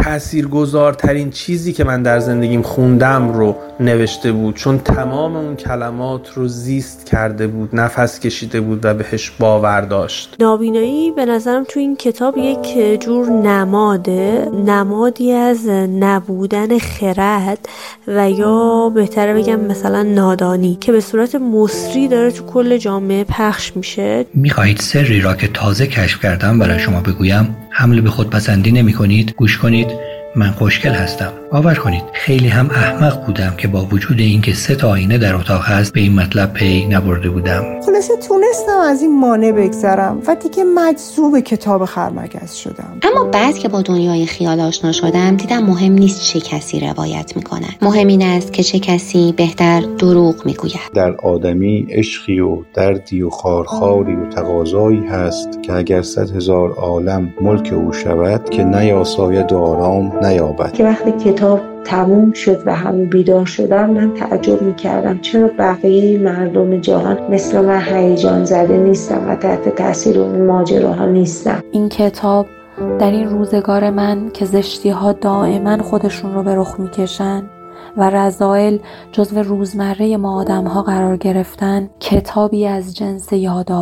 تاثیرگذارترین چیزی که من در زندگیم خوندم رو نوشته بود، چون تمام اون کلمات رو زیست کرده بود، نفس کشیده بود و بهش باور داشت. نابینایی به نظرم تو این کتاب یک جور نمادی از نبودن خرد و یا بهتره بگم مثلا نادانی که به صورت مصری داره تو کل جامعه پخش میشه. میخواهید سری را که تازه کشف کردم برای شما بگویم؟ حمله به خودپسندی نمی کنید؟ گوش کنید، من خوشگل هستم. باور کنید خیلی هم احمق بودم که با وجود اینکه 3 آینه در اتاق هست به این مطلب پی نبرده بودم. خلاصه تونستم از این مانع بگذرم و دیگه مجذوب کتاب خرمگس شدم. اما بعد که با دنیای خیال آشنا شدم دیدم مهم نیست چه کسی روایت میکنه، مهم این است که چه کسی بهتر دروغ میگوید. در آدمی عشقی و دردی و خارخاری و تقاضایی هست که اگر 100,000 عالم ملک او شود که نیاساید و آرام نیابد. که وقتی کتاب تموم شد و همه بیدار شدن من تعجب میکردم چرا بقیه مردم جهان مثل من هیجان زده نیستم و تحت تاثیر اون ماجراها نیستم. این کتاب در این روزگار من که زشتی‌ها دائما خودشون رو به رخ میکشن و رذائل جزو روزمره ما آدم‌ها قرار گرفتن، کتابی از جنس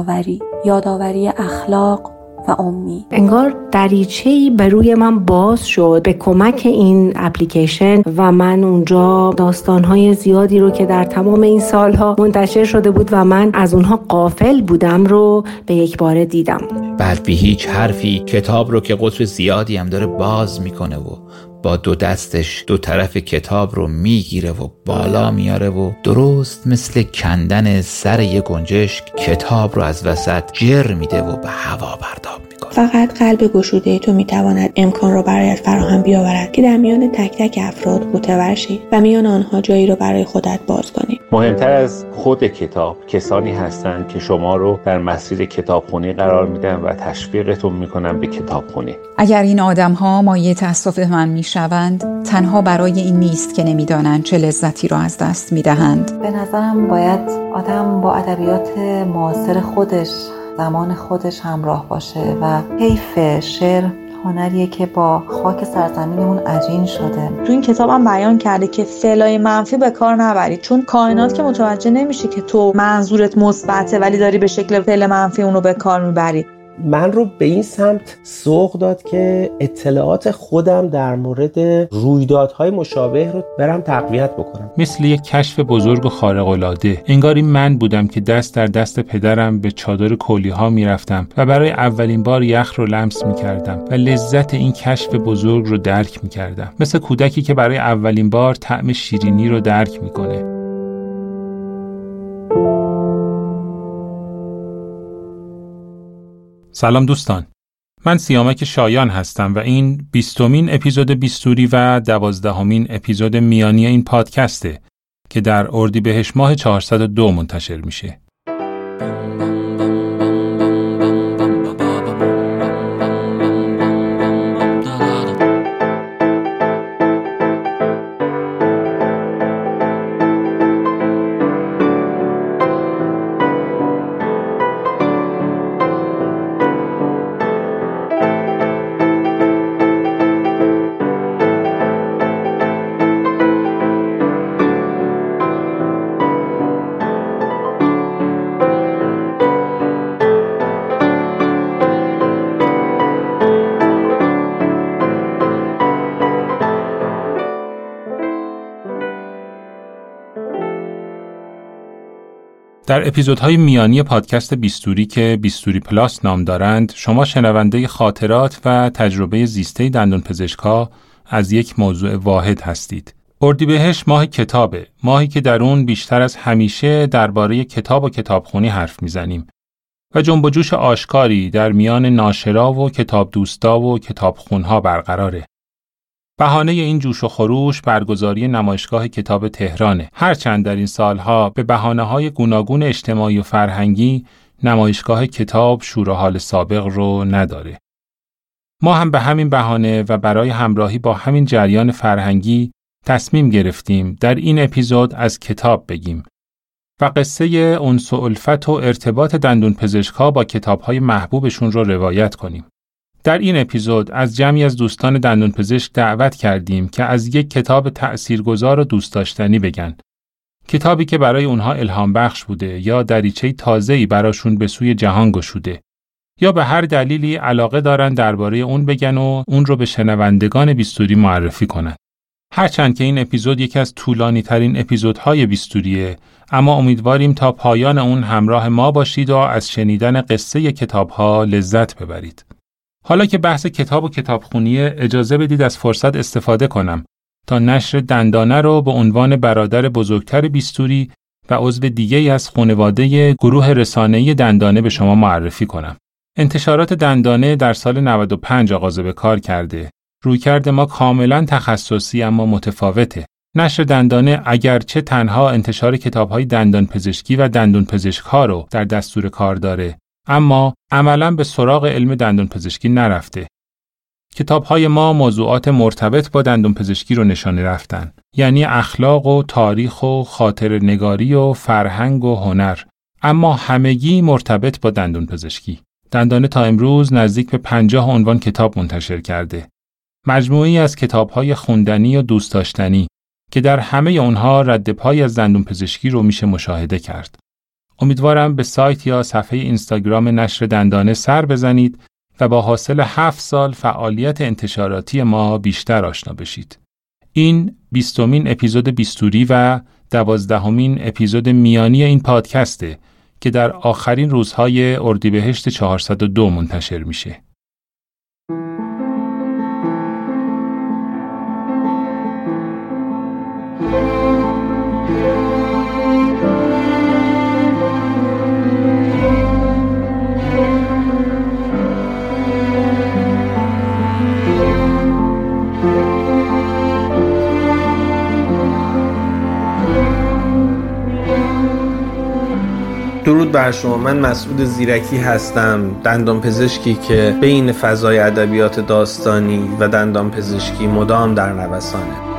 یادآوری اخلاق و امید. انگار دریچه‌ای به روی من باز شد به کمک این اپلیکیشن و من اونجا داستان‌های زیادی رو که در تمام این سالها منتشر شده بود و من از اونها غافل بودم رو به یک باره دیدم. بعد بی هیچ حرفی کتاب رو که قطر زیادی هم داره باز میکنه و با 2 دستش 2 طرف کتاب رو میگیره و بالا میاره و درست مثل کندن سر یه گنجشک کتاب رو از وسط جر میده و به هوا پرتاب میکنه. فقط قلب گشوده تو میتواند امکان رو برایت فراهم بیاورد که در میان تک تک افراد متور شی و میان آنها جایی رو برای خودت باز کنی. مهمتر از خود کتاب کسانی هستند که شما رو در مسیر کتابخونی قرار میدن و تشویقتون میکنن به کتابخونی. اگر این آدم‌ها مایه تأسف من میشوند، تنها برای این نیست که نمیدانند چه لذتی را از دست میدهند. به نظرم باید آدم با ادبیات معاصر خودش، زمان خودش همراه باشه و حیف شعر هنریه که با خاک سرزمینمون عجین شده. تو این کتابم بیان کرده که فعلای منفی به کار نبرید، چون کائنات که متوجه نمیشه که تو منظورت مثبته ولی داری به شکل فعل منفی اونو به کار میبری. من رو به این سمت سوق داد که اطلاعات خودم در مورد رویدادهای مشابه رو برم تقویت بکنم. مثل یک کشف بزرگ و خارق‌العاده. انگار این من بودم که دست در دست پدرم به چادر کولی‌ها میرفتم و برای اولین بار یخ رو لمس میکردم و لذت این کشف بزرگ رو درک میکردم. مثل کودکی که برای اولین بار طعم شیرینی رو درک میکنه. سلام دوستان، من سیامک شایان هستم و این 20مین اپیزود بیستوری و 12مین اپیزود میانی این پادکسته که در اردیبهشت ماه 402 منتشر میشه. در اپیزودهای میانی پادکست بیستوری که بیستوری پلاس نام دارند، شما شنونده خاطرات و تجربه زیسته دندانپزشکا از یک موضوع واحد هستید. اردیبهشت ماه کتابه، ماهی که در اون بیشتر از همیشه درباره کتاب و کتابخونی حرف میزنیم و جنب و جوش آشکاری در میان ناشرا و کتاب دوستا و کتابخونها برقراره. بهانه این جوش و خروش برگزاری نمایشگاه کتاب تهرانه. هرچند در این سالها به بهانه‌های گوناگون اجتماعی و فرهنگی نمایشگاه کتاب شور و حال سابق رو نداره. ما هم به همین بهانه و برای همراهی با همین جریان فرهنگی تصمیم گرفتیم در این اپیزود از کتاب بگیم و قصه انس و الفت و ارتباط دندونپزشک‌ها با کتاب‌های محبوبشون رو روایت کنیم. در این اپیزود از جمعی از دوستان دندانپزشک دعوت کردیم که از یک کتاب تأثیرگذار و دوست داشتنی بگن. کتابی که برای اونها الهام بخش بوده یا دریچه تازه‌ای براشون به سوی جهان گشوده یا به هر دلیلی علاقه دارن درباره اون بگن و اون رو به شنوندگان بیستوری معرفی کنن. هرچند که این اپیزود یکی از طولانی ترین اپیزودهای بیستوریه، اما امیدواریم تا پایان اون همراه ما باشید و از شنیدن قصه کتابها لذت ببرید. حالا که بحث کتاب و کتابخونیه، اجازه بدید از فرصت استفاده کنم تا نشر دندانه رو به عنوان برادر بزرگتر بیستوری و عضو دیگه‌ای از خانواده گروه رسانه‌ای دندانه به شما معرفی کنم. انتشارات دندانه در سال 95 آغاز به کار کرده. رویکرد ما کاملا تخصصی اما متفاوته. نشر دندانه اگرچه تنها انتشار کتاب‌های دندانپزشکی و دندانپزشک‌ها رو در دستور کار داره، اما عملاً به سراغ علم دندانپزشکی نرفته. کتاب‌های ما موضوعات مرتبط با دندانپزشکی رو نشانه رفتن، یعنی اخلاق و تاریخ و خاطره‌نگاری و فرهنگ و هنر، اما همگی مرتبط با دندانپزشکی. دندانه تا امروز نزدیک به 50 عنوان کتاب منتشر کرده. مجموعه‌ای از کتاب‌های خوندنی و دوست داشتنی که در همه اونها رد پای از دندانپزشکی رو میشه مشاهده کرد. امیدوارم به سایت یا صفحه اینستاگرام نشر دندانه سر بزنید و با حاصل 7 سال فعالیت انتشاراتی ما بیشتر آشنا بشید. این 20مین اپیزود بیستوری و 12مین اپیزود میانی این پادکسته که در آخرین روزهای اردیبهشت 402 منتشر میشه. درود بر شما. من مسعود زیرکی هستم، دندانپزشکی که بین فضای ادبیات داستانی و دندانپزشکی مدام در نوسانه.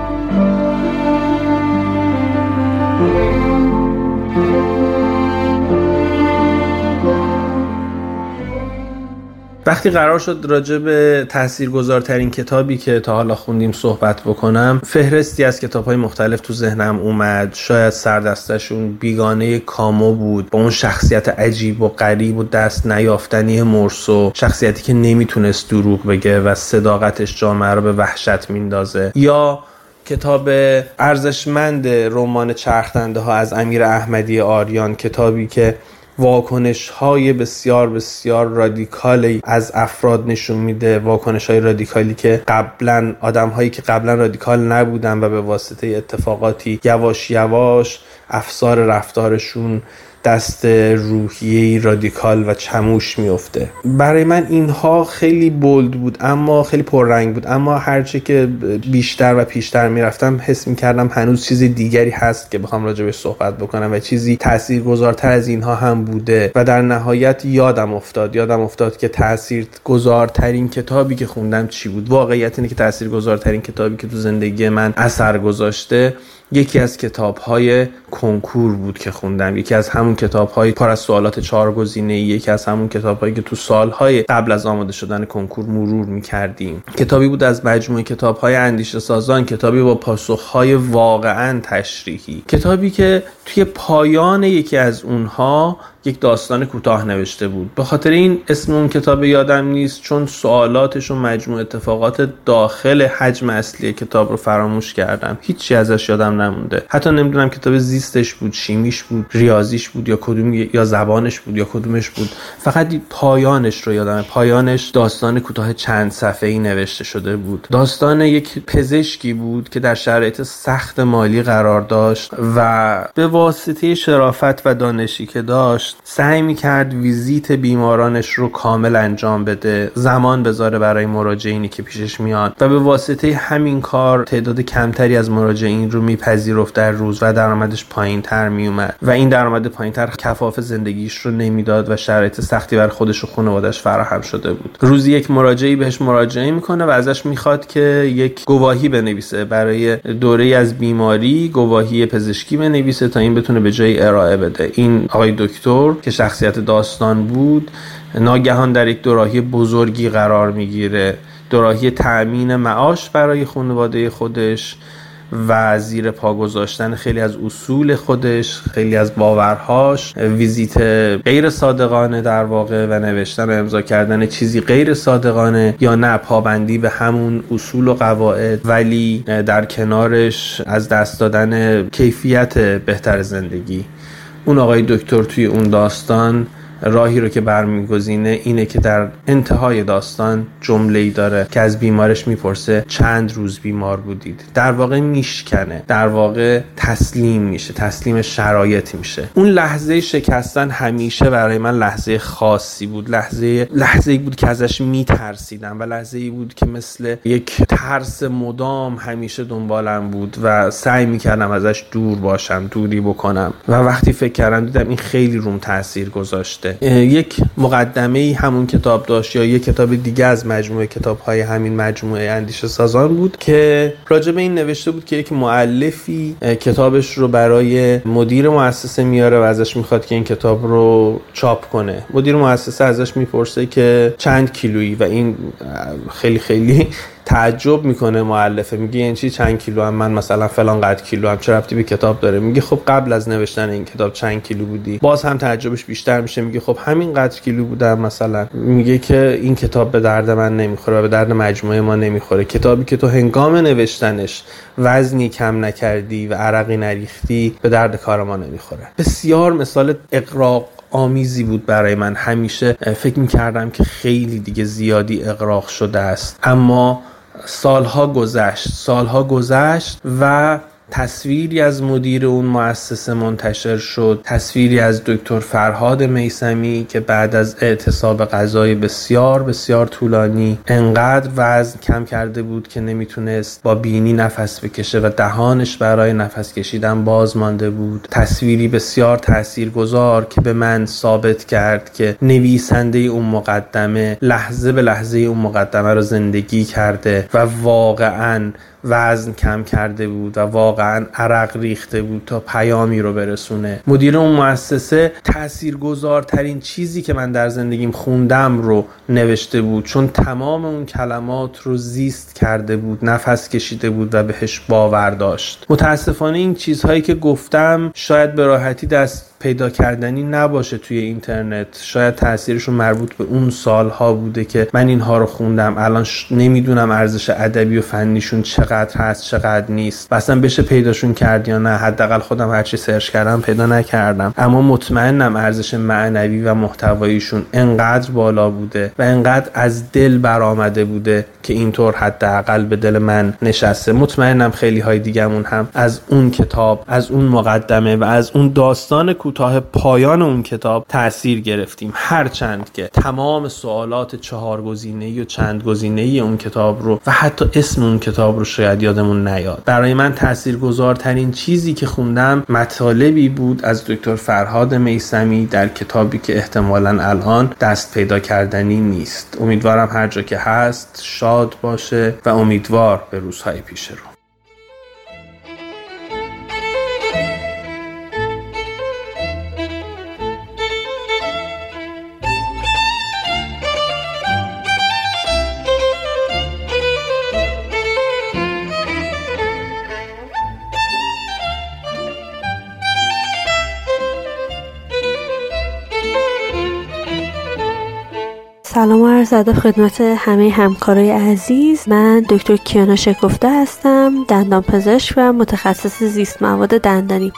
وقتی قرار شد راجع به تاثیرگذارترین کتابی که تا حالا خوندیم صحبت بکنم، فهرستی از کتاب‌های مختلف تو ذهنم اومد. شاید سردستشون بیگانه کامو بود، با اون شخصیت عجیب و غریب و دست نیافتنی مرسو، شخصیتی که نمیتونست دروغ بگه و صداقتش جامعه رو به وحشت میندازه، یا کتاب ارزشمند رمان چرخدنده ها از امیر احمدی آریان، کتابی که واکنش‌های بسیار بسیار رادیکالی از افراد نشون میده، واکنش‌های رادیکالی که آدم‌هایی که قبلا رادیکال نبودن و به واسطه اتفاقاتی یواش یواش افسار رفتارشون دست روحیه‌ای رادیکال و چموش میفته. برای من اینها خیلی بولد بود، اما خیلی پررنگ بود، اما هرچه که بیشتر و پیشتر میرفتم حس میکردم هنوز چیز دیگری هست که بخوام راجبش صحبت بکنم و چیزی تاثیرگذارتر از اینها هم بوده. و در نهایت یادم افتاد که تاثیرگذارترین کتابی که خوندم چی بود. واقعیت اینه که تاثیرگذارترین کتابی که تو زندگی من اثر گذاشته یکی از کتاب‌های کنکور بود که خوندم، یکی از همون کتاب‌های پر از سوالات 4 گزینه‌ای، یکی از همون کتاب‌هایی که تو سال‌های قبل از آماده شدن کنکور مرور می‌کردیم. کتابی بود از مجموعه کتاب‌های اندیشه سازان، کتابی با پاسخ‌های واقعاً تشریحی، کتابی که توی پایان یکی از اونها یک داستان کوتاه نوشته بود. به خاطر این اسم اون کتاب یادم نیست، چون سوالاتش و مجموع اتفاقات داخل حجم اصلی کتاب رو فراموش کردم. هیچی ازش یادم نمونده. حتی نمیدونم کتاب زیستش بود، شیمیش بود، ریاضیش بود یا کدوم، یا زبانش بود یا کدومش بود. فقط پایانش رو یادمه. پایانش داستان کوتاه چند صفحه‌ای نوشته شده بود. داستان یک پزشکی بود که در شرایط سخت مالی قرار داشت و به واسطه شرافت و دانشی که داشت سعی می‌کرد ویزیت بیمارانش رو کامل انجام بده، زمان بذاره برای مراجعینی که پیشش میاد و به واسطه همین کار تعداد کمتری از مراجعین رو میپذیرفت در روز و درآمدش پایین‌تر میومد و این درآمد پایین‌تر کفاف زندگیش رو نمیداد و شرایط سختی برای خودش و خانواده‌اش فراهم شده بود. روزی یک مراجعی بهش مراجعه میکنه و ازش میخواد که یک گواهی بنویسه برای دوره‌ای از بیماری، گواهی پزشکی بنویسه تا این بتونه به جای ارائه بده. این آقای دکتر که شخصیت داستان بود ناگهان در یک دوراهی بزرگی قرار میگیره، دوراهی تأمین معاش برای خانواده خودش و زیر پا گذاشتن خیلی از اصول خودش، خیلی از باورهاش، ویزیت غیر صادقانه در واقع و نوشتن و امضا کردن چیزی غیر صادقانه یا نه پابندی به همون اصول و قواعد، ولی در کنارش از دست دادن کیفیت بهتر زندگی. اون آقای دکتر توی اون داستان راهی رو که برمیگزینه اینه که در انتهای داستان جمله‌ای داره که از بیمارش میپرسه چند روز بیمار بودید. در واقع میشکنه، در واقع تسلیم میشه، تسلیم شرایط میشه. اون لحظه شکستن همیشه برای من لحظه خاصی بود، لحظه‌ای بود که ازش میترسیدم و لحظه‌ای بود که مثل یک ترس مدام همیشه دنبالم بود و سعی میکردم ازش دور باشم، دوری بکنم و وقتی فکر کردم دیدم این خیلی روم تاثیر گذاشته. یک مقدمه‌ای همون کتاب داشت یا یک کتاب دیگه از مجموعه کتاب‌های همین مجموعه اندیشه سازان بود که راجع به این نوشته بود که یک مؤلفی کتابش رو برای مدیر مؤسسه میاره و ازش میخواد که این کتاب رو چاپ کنه. مدیر مؤسسه ازش میپرسه که چند کیلویی و این خیلی خیلی تعجب میکنه مؤلفه، میگه این چی چند کیلو هم؟ من مثلا فلان قد کیلو هم، چه ربطی به کتاب داره؟ میگه خب قبل از نوشتن این کتاب چند کیلو بودی؟ باز هم تعجبش بیشتر میشه، میگه خب همین قدر کیلو بودم مثلا. میگه که این کتاب به درد من نمیخوره و به درد مجموعه ما نمیخوره. کتابی که تو هنگام نوشتنش وزنی کم نکردی و عرقی نریختی به درد کار ما نمیخوره. بسیار مثال اغراق آمیزی بود برای من. همیشه فکر میکردم که خیلی دیگه زیادی اغراق شده است، اما سالها گذشت و تصویری از مدیر اون مؤسسه منتشر شد، تصویری از دکتر فرهاد میثمی که بعد از اعتصاب غذایی بسیار بسیار طولانی انقدر وزن کم کرده بود که نمیتونست با بینی نفس بکشه و دهانش برای نفس کشیدن باز مانده بود. تصویری بسیار تاثیرگذار که به من ثابت کرد که نویسنده اون مقدمه لحظه به لحظه اون مقدمه رو زندگی کرده و واقعاً وزن کم کرده بود و واقعا عرق ریخته بود تا پیامی رو برسونه. مدیر اون مؤسسه تاثیرگذارترین چیزی که من در زندگیم خوندم رو نوشته بود، چون تمام اون کلمات رو زیست کرده بود، نفس کشیده بود و بهش باور داشت. متاسفانه این چیزهایی که گفتم شاید به راحتی دست پیدا کردنی نباشه توی اینترنت، شاید تاثیرشون مربوط به اون سالها بوده که من اینها رو خوندم. الان نمیدونم ارزش ادبی و فنیشون چقدر هست چقدر نیست، اصلا بشه پیداشون کرد یا نه. حداقل خودم هرچی سرچ کردم پیدا نکردم، اما مطمئنم ارزش معنوی و محتواییشون انقدر بالا بوده و انقدر از دل برآمده بوده که اینطور حداقل به دل من نشسته. مطمئنم خیلی های دیگه‌مون هم از اون کتاب، از اون مقدمه و از اون داستان کوتاه پایان اون کتاب تأثیر گرفتیم، هرچند که تمام سوالات 4 گزینه‌ای و چند گزینه‌ای اون کتاب رو و حتی اسم اون کتاب رو شاید یادمون نیاد. برای من تاثیرگذارترین چیزی که خوندم مطالبی بود از دکتر فرهاد میثمی در کتابی که احتمالاً الان دست پیدا کردنی نیست. امیدوارم هر جا که هست شاد باشه و امیدوار به روزهای پیش رو. سلام و عرض ادب خدمت همه همکارای عزیز. من دکتر کیانا شکفته هستم، دندانپزشک و متخصص زیست مواد دندانی.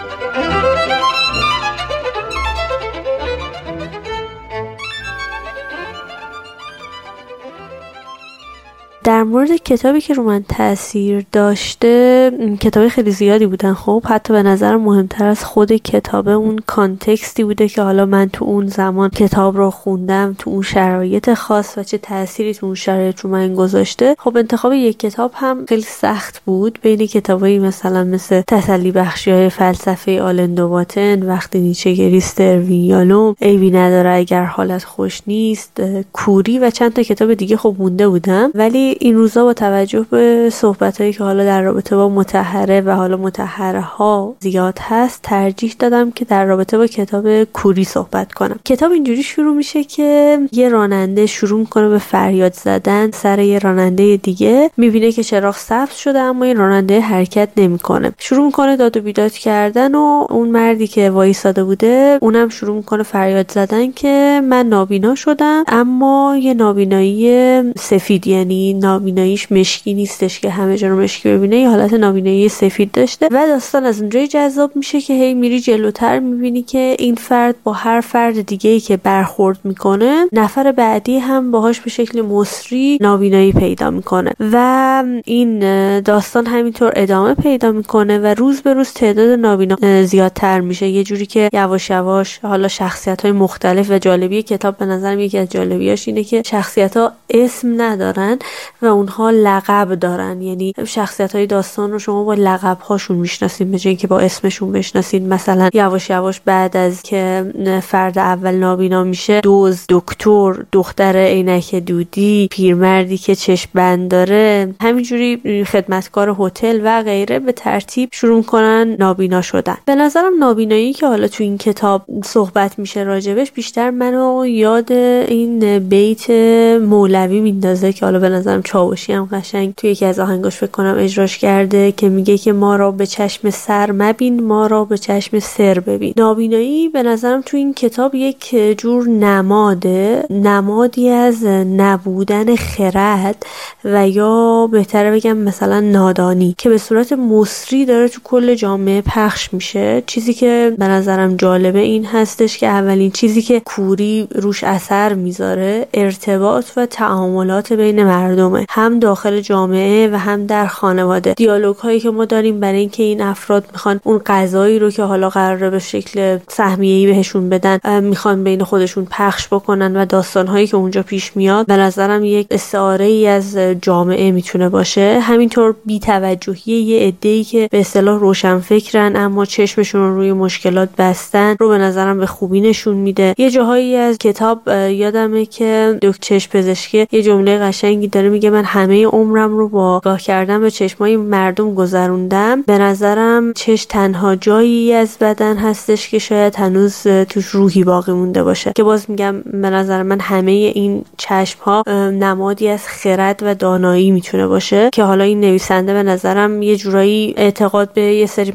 در مورد کتابی که رو من تاثیر داشته، کتابی خیلی زیادی بودن. خب حتی به نظر مهمتر از خود کتابه اون کانتکستی بوده که حالا من تو اون زمان کتاب رو خوندم، تو اون شرایط خاص و چه تأثیری تو اون شرایط رو من گذاشته. خب انتخاب یک کتاب هم خیلی سخت بود. بین کتابایی مثل تسلی بخشی‌های فلسفه آلن دوباتن، وقتی نیچه گریست اروین یالوم، عیبی نداره اگر حالت خوش نیست، کوری و چند تا کتاب دیگه خب مونده بودم. ولی ولی این روزا با توجه به صحبتایی که حالا در رابطه با مطهره و حالا مطهره ها زیاد هست، ترجیح دادم که در رابطه با کتاب کوری صحبت کنم. کتاب اینجوری شروع میشه که یه راننده شروع میکنه به فریاد زدن سر یه راننده دیگه، میبینه که چراغ سبز شده اما این راننده حرکت نمیکنه. شروع میکنه داد و بیداد کردن و اون مردی که وایساده بوده اونم شروع میکنه فریاد زدن که من نابینا شدم، اما یه نابینایی سفید، یعنی نابیناییش مشکی نیستش که همه جا رو مشکی ببینه، یه حالت نابینایی سفید داشته. و داستان از اونجایی جذاب میشه که هی میری جلوتر میبینی که این فرد با هر فرد دیگه‌ای که برخورد میکنه نفر بعدی هم باهاش به شکل مصری نابینایی پیدا میکنه و این داستان همینطور ادامه پیدا میکنه و روز به روز تعداد نابینا زیادتر میشه، یه جوری که یواش یواش حالا شخصیت‌های مختلف. و جالبی کتاب به نظرم یکی از جالبیاش اینه که شخصیت‌ها اسم ندارن و اونها لقب دارن، یعنی شخصیت‌های داستان رو شما با لقب‌هاشون میشناسید به جای اینکه با اسمشون بشناسید. مثلا یواش یواش بعد از که فرد اول نابینا میشه، دوز، دکتر، دختر عینک دودی، پیرمردی که چشم بند داره، همینجوری خدمتکار هتل و غیره، به ترتیب شروع کنن نابینا شدن. به نظرم نابینایی که حالا تو این کتاب صحبت میشه راجبش بیشتر منو یاد این بیت مولوی میندازه که حالا به نظرم چاوشی هم قشنگ توی یکی از آهنگاش فکر کنم اجراش کرده که میگه که ما را به چشم سر مبین، ما را به چشم سر ببین. نابینایی به نظرم تو این کتاب یک جور نمادی از نبودن خرد و یا بهتره بگم مثلا نادانی که به صورت مصری داره تو کل جامعه پخش میشه. چیزی که به نظرم جالبه این هستش که اولین چیزی که کوری روش اثر میذاره ارتباط و تعاملات بین مردمه، هم داخل جامعه و هم در خانواده. دیالوگ هایی که ما داریم برای اینکه این افراد میخوان اون غذایی رو که حالا قراره به شکل سهمیه‌ای بهشون بدن میخوان بین خودشون پخش بکنن و داستان هایی که اونجا پیش میاد به نظرم یک استعاره ای از جامعه میتونه باشه. همینطور بی‌توجهی یه عده‌ای که به اصطلاح روشنفکرن اما چشمشون رو روی مشکلات بستن رو به نظرم به خوبی نشون میده. یه جاهایی از کتاب یادمه که دکتر چشم پزشکی یه جمله قشنگی داره، میگه من همه عمرم رو با نگاه کردن به چشمای مردم گذروندم. به نظرم چشم تنها جایی از بدن هستش که شاید هنوز توش روحی باقی مونده باشه، که باز میگم به نظر من همه این چشم ها نمادی از خرد و دانایی میتونه باشه که حالا این نویسنده به نظرم یه جورایی اعتقاد به یه سری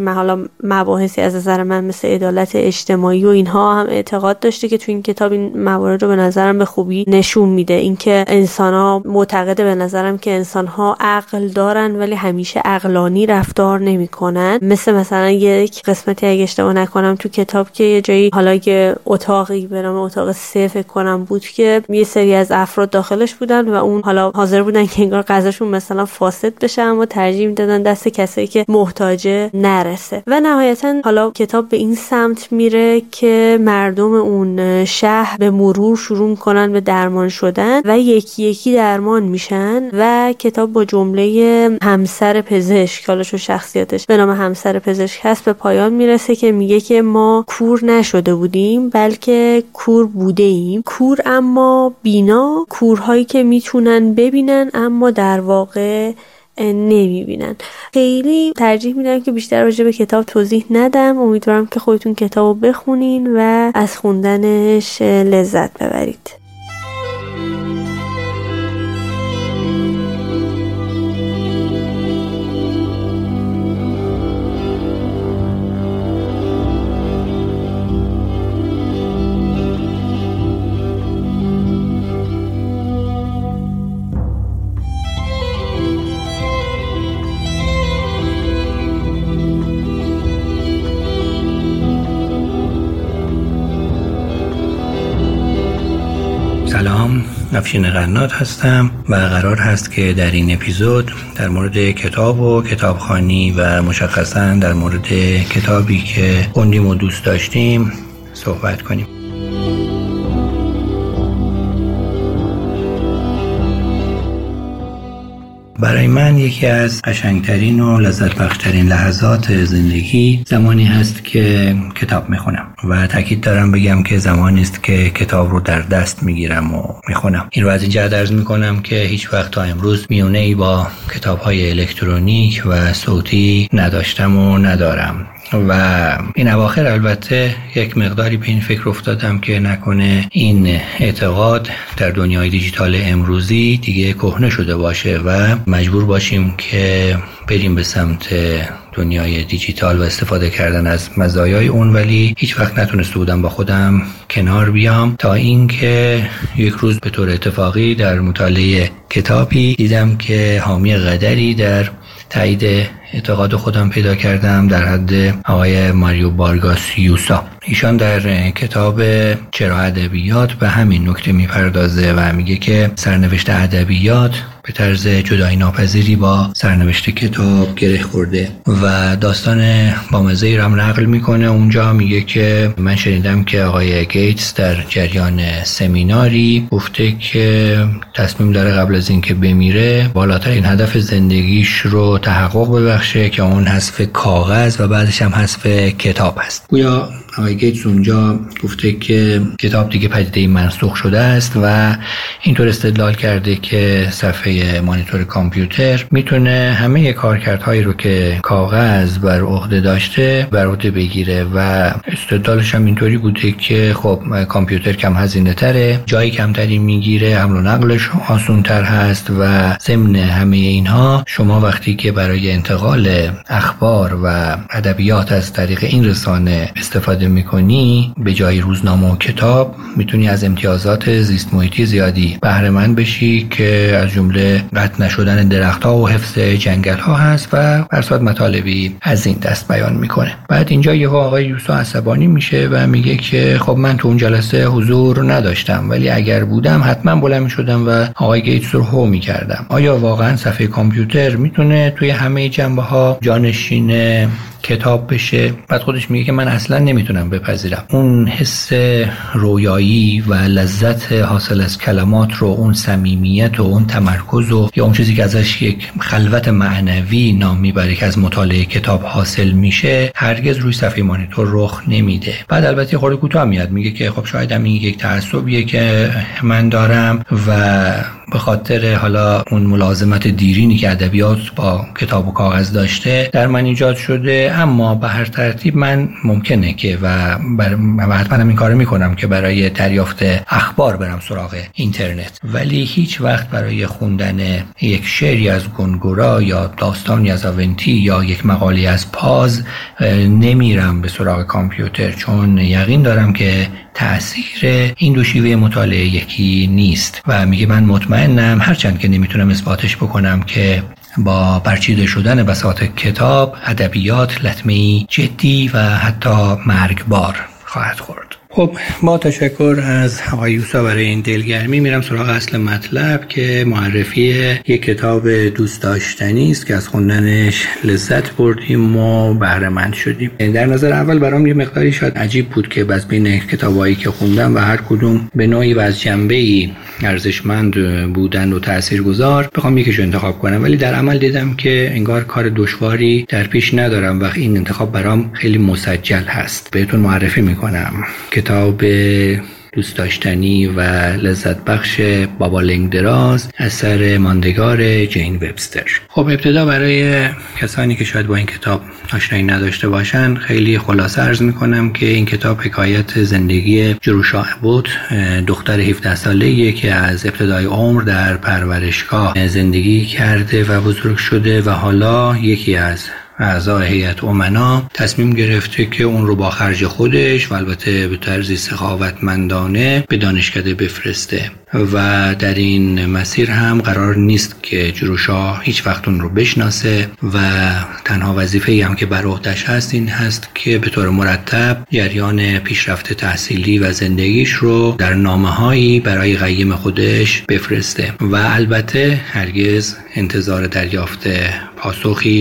مباحثی از نظر من مثل عدالت اجتماعی و اینها هم اعتقاد داشته که تو این کتاب این موارد رو به نظرم به خوبی نشون میده. اینکه انسان‌ها معتقده به نظرم که انسان‌ها عقل دارن ولی همیشه عقلانی رفتار نمی‌کنن. مثلا یک قسمتی اگه اشتباه نکنم تو کتاب که یه جایی حالا یه اتاقی به نام اتاق 3 فکر کنم بود که یه سری از افراد داخلش بودن و اون حالا حاضر بودن که انگار غذاشون مثلا فاسد بشه اما ترجیح میدادن دست کسایی که محتاجه نرسه. و نهایتا حالا کتاب به این سمت میره که مردم اون شهر به مرور شروع میکنن به درمان شدن و یکی یکی درمان میشن و کتاب با جمله همسر پزشک، حالا چون شخصیتش به نام همسر پزشک هست، به پایان میرسه که میگه که ما کور نشده بودیم بلکه کور بوده ایم. کور اما بینا، کورهایی که میتونن ببینن اما در واقع نمیبینن. خیلی ترجیح میدم که بیشتر راجع به کتاب توضیح ندم. امیدوارم که خودتون کتابو بخونین و از خوندنش لذت ببرید. سلام، افشین قنات هستم و قرار هست که در این اپیزود در مورد کتاب و کتابخوانی و مشخصاً در مورد کتابی که خوندیم و دوست داشتیم صحبت کنیم. برای من یکی از قشنگترین و لذت بخشترین لحظات زندگی زمانی هست که کتاب میخونم و تاکید دارم بگم که زمانی است که کتاب رو در دست میگیرم و میخونم. این رو از این جهت عرض میکنم که هیچ وقت تا امروز میونه‌ای با کتاب‌های الکترونیک و صوتی نداشتم و ندارم و این اواخر البته یک مقداری به این فکر افتادم که نکنه این اعتقاد در دنیای دیجیتال امروزی دیگه کهنه شده باشه و مجبور باشیم که بریم به سمت دنیای دیجیتال و استفاده کردن از مزایای اون، ولی هیچ وقت نتونسته بودم با خودم کنار بیام تا اینکه یک روز به طور اتفاقی در مطالعه کتابی دیدم که حامی قدری در تایید اعتقاد خودم پیدا کردم در حد آقای ماریو وارگاس یوسا. ایشان در کتاب چرا ادبیات به همین نکته میپردازه و میگه که سرنوشت ادبیات به طرز جدایی ناپذیری با سرنوشت کتاب گره خورده و داستان بامزه‌ای رو هم نقل میکنه. اونجا میگه که من شنیدم که آقای گیتس در جریان سمیناری گفته که تصمیم داره قبل از اینکه بمیره بالاترین هدف زندگیش رو تحقق ببخشه که اون حذف کاغذ و بعدش هم حذف کتاب هست. گویا آقای گیتس اونجا گفته که کتاب دیگه پدیده منسوخ شده است و اینطور استدلال کرده که صفحه مانیتور کامپیوتر میتونه همه کارکردهایی رو که کاغذ بر عهده داشته بر عهده بگیره و استدلالش هم اینطوری بوده که خب کامپیوتر کم هزینه تره، جایی کمتری میگیره، حمل و نقلش آسان تر هست و ضمن همه اینها شما وقتی که برای انتقال اخبار و ادبیات از طریق این رسانه استفاده میکنی به جای روزنامه و کتاب میتونی از امتیازات زیست محیطی زیادی بهره مند بشی که از جمله قطع نشدن درخت‌ها و حفظ جنگل‌ها هست و برصد مطالبی از این دست بیان میکنه. بعد اینجا یه آقای یوسا عصبانی میشه و میگه که خب من تو اون جلسه حضور نداشتم ولی اگر بودم حتما بلند میشدم و آقای گیتس رو هو میکردم. آیا واقعا صفحه کامپیوتر میتونه توی همه جنبه‌ها جانشین کتاب بشه؟ بعد خودش میگه که من اصلا نمیتونم بپذیرم اون حس رویایی و لذت حاصل از کلمات رو، اون صمیمیت و اون تمرکز و یا اون چیزی که ازش یک خلوت معنوی نام میبره که از مطالعه کتاب حاصل میشه هرگز روی صفحه مانیتور رخ نمیده. بعد البته خورده کوتاه میاد میگه که خب شاید هم این یک تعصبیه که من دارم و به خاطر حالا اون ملازمت دیرینی که ادبیات با کتاب و کاغذ داشته در من ایجاد شده، اما به هر ترتیب من ممکنه که و حتما این کارو میکنم که برای دریافت اخبار برم سراغ اینترنت، ولی هیچ وقت برای خوندن یک شعری از گونگورا یا داستانی از آونتی یا یک مقاله از پاز نمیرم به سراغ کامپیوتر، چون یقین دارم که تأثیر این دو شیوه مطالعه یکی نیست و میگه من مطمئنم هرچند که نمیتونم اثباتش بکنم که با برچیده شدن بساط کتاب ادبیات لطمه‌ای جدی و حتی مرگبار خواهد خورد. خب با تشکر از آقای یوسا برای این دلگرمی میرم سراغ اصل مطلب که معرفی یک کتاب دوست داشتنی است که از خوندنش لذت بردیم و بهره مند شدیم. در نظر اول برام یه مقداری شاید عجیب بود که از بین کتابایی که خوندم و هر کدوم به نوعی و از جنبه‌ای ارزشمند بودن و تاثیرگذار بخوام یکیشو انتخاب کنم، ولی در عمل دیدم که انگار کار دشواری در پیش ندارم و این انتخاب برام خیلی مسجل هست. بهتون معرفی میکنم کتاب دوست داشتنی و لذت بخش بابا لنگدراز اثر ماندگار جین وبستر. خب ابتدا برای کسانی که شاید با این کتاب آشنایی نداشته باشن خیلی خلاصه عرض میکنم که این کتاب حکایت زندگی جروشا بود، دختر 17 ساله‌ای که از ابتدای عمر در پرورشگاه زندگی کرده و بزرگ شده و حالا یکی از اعضای هیئت امنا تصمیم گرفته که اون رو با خرج خودش و البته به طرزی سخاوتمندانه به دانشکده بفرسته و در این مسیر هم قرار نیست که جروشا هیچ وقت اون رو بشناسه و تنها وظیفه‌ای هم که بر عهده‌اش هست این هست که به طور مرتب جریان پیشرفت تحصیلی و زندگیش رو در نامه‌هایی برای قیم خودش بفرسته و البته هرگز انتظار دریافت پاسخی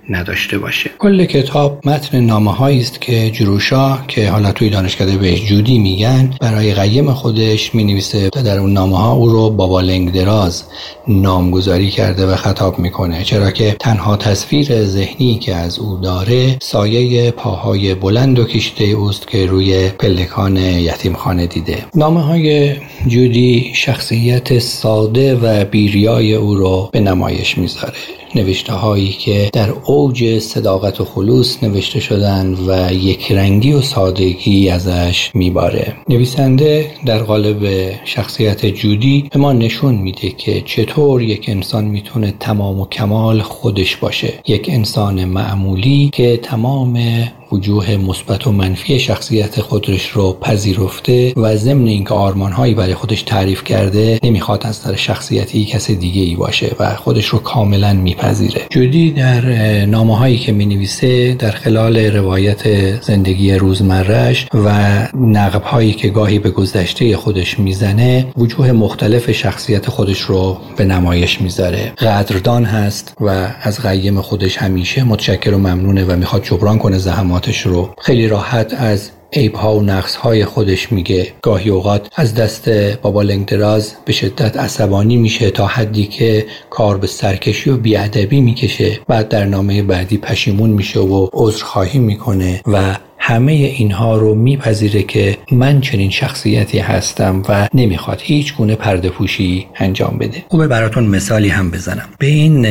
نداشته باشه. کل کتاب متن نامه‌هایی است که جروشا که حالا توی دانشکده بهش جودی میگن برای قیم خودش مینویسه و در اون نامه‌ها او رو بابا لنگدراز نامگذاری کرده و خطاب میکنه، چرا که تنها تصویر ذهنی که از او داره سایه پاهای بلند و کشیده اوست که روی پلکان یتیمخانه دیده. نامه‌های جودی شخصیت ساده و بیریای او رو به نمایش میذاره. نوشته هایی که در اوج صداقت و خلوص نوشته شدن و یک رنگی و سادگی ازش میباره. نویسنده در قالب شخصیت جودی به ما نشون میده که چطور یک انسان میتونه تمام و کمال خودش باشه، یک انسان معمولی که تمام وجوه مثبت و منفی شخصیت خودش رو پذیرفته و ضمن اینکه آرمان‌هایی برای خودش تعریف کرده نمیخواد از سر شخصیتی کس دیگه‌ای باشه و خودش رو کاملا میپذیره. جودی در نامه‌هایی که مینویسه در خلال روایت زندگی روزمره‌اش و نقب‌هایی که گاهی به گذشته خودش میزنه وجوه مختلف شخصیت خودش رو به نمایش میذاره. قدردان هست و از قیم خودش همیشه متشکر و ممنونه و میخواد جبران کنه زحماتش رو. خیلی راحت از عیب‌ها و نقص‌های خودش میگه. گاهی اوقات از دست بابا لنگدراز به شدت عصبانی میشه تا حدی که کار به سرکشی و بی‌ادبی میکشه. بعد در نامه بعدی پشیمون میشه و عذرخواهی میکنه و همه اینها رو میپذیره که من چنین شخصیتی هستم و نمیخواد هیچ گونه پرده پوشی انجام بده. خوبه براتون مثالی هم بزنم. به این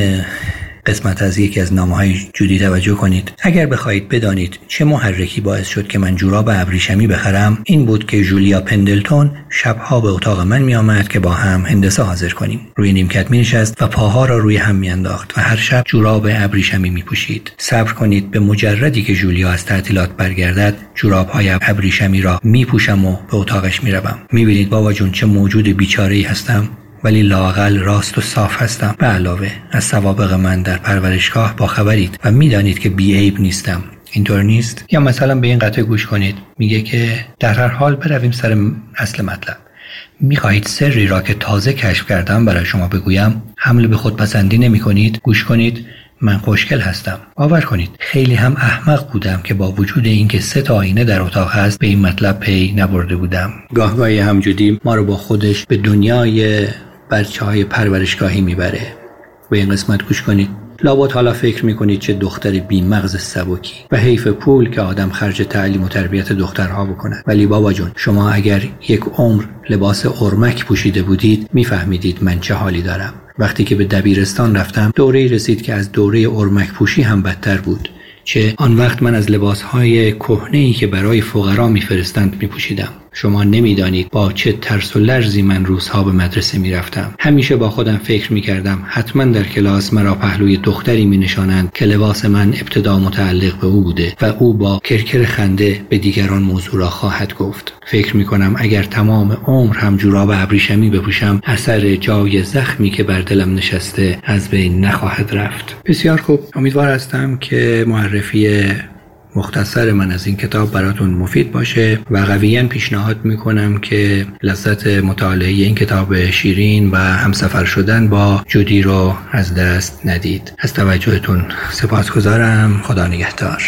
قسمت از یکی از نامه‌های جودی توجه کنید. اگر بخواید بدانید چه محرکی باعث شد که من جوراب ابریشمی بخرم، این بود که جولیا پندلتون شبها به اتاق من می آمد که با هم هندسه حاضر کنیم. روی نیمکت می نشست و پاها را روی هم می انداخت و هر شب جوراب ابریشمی می پوشید. صبر کنید، به مجردی که جولیا از تعطیلات برگردد جوراب‌های ابریشمی را می پوشم و به اتاقش می روم. می بینید بابا جون چه موجود بیچاره‌ای هستم، ولی لااقل راست و صاف هستم. به علاوه از سوابق من در پرورشگاه با خبرید و میدانید که بی‌عیب نیستم. اینطور نیست؟ یا مثلا به این قطعه گوش کنید. میگه که در هر حال برویم سر اصل مطلب. میخواهید سری را که تازه کشف کردم برای شما بگویم؟ حمله به خودپسندی نمی کنید؟ گوش کنید. من خوشگل هستم. باور کنید خیلی هم احمق بودم که با وجود اینکه 3 آینه در اتاق هست به این مطلب پی نبرده بودم. گاهی هم جودی ما رو با خودش به دنیای بچه‌های پرورشگاهی میبره. به این قسمت گوش کنید. لابد حالا فکر میکنید چه دختر بیمغز سبکی و حیف پول که آدم خرج تعلیم و تربیت دخترها بکنه. ولی بابا جون شما اگر یک عمر لباس اورمک پوشیده بودید میفهمیدید من چه حالی دارم. وقتی که به دبیرستان رفتم دوره‌ای رسید که از دوره اورمک پوشی هم بدتر بود. چه آن وقت من از لباسهای کهنه‌ای که برای فقرا میفرستند میپوشیدم. شما نمیدانید با چه ترس و لرزی من روزها به مدرسه میرفتم. همیشه با خودم فکر میکردم حتما در کلاس مرا پهلوی دختری مینشانند که لباس من ابتدا متعلق به او بوده و او با کرکر خنده به دیگران موضوع را خواهد گفت. فکر میکنم اگر تمام عمر هم جوراب ابریشمی بپوشم اثر جای زخمی که بر دلم نشسته از بین نخواهد رفت. بسیار خوب، امیدوار هستم که معرفی مختصر من از این کتاب براتون مفید باشه و قویاً پیشنهاد میکنم که لذت مطالعه این کتاب شیرین و همسفر شدن با جودی رو از دست ندید. از توجهتون سپاسگزارم. خدا نگهدار.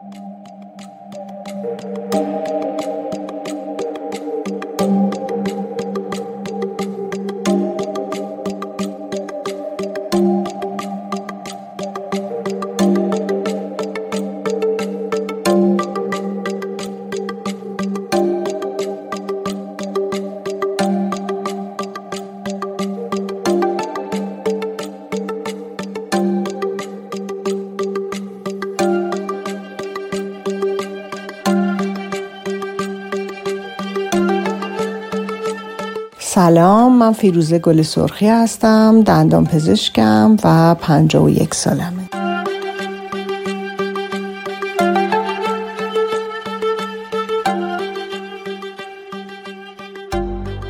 سلام، من فیروزه گل سرخی هستم، دندان پزشکم و 51 سالمه. و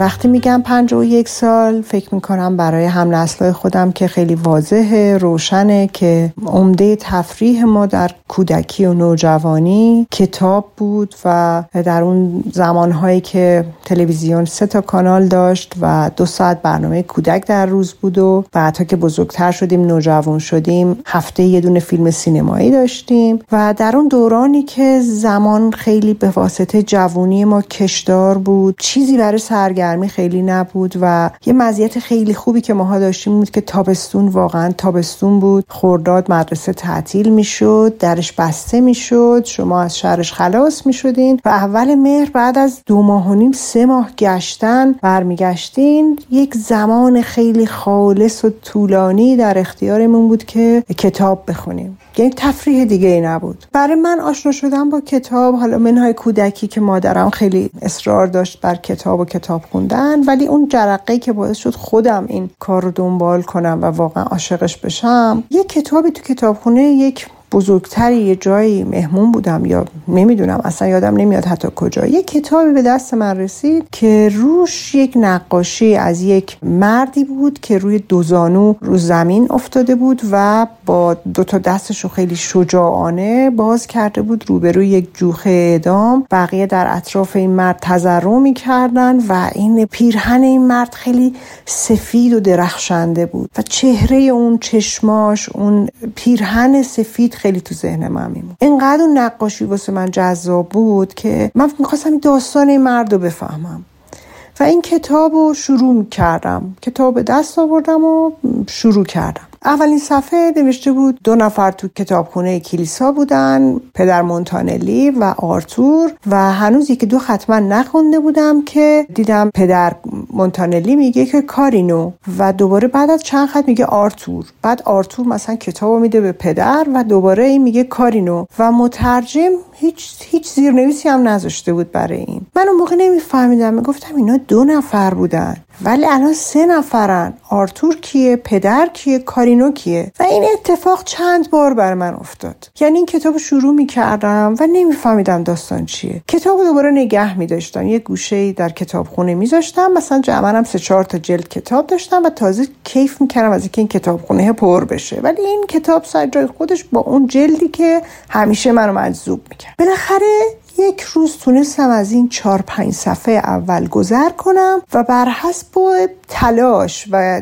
وقتی میگم 51 سال فکر میکنم برای هم نسل‌های خودم که خیلی واضحه، روشنه که عمده تفریح ما در کودکی و نوجوانی کتاب بود و در اون زمانهایی که تلویزیون 3 کانال داشت و 2 ساعت برنامه کودک در روز بود و بعد که بزرگتر شدیم نوجوان شدیم هفته یه دونه فیلم سینمایی داشتیم و در اون دورانی که زمان خیلی به واسطه جوانی ما کشدار بود، چیزی برای سرگرمی خیلی نبود و یه مزیت خیلی خوبی که ماها داشتیم بود که تابستون واقعا تابستون بود، خرداد مدرسه تعطیل میشد، درش بسته میشد، شما از شهرش خلاص میشدین و اول مهر بعد از 2 ماه و نیم 3 ماه گشتن برمیگشتین. یک زمان خیلی خالص و طولانی در اختیارمون بود که کتاب بخونیم، یعنی تفریح دیگه ای نبود. برای من آشنا شدن با کتاب، حالا منهای کودکی که مادرم خیلی اصرار داشت بر کتاب و کتاب خوندن، ولی اون جرقه‌ای که باعث شد خودم این کار رو دنبال کنم و واقعا عاشقش بشم، یک کتابی تو کتابخونه یک بزرگتری یه جایی مهمون بودم یا نمیدونم اصلا یادم نمیاد حتی کجا، یک کتابی به دست من رسید که روش یک نقاشی از یک مردی بود که روی 2 زانو رو زمین افتاده بود و با 2 تا دستشو خیلی شجاعانه باز کرده بود روبروی یک جوخه اعدام. بقیه در اطراف این مرد تضرع می‌کردن و این پیرهن این مرد خیلی سفید و درخشنده بود و چهره اون، چشماش، اون پیرهن سفید خیلی تو ذهن من میمون. اینقدر اون نقاشی واسه من جذاب بود که من می‌خواستم این داستان این مرد رو بفهمم و این کتاب رو شروع کردم. کتاب به دست آوردم و شروع کردم. اولین صفحه نوشته بود 2 نفر تو کتابخونه کلیسا بودن، پدر مونتانلی و آرتور، و هنوز 1-2 ختما نخونده بودم که دیدم پدر مونتانلی میگه که کارینو و دوباره بعد از چند خط میگه آرتور، بعد آرتور مثلا کتابو میده به پدر و دوباره این میگه کارینو و مترجم هیچ زیرنویسی هم نذاشته بود برای این. من اون موقع نمیفهمیدم، میگفتم اینا 2 نفر بودن ولی الان 3 نفرن. آرتور کیه؟ پدر کیه؟ کارینو کیه؟ و این اتفاق چند بار بر من افتاد. یعنی این کتابو شروع میکردم و نمیفهمیدم داستان چیه. کتابو دوباره نگه میداشتم، یه گوشه‌ای در کتابخونه میذاشتم، مثلا جمعاً 3-4 تا جلد کتاب داشتم و تازه کیف میکردم از اینکه این کتابخونه پر بشه، ولی این کتاب سر جای خودش با اون جلدی که همیشه منو مجذوب میکرد. بالاخره یک روز تونستم از این 4-5 صفحه اول گذر کنم و بر حسب تلاش و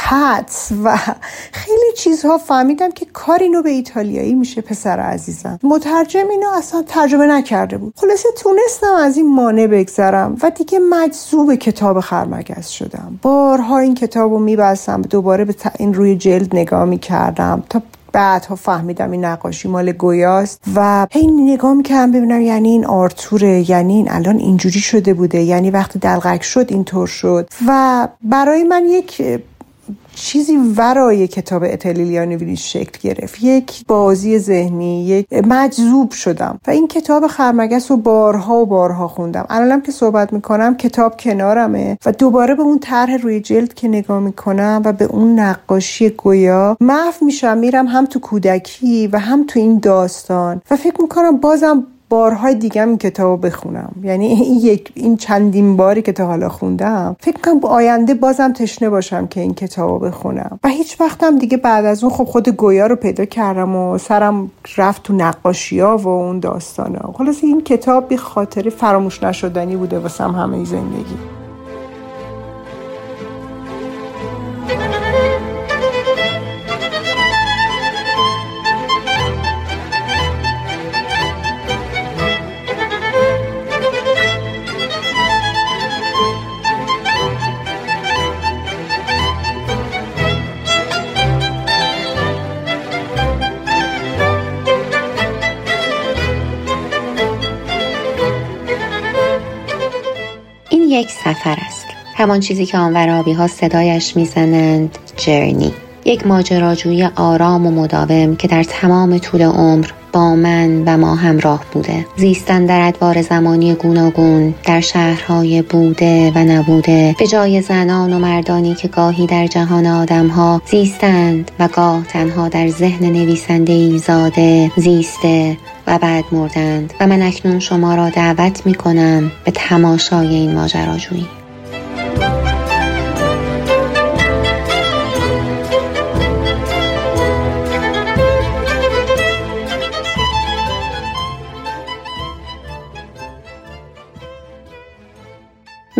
حدس و خیلی چیزها فهمیدم که کارینو به ایتالیایی میشه پسر عزیزم. مترجم اینو اصلا ترجمه نکرده بود. خلاصه تونستم از این مانع بگذرم و دیگه مجذوب کتاب خرمگس شدم. بارها این کتابو میبستم، دوباره به این روی جلد نگاه میکردم تا بعدها فهمیدم این نقاشی مال گویاست و هی نگاه میکردم ببینم یعنی این آرتوره، یعنی این الان اینجوری شده بوده، یعنی وقتی دلقک شد اینطور شد. و برای من یک چیزی ورای کتاب اتلیلیانویلی شکل گرفت، یک بازی ذهنی، یک مجذوب شدم و این کتاب خرمگس رو بارها و بارها خوندم. الانم که صحبت میکنم کتاب کنارمه و دوباره به اون طرح روی جلد که نگاه میکنم و به اون نقاشی گویا محو میشم، میرم هم تو کودکی و هم تو این داستان و فکر میکنم بازم بارهای دیگه این کتابو بخونم. یعنی این چندین باری که تا حالا خوندم فکر کنم با آینده بازم تشنه باشم که این کتابو بخونم. و هیچ وقتم دیگه بعد از اون خب خود گویا رو پیدا کردم و سرم رفت تو نقاشی‌ها و اون داستانا. خلاص این کتاب بی خاطر فراموش نشدنی بوده واسم همه زندگی. یک سفر است، همان چیزی که آنورابی ها صدایش میزنند جرنی، یک ماجراجویی آرام و مداوم که در تمام طول عمر با من و ما همراه بوده. زیستن در ادوار زمانی گوناگون در شهرهای بوده و نبوده، به جای زنان و مردانی که گاهی در جهان آدمها زیستند و گاه تنها در ذهن نویسنده‌ای زاده زیسته و بعد مردند. و من اکنون شما را دعوت می کنم به تماشای این ماجراجویی.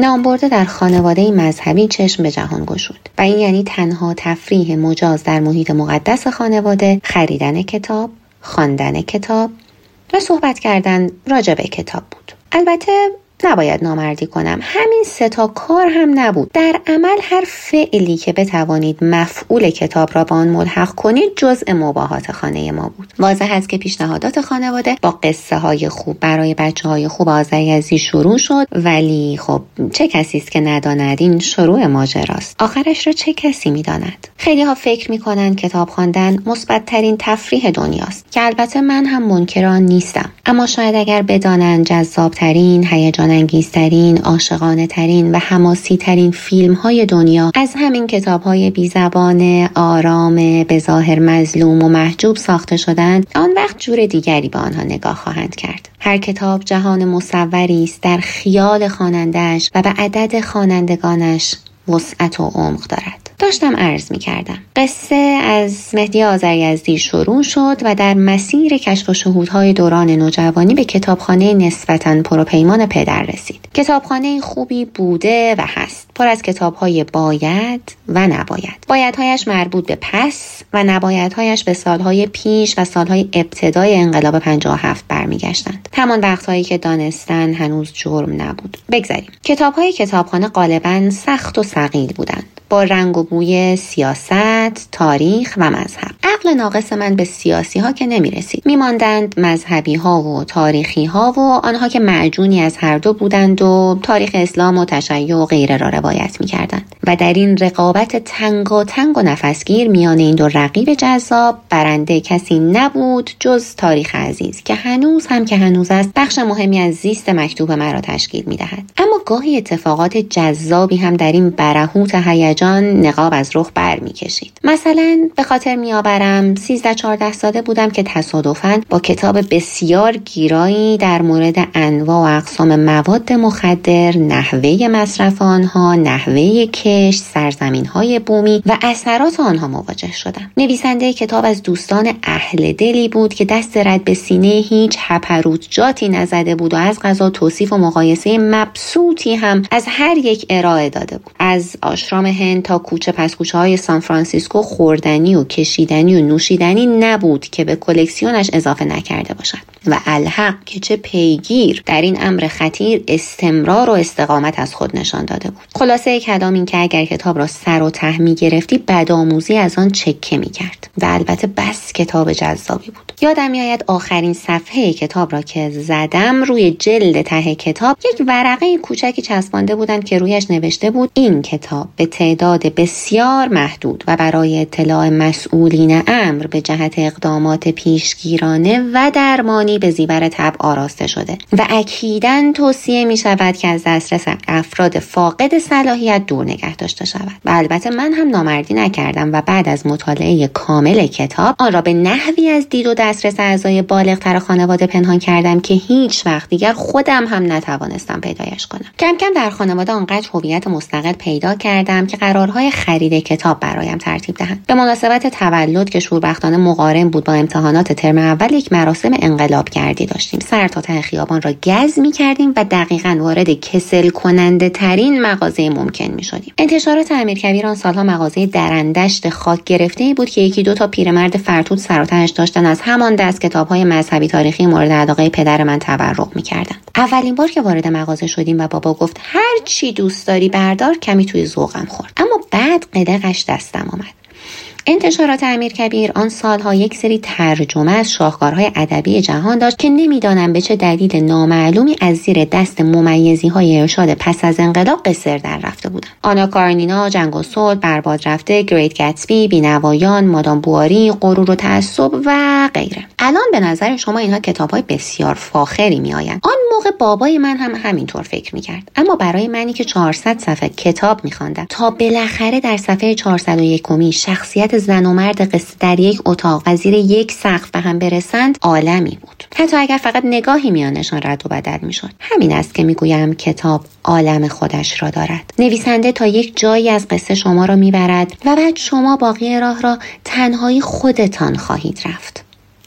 نام برده در خانواده مذهبی چشم به جهان گشود و این یعنی تنها تفریح مجاز در محیط مقدس خانواده خریدن کتاب، خواندن کتاب و صحبت کردن راجع به کتاب بود. البته نباید نامردی کنم، همین 3 کار هم نبود. در عمل هر فعلی که بتوانید مفعول کتاب را به آن ملحق کنید جزء مباحات خانه ما بود. واضح است که پیشنهادات خانواده با قصه های خوب برای بچه های خوب آذری‌یزدی شروع شد، ولی خب چه کسی است که نداند این شروع ماجراست. آخرش را چه کسی میداند؟ خیلی ها فکر میکنند کتاب خواندن مثبت ترین تفریح دنیاست، که البته من هم منکر آن نیستم، اما شاید اگر بدانند جذاب ترین، هیجان انگیزترین، عاشقانه ترین و حماسی ترین فیلم های دنیا از همین کتاب های بی زبان، آرام، به ظاهر مظلوم و محجوب ساخته شدند، آن وقت جور دیگری به آنها نگاه خواهند کرد. هر کتاب جهان مصوری است در خیال خواننده‌اش و به عدد خوانندگانش وسعت و عمق دارد. داشتم عرض می کردم. قصه از مهدی آذری‌یزدی شروع شد و در مسیر کشف و شهودهای دوران نوجوانی به کتابخانه نسبتاً پروپیمان پدر رسید. کتابخانه خوبی بوده و هست، پر از کتابهای باید و نباید. بایدهایش مربوط به پس و نبایدهایش به سالهای پیش و سالهای ابتدای انقلاب 57 برمیگشتند. همان وقتهایی که دانستن هنوز جرم نبود. بگذاریم. کتابهای کتابخانه غالباً سخت و ثقیل بودند، با رنگ و بوی سیاست، تاریخ و مذهب. عقل ناقص من به سیاسی ها که نمی رسید. می ماندند مذهبی ها و تاریخی ها و آنها که معجونی از هر دو بودند و تاریخ اسلام و تشیع و غیره را روایت می کردند. و در این رقابت تنگ و نفسگیر میان این دو رقیب جذاب برنده کسی نبود جز تاریخ عزیز که هنوز است بخش مهمی از زیست مکتوب مرا تشکیل می دهد. اما گاهی اتفاقات جذابی هم در این برهوت هیجان نقاب از رخ بر می کشید. مثلا به خاطر می آورم 13-14 ساله بودم که تصادفاً با کتاب بسیار گیرایی در مورد انواع و اقسام مواد مخدر، نحوه مصرف آنها، نحوه کشت، سرزمین‌های بومی و اثرات آنها مواجه شدم. نویسنده کتاب از دوستان اهل دلی بود که دست رد به سینه هیچ هپروت جاتی نزده بود و از قضا توصیف و مقایسه مبسوطی هم از هر یک ارائه داده بود. از آشرام هند تا کوچه پس کوچه های سان فرانسیسکو خوردنی و کشیدنی و نوشیدنی نبود که به کلکسیونش اضافه نکرده باشد. و الحق که چه پیگیر در این امر خطیر استمرار و استقامت از خود نشان داده بود. خلاصه کلام این که اگر کتاب را سر و ته می گرفتی بدآموزی از آن چکه می کرد. و البته بس کتاب جذابی بود. یادم میآید آخرین صفحه کتاب را که زدم روی جلد ته کتاب یک ورقه کوچکی چسبانده بودند که رویش نوشته بود این کتاب به تعداد بسیار محدود و برای اطلاع مسئولین امر به جهت اقدامات پیشگیرانه و درمانی به زیور تب آراسته شده و اکیداً توصیه می شود که از دسترس افراد فاقد صلاحیت دور نگه داشته شود. و البته من هم نامردی نکردم و بعد از مطالعه کامل کتاب آن را به نحوی از دید و دسترس اعضای بالغ‌تر خانواده پنهان کردم که هیچ وقت دیگر خودم هم نتوانستم پیدایش کنم. کم کم در خانواده آنقدر هویت مستقل پیدا کردم که قرارهای خرید کتاب برایم ترتیب دهند. به مناسبت تولد که شوربختانه مقارن بود با امتحانات ترم اول یک مراسم انقلابگردی داشتیم. سر تا ته خیابان را گز می‌کردیم و دقیقاً وارد کسل کننده ترین مغازه ممکن می‌شدیم. انتشارات امیرکبیر آن سالها مغازه درندشت خاک گرفته‌ای بود که یکی دو تا پیرمرد فرتود سر و تهش داشتن از همان دست کتاب‌های مذهبی تاریخی مورد علاقه پدر من تبرک می‌کردند. اولین بار که وارد مغازه شدیم و بابا گفت هر چی دوست داری بردار، کمی توی ذوقم خورد. اما بعد قدقش دستم آمد. انتشارات امیرکبیر آن سالها یک سری ترجمه از شاهکارهای ادبی جهان داشت که نمیدانم به چه دلیل نامعلومی از زیر دست ممیزی‌های ارشاد پس از انقلاب قصر در رفته بودند. آنا کارنینا، جنگ و صلح، برباد رفته، گریت گتسبی، بینوایان، مادام بواری، غرور و تعصب و غیره. الان به نظر شما اینها کتاب‌های بسیار فاخری میآیند. آن موقع بابای من هم همینطور فکر می‌کرد. اما برای منی که 400 صفحه کتاب می‌خواندم تا بالاخره در صفحه 401 شخصیت زن و مرد قصه در یک اتاق و زیر یک سقف به هم برسند عالمی بود. حتی اگر فقط نگاهی میانشان رد و بدل میشد. همین است که میگویم کتاب عالم خودش را دارد. نویسنده تا یک جایی از قصه شما را میبرد و بعد شما باقی راه را تنهایی خودتان خواهید رفت.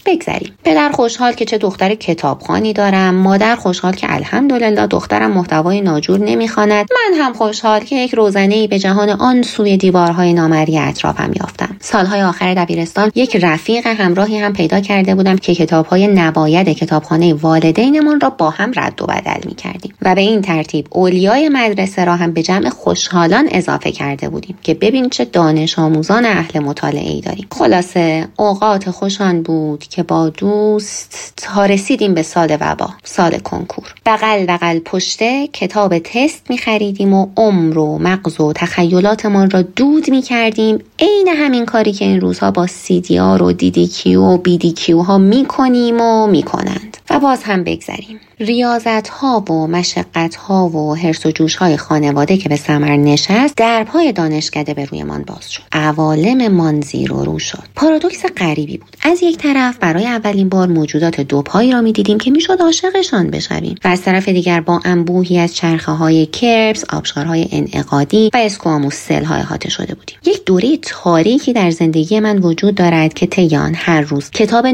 بگذریم. پدر خوشحال که چه دختر کتابخوانی دارم، مادر خوشحال که الحمدلله دخترم محتوای ناجور نمیخواند، من هم خوشحال که یک روزنه‌ای به جهان آن سوی دیوارهای نامرئی اطرافم یافتم. سالهای آخر دبیرستان یک رفیق همراهی هم پیدا کرده بودم که کتاب‌های نباید کتابخانه والدینمان را با هم رد و بدل می‌کردیم و به این ترتیب اولیای مدرسه را هم به جمع خوشحالان اضافه کرده بودیم که ببین چه دانش آموزان اهل مطالعه‌ای داریم. خلاصه اوقات خوشان بود که با دوست تا رسیدیم به سال وبا، سال کنکور. بغل پشته کتاب تست می‌خریدیم و عمر و مغز و تخیلاتمان را دود می‌کردیم، عین همین کاری که این روزها با CDR و DDQ و BDQ ها می‌کنیم و می‌کنند. و باز هم بگذریم. ریاضت ها و مشقت ها و هرس و جوش های خانواده که به ثمر نشست، درپای دانشکده به روی من باز شد. عوالم من زیر و رو شد. پارادوکس غریبی بود. از یک طرف برای اولین بار موجودات دوپایی را می‌دیدیم که میشد عاشقشان بشویم و از طرف دیگر با انبوهی از چرخه های کربس، آبشارهای انعقادی و اسکواموس سل ها احاطه شده بودیم. یک دوره تاریکی در زندگی من وجود دارد که طی آن هر روز کتاب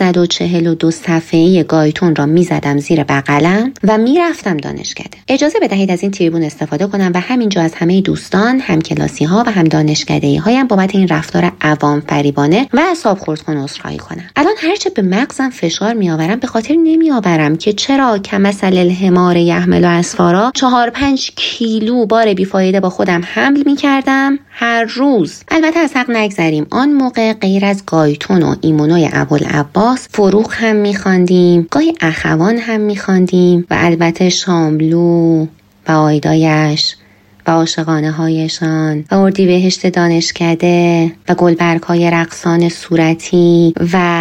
942 صفحه‌ای گایتون را می‌زدم زیر بغلم و میرفتم دانشکده. اجازه بدهید از این تریبون استفاده کنم و همینجا از همه دوستان، همکلاسی‌ها و هم دانشکده‌هایم بابت این رفتار عوام فریبانه و اعصاب خردکن عذرخواهی کنم. الان هرچه به مغزم فشار میآورم به خاطر نمیآورم که چرا کمثل الحمار یحمل اسفارا 4-5 کیلو بار بیفایده با خودم حمل میکردم هر روز. البته از حق نگذریم آن موقع غیر از گایتون و ایمونوی ابوالعباس فروغ هم میخواندیم، گاهی اخوان هم میخواندیم و البته شاملو و آیدایش و عاشقانه هایشان و اردیبهشت دانشکده و گلبرگ های رقصان صورتی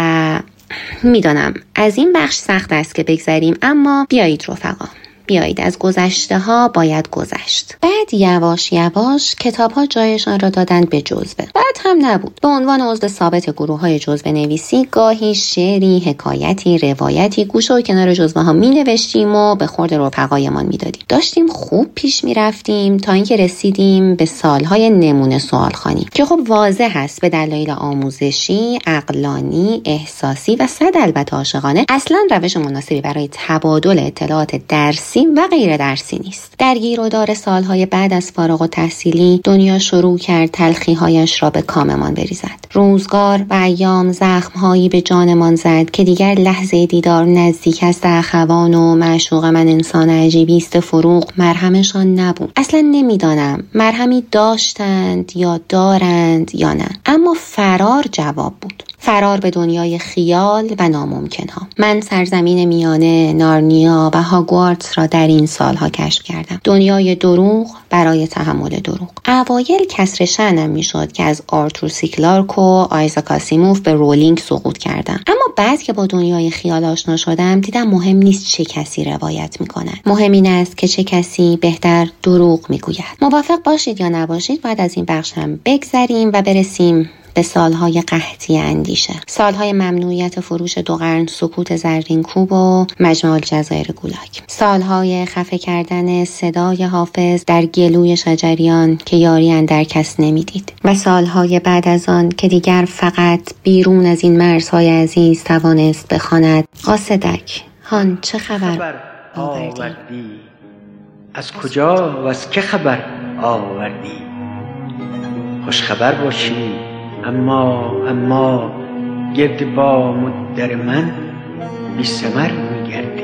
و میدانم از این بخش سخت است که بگذریم، اما بیایید رفقا، بیایید از گذشته ها باید گذشت. بعد یواش یواش کتاب ها جایشان را دادند به جزوه. بعد هم نبود. به عنوان عضو ثابت گروه های جزوه نویسی گاهی شعری، حکایتی، روایتی گوشه و کنار جزوه ها می نوشتیم و به خورد رفقایمان می دادیم. داشتیم خوب پیش می رفتیم تا اینکه رسیدیم به سالهای نمونه سوالخوانی که خب واضح هست به دلایل آموزشی، عقلانی، احساسی و صد البته عاشقانه اصلا روش مناسبی برای تبادل اطلاعات درسی و غیر درسی نیست. در گیر و دار سالهای بعد از فارغ التحصیلی دنیا شروع کرد تلخی‌هایش را به کاممان بریزد. روزگار و ایام زخم‌هایی به جانمان زد که دیگر لحظه دیدار نزدیک است. اخوان و معشوق من انسان عجیبی است فروغ مرهمشان نبود. اصلا نمیدانم مرهمی داشتند یا دارند یا نه، اما فرار جواب بود. فرار به دنیای خیال و ناممکن‌ها. من سرزمین میانه، نارنیا و هاگوارتس را در این سالها کشف کردم. دنیای دروغ برای تحمل دروغ. اوایل کسر شأنم میشد که از آرتور سی کلارک و آیزاک آسیموف به رولینگ سقوط کردم. اما بعد که با دنیای خیال آشنا شدم دیدم مهم نیست چه کسی روایت میکنه. مهم این است که چه کسی بهتر دروغ میگوید. موافق باشید یا نباشید باید از این بخش هم بگذریم و برسیم به سالهای قحطی اندیشه، سالهای ممنوعیت فروش 2 قرن سکوت زرین کوب و مجمع الجزایر گولاگ، سالهای خفه کردن صدای حافظ در گلوی شجریان که یاری اندر کس نمیدید و سالهای بعد از آن که دیگر فقط بیرون از این مرزهای عزیز توانست بخواند قاصدک هان چه خبر آوردی؟ از کجا و از که خبر آوردی؟ خوش خبر باشی اما گرد با مدر من بی ثمر میگردی.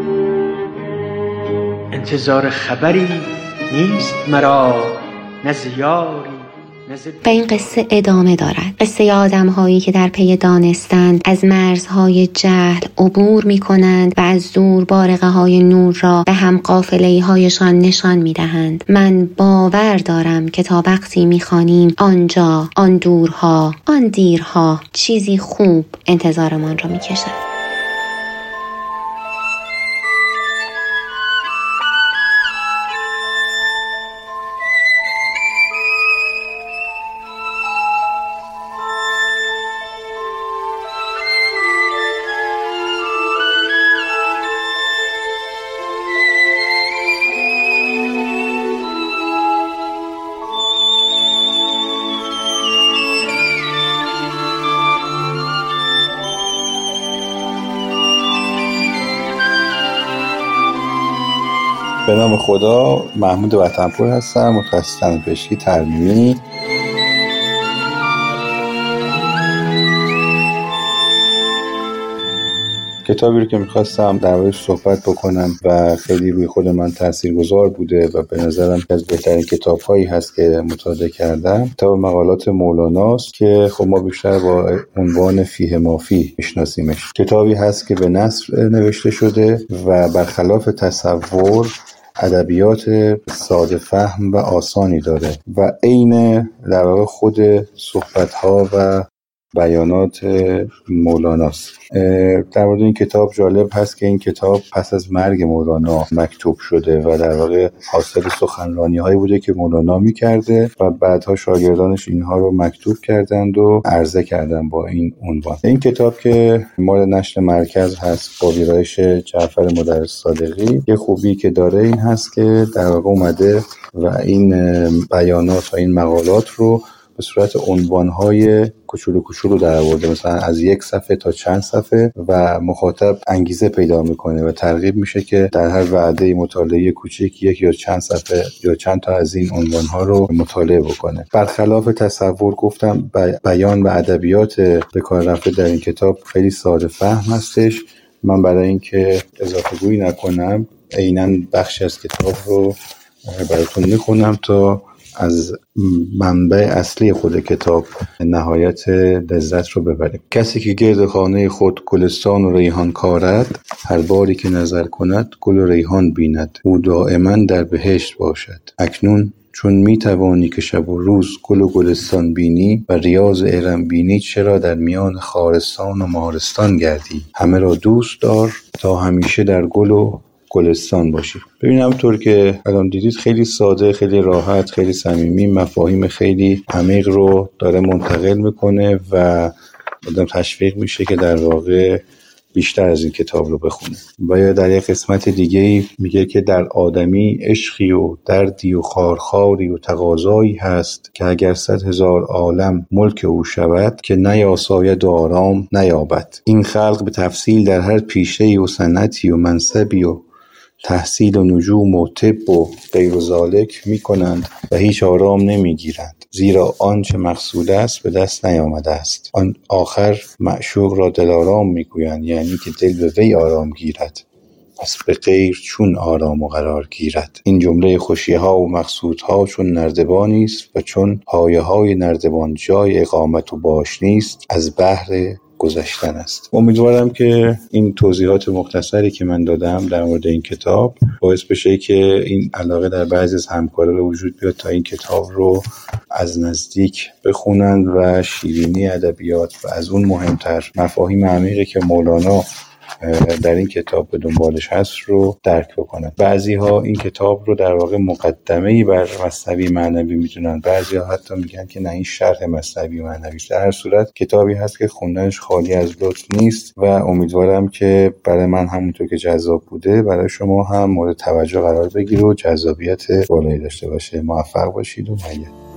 انتظار خبری نیست مرا، نه زیاری. و این قصه ادامه دارد. قصه آدم‌هایی که در پی دانستن از مرزهای جهل عبور می‌کنند و از دور بارقه‌های نور را به هم قافله‌هایشان نشان می‌دهند. من باور دارم که تا وقتی می‌خوانیم آنجا، آن دورها، آن دیرها چیزی خوب انتظارمان را می‌کشد. به نام خدا، محمود وطنپور هستم، متخصص دندانپزشکی ترمیمی. کتابی رو که میخواستم در موردش صحبت بکنم و خیلی روی خود من تاثیرگذار بوده و به نظرم از بهترین کتاب‌هایی هست که مطالعه کردم، کتاب مقالات مولاناست که خب ما بیشتر با عنوان فیه ما فیه میشناسیمش. کتابی هست که به نثر نوشته شده و برخلاف تصور ادبیات ساده فهم و آسانی داره و عین در واقع خود صحبت‌ها و بیانات مولاناست. در مورد این کتاب جالب هست که این کتاب پس از مرگ مولانا مکتوب شده و در واقع حاصل سخنرانی هایی بوده که مولانا میکرده و بعدها شاگردانش اینها رو مکتوب کردند و عرضه کردند با این عنوان. این کتاب که مال نشر مرکز هست با ویرایش جعفر مدرس صادقی، یه خوبی که داره این هست که در واقع اومده و این بیانات و این مقالات رو به صورت عنوان‌های کوچولو در آورده، مثلا از 1 صفحه تا چند صفحه و مخاطب انگیزه پیدا میکنه و ترغیب میشه که در هر وعده مطالعه کوچیک یک یا چند صفحه یا چند تا از این عنوان‌ها رو مطالعه بکنه. برخلاف تصور گفتم بیان و ادبیات به کار رفته در این کتاب خیلی ساده فهم هستش. من برای اینکه اضافه گویی نکنم عیناً بخشی از کتاب رو براتون میخونم تا از منبع اصلی خود کتاب نهایت لذت رو ببریم. کسی که گرد خانه خود گلستان و ریحان کارد، هر باری که نظر کند گل و ریحان بیند، او دائما در بهشت باشد. اکنون چون می توانی که شب و روز گل و گلستان بینی و ریاض ارم بینی، چرا در میان خارستان و مارستان گردی؟ همه را دوست دار تا همیشه در گل و گلستان باشی. ببینم همونطور که الان دیدید خیلی ساده، خیلی راحت، خیلی صمیمی مفاهیم خیلی عمیق رو داره منتقل میکنه و آدم تشویق میشه که در واقع بیشتر از این کتاب رو بخونه. و یا در یک قسمت دیگه میگه که در آدمی عشقی و دردی و خارخاری و تقاضایی هست که اگر 100,000 عالم ملک او شود که نیاساید و آرام نیابد. این خلق به تفصیل در هر پیشه‌ای و سنتی و منصبی و تحصیل و نجوم و طب و غیر ذالک می کنند و هیچ آرام نمی گیرند، زیرا آنچه مقصود است به دست نیامده است. آن آخر معشوق را دلارام می گویند، یعنی که دل به وی آرام گیرد، پس به غیر چون آرام و قرار گیرد. این جمله خوشی‌ها و مقصودها چون نردبانی است و چون پایه‌های نردبان جای اقامت و باش نیست، از بحر گذشتن است. امیدوارم که این توضیحات مختصری که من دادم در مورد این کتاب باعث بشه که این علاقه در بعضی از همکارا به وجود بیاد تا این کتاب رو از نزدیک بخونند و شیرینی ادبیات و از اون مهمتر مفاهیم عمیقی که مولانا در این کتاب به دنبالش هست رو درک بکنن. بعضی ها این کتاب رو در واقع مقدمه‌ای بر مثنوی معنوی میدونن، بعضی ها حتی میگن که نه این شرح مثنوی معنوی است. در هر صورت کتابی هست که خوندنش خالی از لطف نیست و امیدوارم که برای من همونطور که جذاب بوده برای شما هم مورد توجه قرار بگیره و جذابیت بالایی داشته باشه. موفق باشید و مؤید.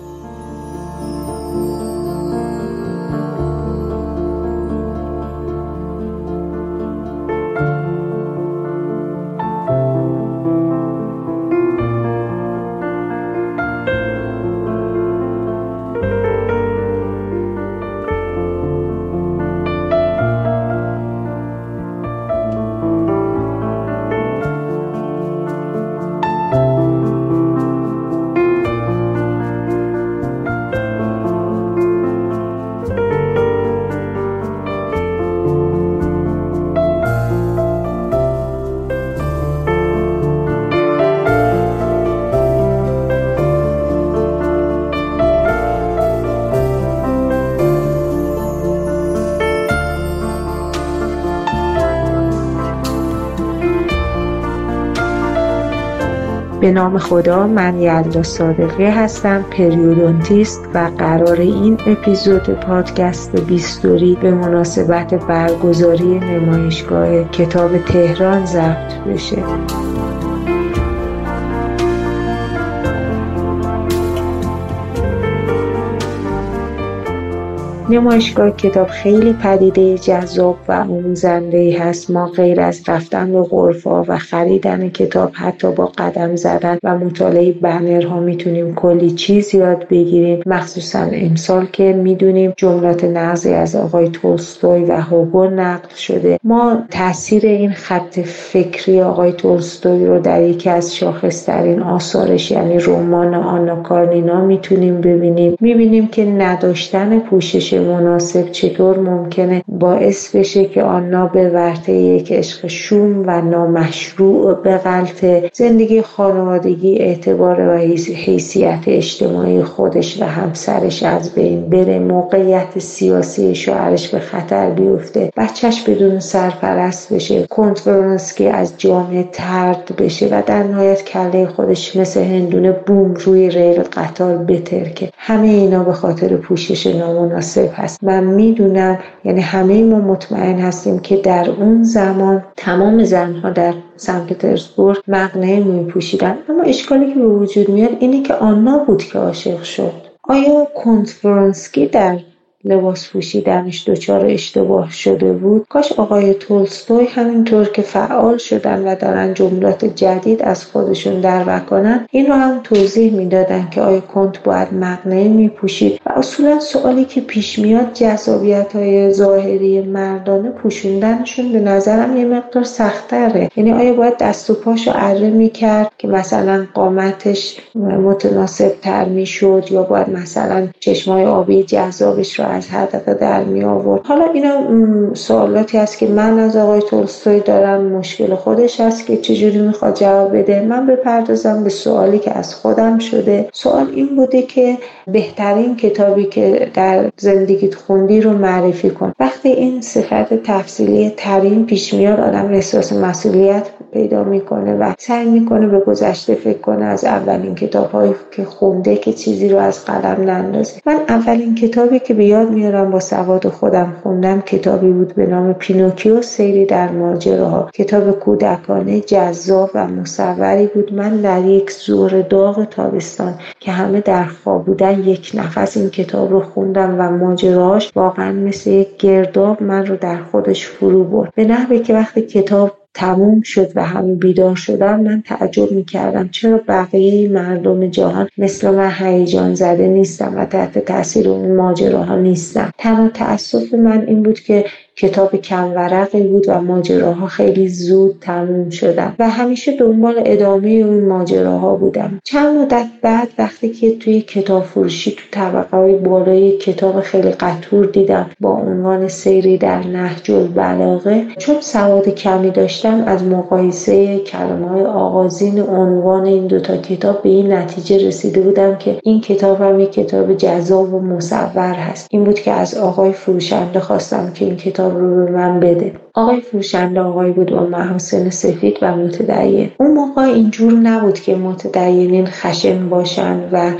به نام خدا، من یلدا صادقی هستم، پریودونتیست و قرار این اپیزود پادکست بیستوری به مناسبت برگزاری نمایشگاه کتاب تهران ضبط بشه. نمایشگاه کتاب خیلی پدیده جذاب و آموزنده‌ای هست. ما غیر از رفتن به غرفه‌ها و خریدن کتاب، حتی با قدم زدن و مطالعه بنرها میتونیم کلی چیز یاد بگیریم. مخصوصا امسال که میدونیم جملات نقضی از آقای تولستوی و هوگو نقل شده، ما تاثیر این خط فکری آقای تولستوی رو در یکی از شاخص‌ترین آثارش یعنی رمان آنا کارنینا میتونیم ببینیم. میبینیم که نداشتن پوشش مناسب چطور ممکنه باعث بشه که آنا به ورطه یک عشق شوم و نامشروع بغلطه، زندگی خانوادگی، اعتبار و حیثیت اجتماعی خودش و همسرش از بین بره، موقعیت سیاسی شوهرش به خطر بیفته، بچهش بدون سرپرست بشه، کنتورنسکی از جامعه طرد بشه و در نهایت کله خودش مثل هندونه بوم روی ریل قطار بترکه. همه اینا به خاطر پوشش نامناسب هست. من میدونم، یعنی همه ما مطمئن هستیم که در اون زمان تمام زنها در سن پترزبورگ مقنعه میپوشیدن، اما اشکالی که به وجود میاد اینه که آنا بود که عاشق شد. آیا کنتورنسکی در لباس پوشیدنش دچار اشتباه شده بود؟ کاش آقای تولستوی همینطور که فعال شدن و دارن جملات جدید از خودشون در کنن این رو هم توضیح میدادن که آیا کنت باید مقنعه میپوشید. و اصولا سوالی که پیش میاد جذابیت‌های ظاهری مردانه پوشوندنشون به نظرم یه مقدار سخت‌تره. یعنی آیا باید دست و پاشو اره میکرد که مثلا قامتش متناسب تر میشد، یا باید مثلا چشمای آبی جذابش رو از حدقه در می آورد؟ حالا اینا سوالاتی هست که من از آقای تولستوی دارم، مشکل خودش هست که چجوری میخواد جواب بده. من بپردازم به سوالی که از خودم شده. سوال این بوده که بهترین کتابی که در زندگیت خوندی رو معرفی کن. وقتی این صفت تفصیلی ترین پیش میاد آدم احساس مسئولیت پیدا میکنه و سعی میکنه به گذشته فکر کنه، از اولین کتاب‌هایی که خونده که چیزی رو از قلم نندازه. من اولین کتابی که به یاد میارم با سواد خودم خوندم کتابی بود به نام پینوکیو سیری در ماجراها. کتاب کودکانه جذاب و مصوری بود. من در یک ظهر داغ تابستان که همه در خواب بودن یک نفس این کتاب رو خوندم و ماجراهاش واقعا مثل یک گرداب من رو در خودش فرو برد، به نحوی که وقتی کتاب تموم شد و همه بیدار شدن من تعجب میکردم چرا بقیه مردم جهان مثل من هیجان زده نیستم و تحت تاثیر اون ماجراها نیستم. تنها تأسف من این بود که کتاب کم ورقی بود و ماجراها خیلی زود تموم شدن و همیشه دنبال ادامه اون ماجراها بودم. چند مدت بعد وقتی که توی کتاب فروشی تو طبقه‌های بالای کتاب خیلی قطور دیدم با عنوان سیری در نهج البلاغه، چون سواد کمی داشتم از مقایسه کلمه‌های آغازین عنوان این دوتا کتاب به این نتیجه رسیده بودم که این کتاب هم یک کتاب جذاب و مصور هست. این بود که از آقای فروشنده خواستم که این کتاب رو به من بده. آقای فروشنده آقای بود با محاسن سفید و متدین. اون موقع اینجور نبود که متدینین خشن باشن و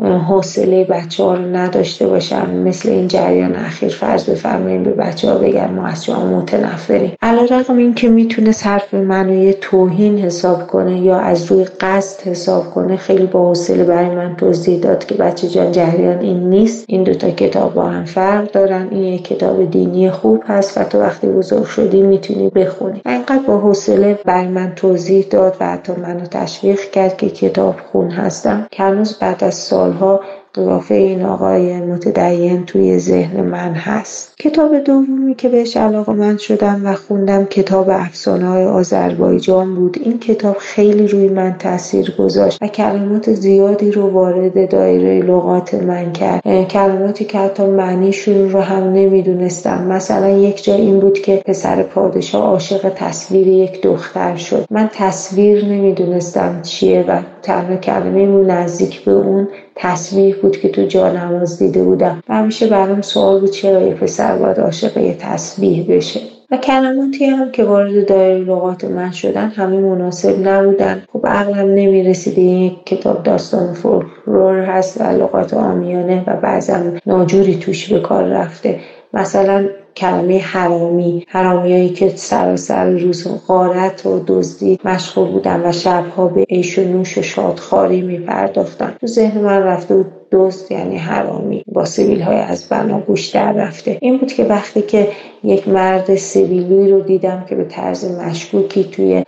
حوصله بچه‌ها رو نداشته باشن. مثل این جریان اخیر فرض بفرمایید به بچه‌ها بگن ما از شما متنفریم. علیرغم این که میتونه حرف منو یه توهین حساب کنه یا از روی قصد حساب کنه، خیلی با حوصله برای من توضیح داد که بچه جان جریان این نیست، این دوتا کتاب با هم فرق دارن، این یک کتاب دینی خوب هست و تو وقتی بزرگ شدی میتونی بخونی. اینقدر با حوصله برای من توضیح داد و حتی منو تشویق کرد که کتاب خون هستم که هنوز بعد از سالها قیافه این آقای متدین توی ذهن من هست. کتاب دومی که بهش علاقه‌مند شدم و خوندم کتاب افسانه‌های آذربایجان بود. این کتاب خیلی روی من تاثیر گذاشت و کلمات زیادی رو وارد دایره لغات من کرد، کلماتی که حتی معنیشون رو هم نمیدونستم. مثلا یک جا این بود که پسر پادشاه عاشق تصویر یک دختر شد. من تصویر نمیدونستم چیه و تنها کلمه نزدیک به اون تصویر بود که تو جانماز دیده بودم و همیشه برام سوال بود چرا یه پسر باید عاشق یه تسبیح بشه. و کلماتی هم که وارد دایره لغات من شدن همه مناسب نبودن. خب عقلم نمیرسیده این یک کتاب داستان فولکلور هست و لغات عامیانه و بعضم ناجوری توش به کار رفته. مثلا کلمه حرامیایی که سراسر روز غارت و دزدی مشغول بودن و شبها به عیش و نوش و شادخواری می‌پرداختن. تو ذهن من رفته بود دزد یعنی حرامی، با سیبیل‌های از بنا گوش در رفته. این بود که وقتی که یک مرد سیبیلویی رو دیدم که به طرز مشکوکی توی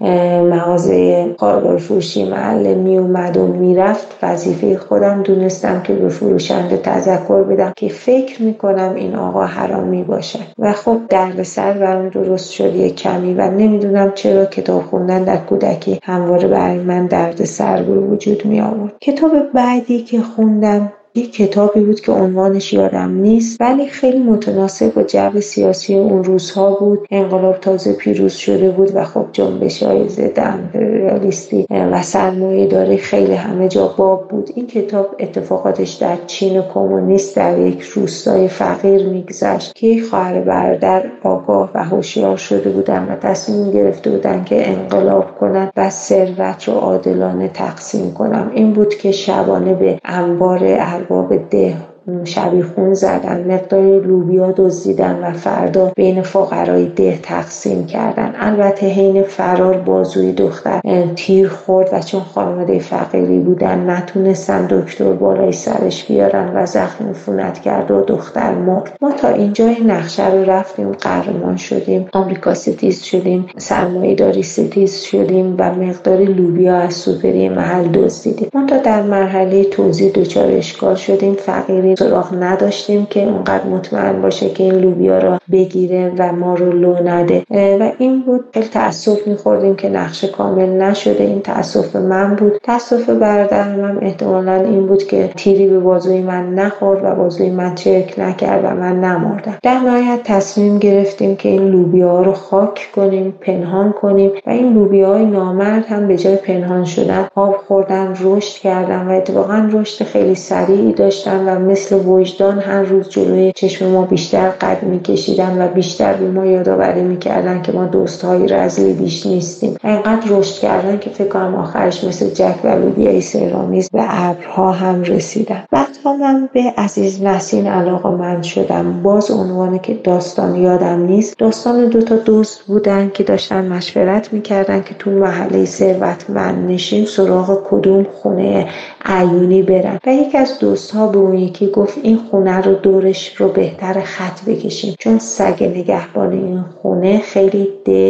مغازه کارگار فروشی محل می اومد و میرفت، وظیفه خودم دونستم که به فروشنده تذکر بدم که فکر میکنم این آقا حرامی باشه و خب دردسر برام درست شد یک کمی و نمیدونم چرا کتاب خوندن در کودکی همواره برای من دردسر به وجود می آورد. کتاب بعدی که خوندم یک کتابی بود که عنوانش یادم نیست ولی خیلی متناسب با جو سیاسی اون روزها بود. انقلاب تازه پیروز شده بود و خب جنبش‌های ضد امپریالیستی و سرمایه‌داری خیلی همه جا باب بود. این کتاب اتفاقاتش در چین کمونیست در یک روستای فقیر میگذشت که یک خواهر برادر آگاه و هوشیار شده بودن و تصمیم گرفته بودن که انقلاب کنن و ثروت رو عادلانه تقسیم کنن. این بود که شبانه به انبار ارباب ده شبیخون زدن، مقدار لوبیا دزدیدن و فردا بین فقرای ده تقسیم کردن. البته حین فرار بازوی دختر تیر خورد و چون خانواده فقیری بودن نتونستن دکتر بالای سرش بیارن و زخم عفونت کرد و دختر مرد. ما تا اینجای نقشه رو رفتیم، قهرمان شدیم، آمریکا ستیز شدیم، سرمایه‌داری ستیز شدیم و مقدار لوبیا از سوپری محل دزدیدیم. ما تا در مرحله توزیع دچار اشکال شدیم، فقیری سراغ نداشتیم که اونقدر مطمئن باشه که این لوبیا را بگیره و ما رو لو نده و این بود. خیلی تأسف می‌خوردیم که نقشه کامل نشده. این تأسف من بود. تأسف برادرم هم احتمالاً این بود که تیری به بازوی من نخورد و بازوی من چرک نکرد و من نمردم. در نهایت تصمیم گرفتیم که این لوبیا رو خاک کنیم، پنهان کنیم و این لوبیاهای نامرد هم به جای پنهان شدن آب خوردن، رشد کردن و اتفاقاً رشد خیلی سریعی داشتن و مثل وجدان هر روز جلوی چشم ما بیشتر قد می‌کشیدن و بیشتر به ما یادآوری می‌کردن که ما دوست‌های رذلی بیش نیستیم. اینقدر رشد کردن که فکر کنم آخرش مثل جک و لوبیای سحرآمیز به ابرها هم رسیدن. وقتا من به عزیز نسین علاقه‌مند شدم. باز عنوانی که داستان یادم نیست. داستان 2 دوست بودن که داشتن مشورت می‌کردن که تو محله ثروتمند نشین سراغ کدوم خونه عیونی برن و یکی از دوست‌ها به اون یکی گفت این خونه رو دورش رو بهتر خط بکشیم چون سگ نگهبان این خونه خیلی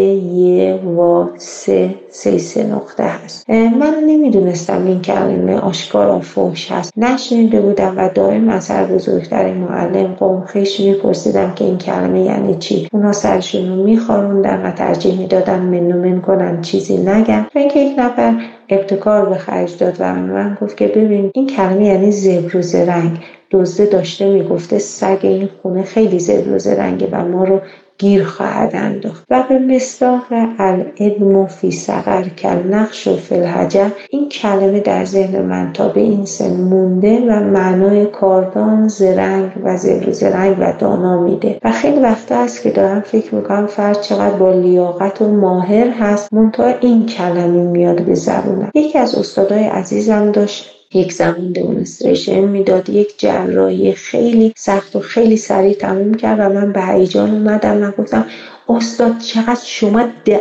D-Y-3 نقطه هست. من نمیدونستم این کلمه آشکارا فحش هست، نشنیده بودم و دائم از هر بزرگترین معلم قوم خویش میپرسیدم که این کلمه یعنی چی. اونا سرشون رو میخاروندن و ترجیح میدادن منومن کنن چیزی نگن. اینکه یک نفر ابتکار به خرج داد و من گفت که ببین این کلمه یعنی زبر و زرنگ. دزده داشته میگفته سگ این خونه خیلی زبر و زرنگه و ما رو گیر خواهد انداخت و به مصداق العلم فی صغر کالنقش فی الحجر این کلمه در ذهن من تا به این سن مونده و معنای کاردان، زرنگ و زبر و زرنگ و دانا میده و خیلی وقتا هست که دارم فکر میکنم فرد چقدر با لیاقت و ماهر هست منتها این کلمه میاد به زبونم. یکی از استادای عزیزم داشت یک زمان دمونستریشن میداد، یک جراحی خیلی سخت و خیلی سریع تموم کرد و من به هیجان اومدم و گفتم استاد چقدر شما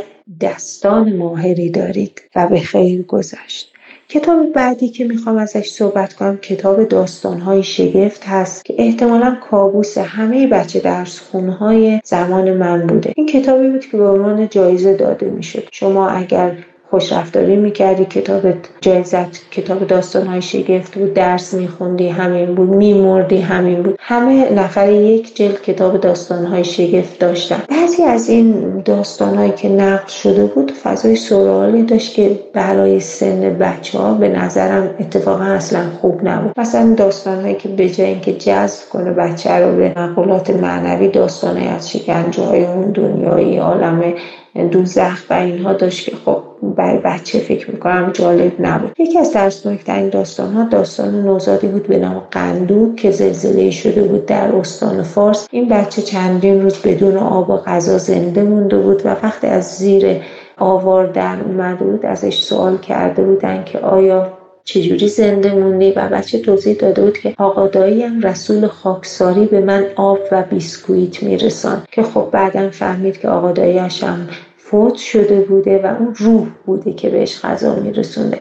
دستان ماهری دارید و به خیر گذشت. کتاب بعدی که میخوام ازش صحبت کنم کتاب داستان‌های شگفت هست که احتمالاً کابوس همه بچه درس خونهای زمان من بوده. این کتابی بود که به عنوان جایزه داده میشد. شما اگر خوشرفتاری میکردی کتابت جایزت کتاب داستان‌های شگفت بود، درس میخوندی همین بود، میمردی همین بود. همه نفر یک جلد کتاب داستان‌های شگفت داشتن. بعضی از این داستان‌هایی که نقل شده بود فضای سورئالی داشت که برای سن بچه‌ها به نظرم اتفاقا اصلا خوب نبود. مثلا داستان‌هایی که به جای اینکه جذب کنه بچه رو به مقولات معنوی، داستان‌های از شکنجه‌های اون دنیای عالم دوزخ و اینها داشت که خب برای بچه فکر میکنم جالب نبود. یکی از ترسناک‌ترین داستان‌ها داستان نوزادی بود به نام قندوق که زلزله شده بود در استان فارس. این بچه چندین روز بدون آب و غذا زنده مونده بود و وقتی از زیر آوار در اومده بود ازش سوال کرده بودن که آیا چجوری زنده موندی و بچه توضیح داده بود که آقا داییم رسول خاکساری به من آب و بیسکویت میرسان که خب بعداً فهمید که آقا داییش هم فوت شده بوده و اون روح بوده که بهش غذا میرسونده. خب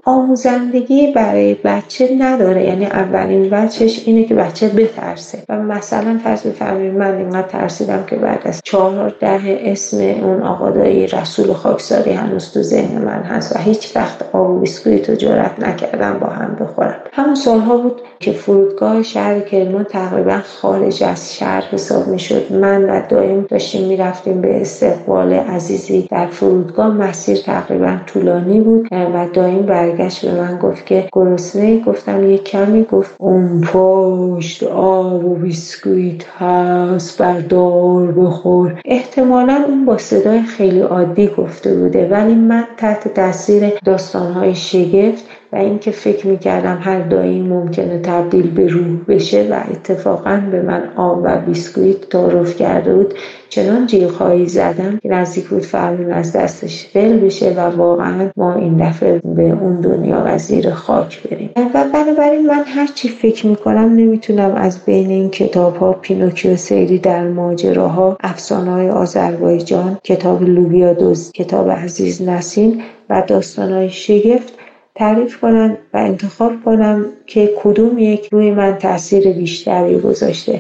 آموزندگی برای بچه نداره. یعنی اولین بچهش اینه که بچه بترسه و مثلا فرض بفرمایید من اینقدر ترسیدم که بعد از 4 دهه اسم اون آقا دایی رسول خاکساری هنوز تو ذهن من هست و هیچ وقت آب و بیسکویت رو جرئت نکردم با هم بخورم. همون سالها بود که فرودگاه شهر کرمان تقریبا خارج از شهر حساب میشد. من و دایم داشتیم میرفتیم به استقبال عزیزی در فرودگاه. مسیر تقریبا طولانی بود و دایم برگشت به من گفت که گرسنه‌ای؟ گفتم یک کمی. گفت اون پشت آب و بیسکویت هست، بردار بخور. احتمالاً اون با صدای خیلی عادی گفته بوده، ولی من تحت تاثیر داستان‌های شگفت و اینکه فکر می‌کردم هر دایی ممکنه تبدیل به روح بشه و اتفاقاً به من آب و بیسکویت تعارف کرده بود، چنان جیغ‌هایی زدم که نزدیک بود فرمون از دستش ول بشه و واقعاً ما این دفعه به اون دنیا و زیر خاک بریم. و بنابراین من هر چی فکر می‌کنم نمیتونم از بین این کتاب‌ها پینوکیو سیری در ماجراها، افسانه‌های آذربایجان، کتاب لوبیا دزد، کتاب عزیز نسین و داستان‌های شگفت تعریف کنم و انتخاب کنم که کدوم یک روی من تأثیر بیشتری گذاشته.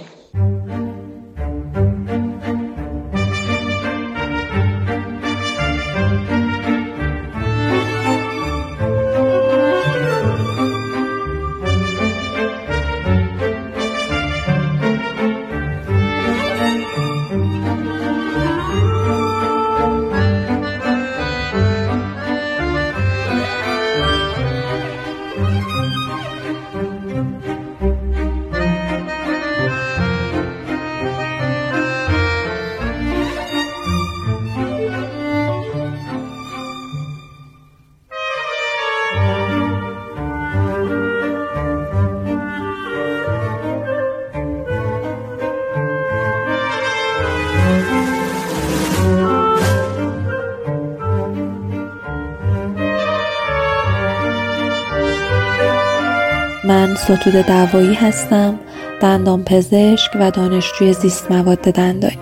من ستود دعوایی هستم، دندان پزشک و دانشجوی زیست مواد دندانی.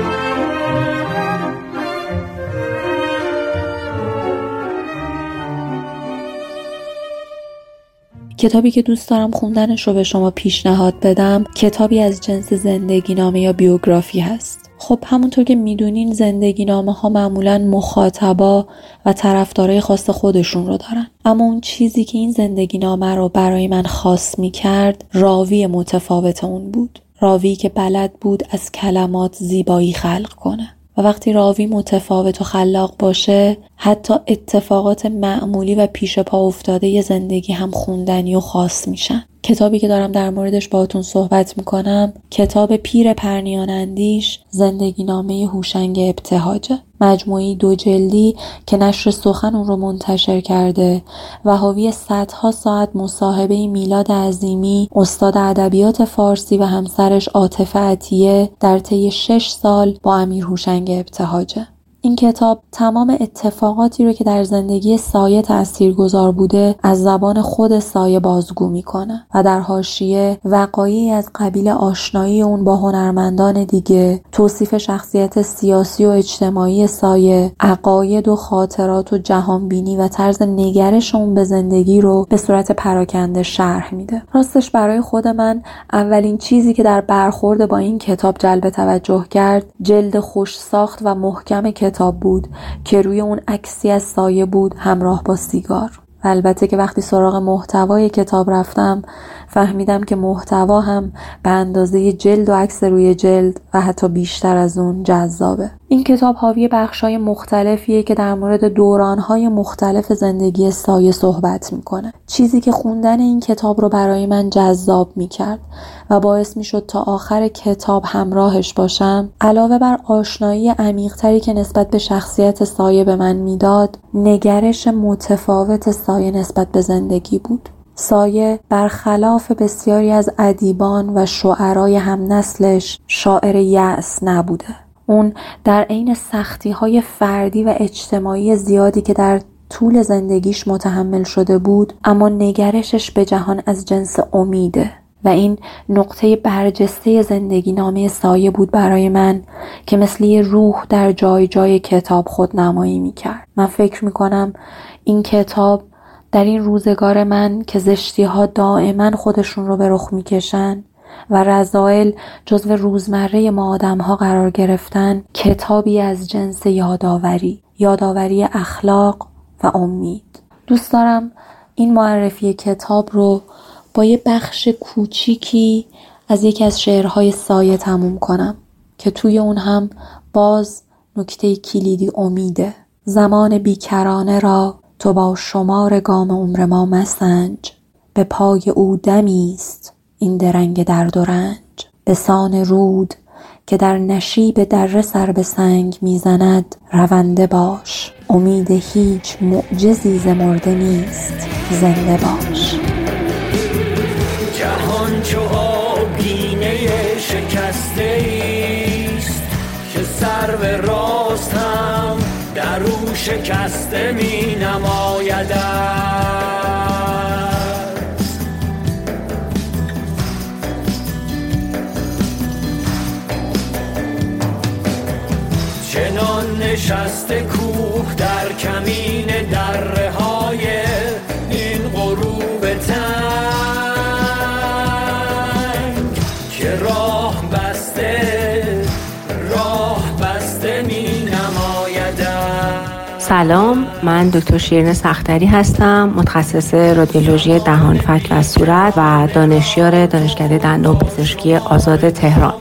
کتابی که دوست دارم خوندنش رو به شما پیشنهاد بدم کتابی از جنس زندگی نامه یا بیوگرافی هست. خب همونطور که میدونین زندگی نامه ها معمولاً مخاطبا و طرفدارای خاص خودشون رو دارن، اما اون چیزی که این زندگی نامه رو برای من خاص میکرد راوی متفاوت اون بود. راوی که بلد بود از کلمات زیبایی خلق کنه و وقتی راوی متفاوت و خلاق باشه حتی اتفاقات معمولی و پیش پا افتاده ی زندگی هم خوندنی و خاص میشن. کتابی که دارم در موردش باهاتون صحبت میکنم کتاب پیر پرنیان اندیش، زندگی نامه هوشنگ ابتهاجه، مجموعی 2 جلدی که نشر سخن اون رو منتشر کرده و حاوی صدها ساعت مصاحبه میلاد عظیمی، استاد ادبیات فارسی و همسرش عاطفه عطیه در طی 6 سال با امیر هوشنگ ابتهاجه. این کتاب تمام اتفاقاتی رو که در زندگی سایه تاثیرگذار بوده از زبان خود سایه بازگو میکنه و در حاشیه وقایعی از قبیل آشنایی اون با هنرمندان دیگه، توصیف شخصیت سیاسی و اجتماعی سایه، عقاید و خاطرات و جهانبینی و طرز نگرش اون به زندگی رو به صورت پراکنده شرح میده. راستش برای خود من اولین چیزی که در برخورد با این کتاب جلب توجه کرد جلد خوش ساخت و محکم کتاب بود که روی اون عکسی از سایه بود همراه با سیگار. و البته که وقتی سراغ محتوای کتاب رفتم فهمیدم که محتوا هم به اندازه جلد و عکس روی جلد و حتی بیشتر از اون جذابه. این کتاب حاوی بخشای مختلفیه که در مورد دورانهای مختلف زندگی سایه صحبت میکنه. چیزی که خوندن این کتاب رو برای من جذاب میکرد و باعث میشد تا آخر کتاب همراهش باشم، علاوه بر آشنایی عمیق‌تری که نسبت به شخصیت سایه به من میداد، نگرش متفاوت سایه نسبت به زندگی بود. سایه برخلاف بسیاری از ادیبان و شاعرای هم نسلش شاعر یأس نبوده. اون در عین سختی‌های فردی و اجتماعی زیادی که در طول زندگیش متحمل شده بود، اما نگرشش به جهان از جنس امیده و این نقطه برجسته زندگی نامه سایه بود برای من که مثل یه روح در جای جای کتاب خود نمایی می‌کرد. من فکر می‌کنم این کتاب در این روزگار من که زشتی‌ها دائما خودشون رو به رخ میکشن و رذائل جزو روزمره ما آدم‌ها قرار گرفتن، کتابی از جنس یادآوری اخلاق و امید. دوست دارم این معرفی کتاب رو با یه بخش کوچیکی از یکی از شعرهای سایه تموم کنم که توی اون هم باز نکته کلیدی امیده. زمان بیکرانه را تو با شمار گام عمر ما مسنج، به پای او دمیست این درنگ درد و رنج. به سان رود که در نشیب دره سر به سنگ میزند، رونده باش امید هیچ معجزی ز مرده نیست، زنده باش. جهان چو آبگینه شکسته ایست که سرو راست هم در او شکسته می نمایدد. چنان نشسته کوه در کمین دره های این غروب تنگ که راه بسته می نمایدد. سلام، من دکتر شیرین سختری هستم، متخصص رادیولوژی دهان، فک و صورت و دانشیار دانشکده دندان پزشکی آزاد تهران.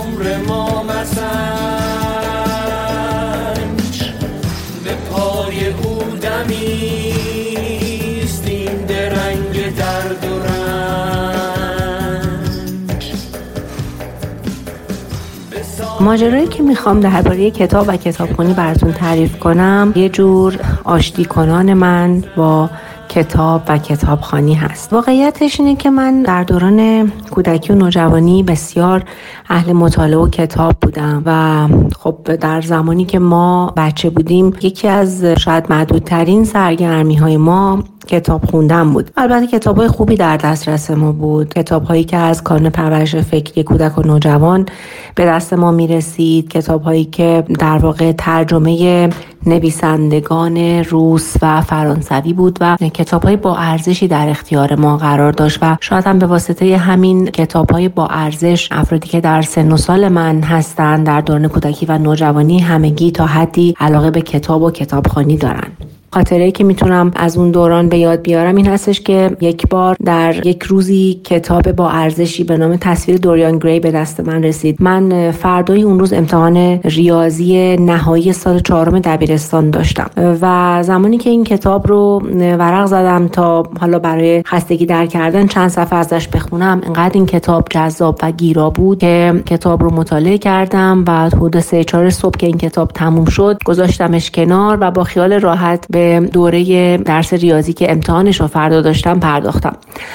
ماجرایی که میخوام درباره کتاب و کتابخوانی براتون تعریف کنم یه جور آشتی کنان من با کتاب و کتابخوانی هست. واقعیتش اینه که من در دوران کودکی و نوجوانی بسیار اهل مطالعه و کتاب بودم و خب در زمانی که ما بچه بودیم یکی از شاید معدودترین سرگرمی های ما کتاب خوندن بود. البته کتاب‌های خوبی در دسترس ما بود، کتاب‌هایی که از کانون پرورش فکری کودک و نوجوان به دست ما می‌رسید، کتاب‌هایی که در واقع ترجمه نویسندگان روس و فرانسوی بود و کتاب‌های با ارزشی در اختیار ما قرار داشت و شاید هم به واسطه همین کتاب‌های با ارزش افرادی که در سن و سال من هستند در دوران کودکی و نوجوانی همگی تا حدی علاقه به کتاب و کتابخوانی دارن. خاطره‌ای که میتونم از اون دوران به یاد بیارم این هستش که یک بار در یک روزی کتاب با ارزشی به نام تصویر دوریان گری به دست من رسید. من فردای اون روز امتحان ریاضی نهایی سال 4 دبیرستان داشتم و زمانی که این کتاب رو ورق زدم تا حالا برای خستگی در کردن چند صفحه ازش بخونم، انقدر این کتاب جذاب و گیرا بود که کتاب رو مطالعه کردم و حدود 3-4 صبح که این کتاب تموم شد گذاشتمش کنار و با خیال راحت به دوره درس ریاضی که امتحانش رو فردا داشتم پرداختم.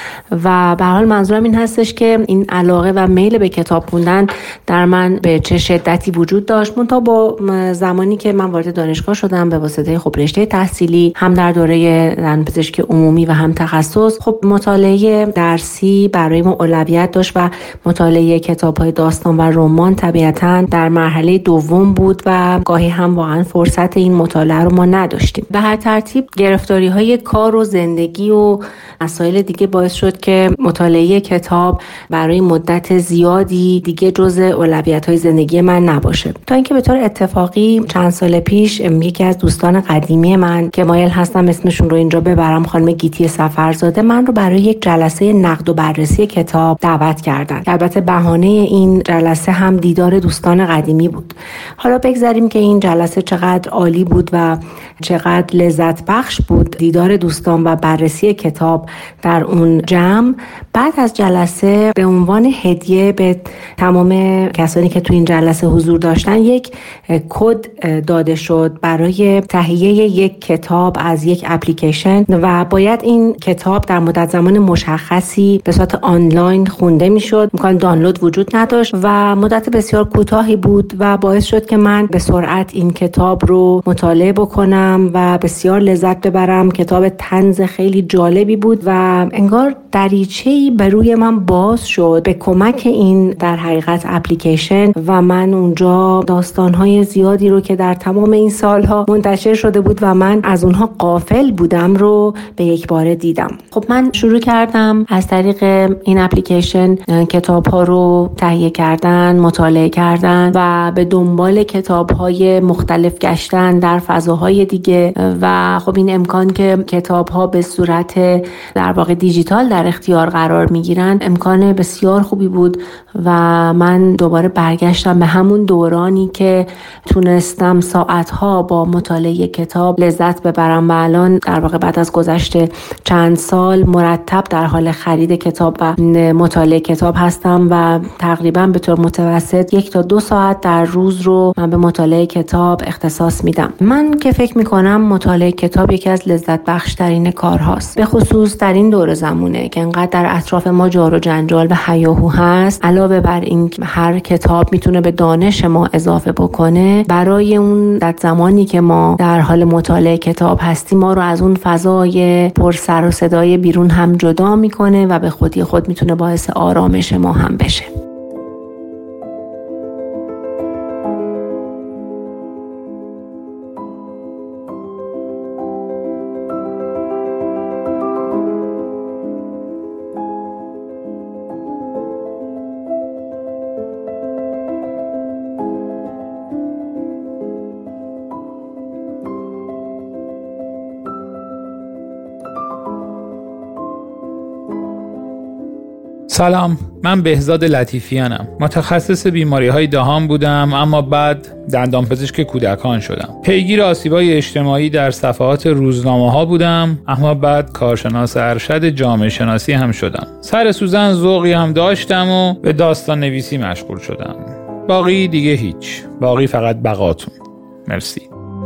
و به هر حال منظورم این هستش که این علاقه و میل به کتاب خوندن در من به چه شدتی وجود داشت. منتها با زمانی که من وارد دانشگاه شدم به واسطه خب رشته تحصیلی هم در دوره دندانپزشکی عمومی و هم تخصص، خب مطالعه درسی برای ما اولویت داشت و مطالعه کتاب‌های داستان و رمان طبیعتاً در مرحله دوم بود و گاهی هم واقعا فرصت این مطالعه رو ما نداشتیم. به هر ترتیب گرفتاری‌های کار و زندگی و مسائل دیگه باعث شد که مطالعه کتاب برای مدت زیادی دیگه جزء اولویت‌های زندگی من نباشه، تا اینکه به طور اتفاقی چند سال پیش یکی از دوستان قدیمی من که مایل هستم اسمشون رو اینجا ببرم، خانم گیتی سفرزاده، من رو برای یک جلسه نقد و بررسی کتاب دعوت کردن. البته بهانه این جلسه هم دیدار دوستان قدیمی بود. حالا بگذاریم که این جلسه چقدر عالی بود و چقدر لذت بخش بود دیدار دوستان و بررسی کتاب در اون جمع. بعد از جلسه به عنوان هدیه به تمام کسانی که تو این جلسه حضور داشتن یک کد داده شد برای تهیه یک کتاب از یک اپلیکیشن و باید این کتاب در مدت زمان مشخصی به صورت آنلاین خونده میشد. امکان دانلود وجود نداشت و مدت بسیار کوتاهی بود و باعث شد که من به سرعت این کتاب رو مطالعه بکنم و به بسیار لذت ببرم. کتاب طنز خیلی جالبی بود و انگار دریچه‌ای به روی من باز شد به کمک این در حقیقت اپلیکیشن و من اونجا داستان‌های زیادی رو که در تمام این سالها منتشر شده بود و من از اونها غافل بودم رو به یک باره دیدم. خب من شروع کردم از طریق این اپلیکیشن کتاب‌ها رو تهیه کردن، مطالعه کردن و به دنبال کتاب‌های مختلف گشتن در فضاهای دیگه و خب این امکان که کتاب‌ها به صورت در واقع دیجیتال در اختیار قرار می‌گیرن امکان بسیار خوبی بود و من دوباره برگشتم به همون دورانی که تونستم ساعت‌ها با مطالعه کتاب لذت ببرم و الان در واقع بعد از گذشت چند سال مرتب در حال خرید کتاب و مطالعه کتاب هستم و تقریبا به طور متوسط 1 تا 2 ساعت در روز رو من به مطالعه کتاب اختصاص میدم. من که فکر میکنم مطالعه کتاب یکی از لذت بخش ترین کارهاست، به خصوص در این دور زمونه که انقدر در اطراف ما جار و جنجال و هیاهو هست. علاوه بر این هر کتاب میتونه به دانش ما اضافه بکنه، برای اون در زمانی که ما در حال مطالعه کتاب هستیم ما رو از اون فضای پر سر و صدای بیرون هم جدا میکنه و به خودی خود میتونه باعث آرامش ما هم بشه. سلام، من بهزاد لطیفیانم. متخصص بیماری‌های دهان بودم اما بعد دندانپزشک کودکان شدم. پیگیر آسیب‌های اجتماعی در صفحات روزنامه‌ها بودم اما بعد کارشناس ارشد جامعه شناسی هم شدم. سر سوزن ذوقی هم داشتم و به داستان نویسی مشغول شدم. باقی دیگه هیچ. باقی فقط بقاتون. مرسی.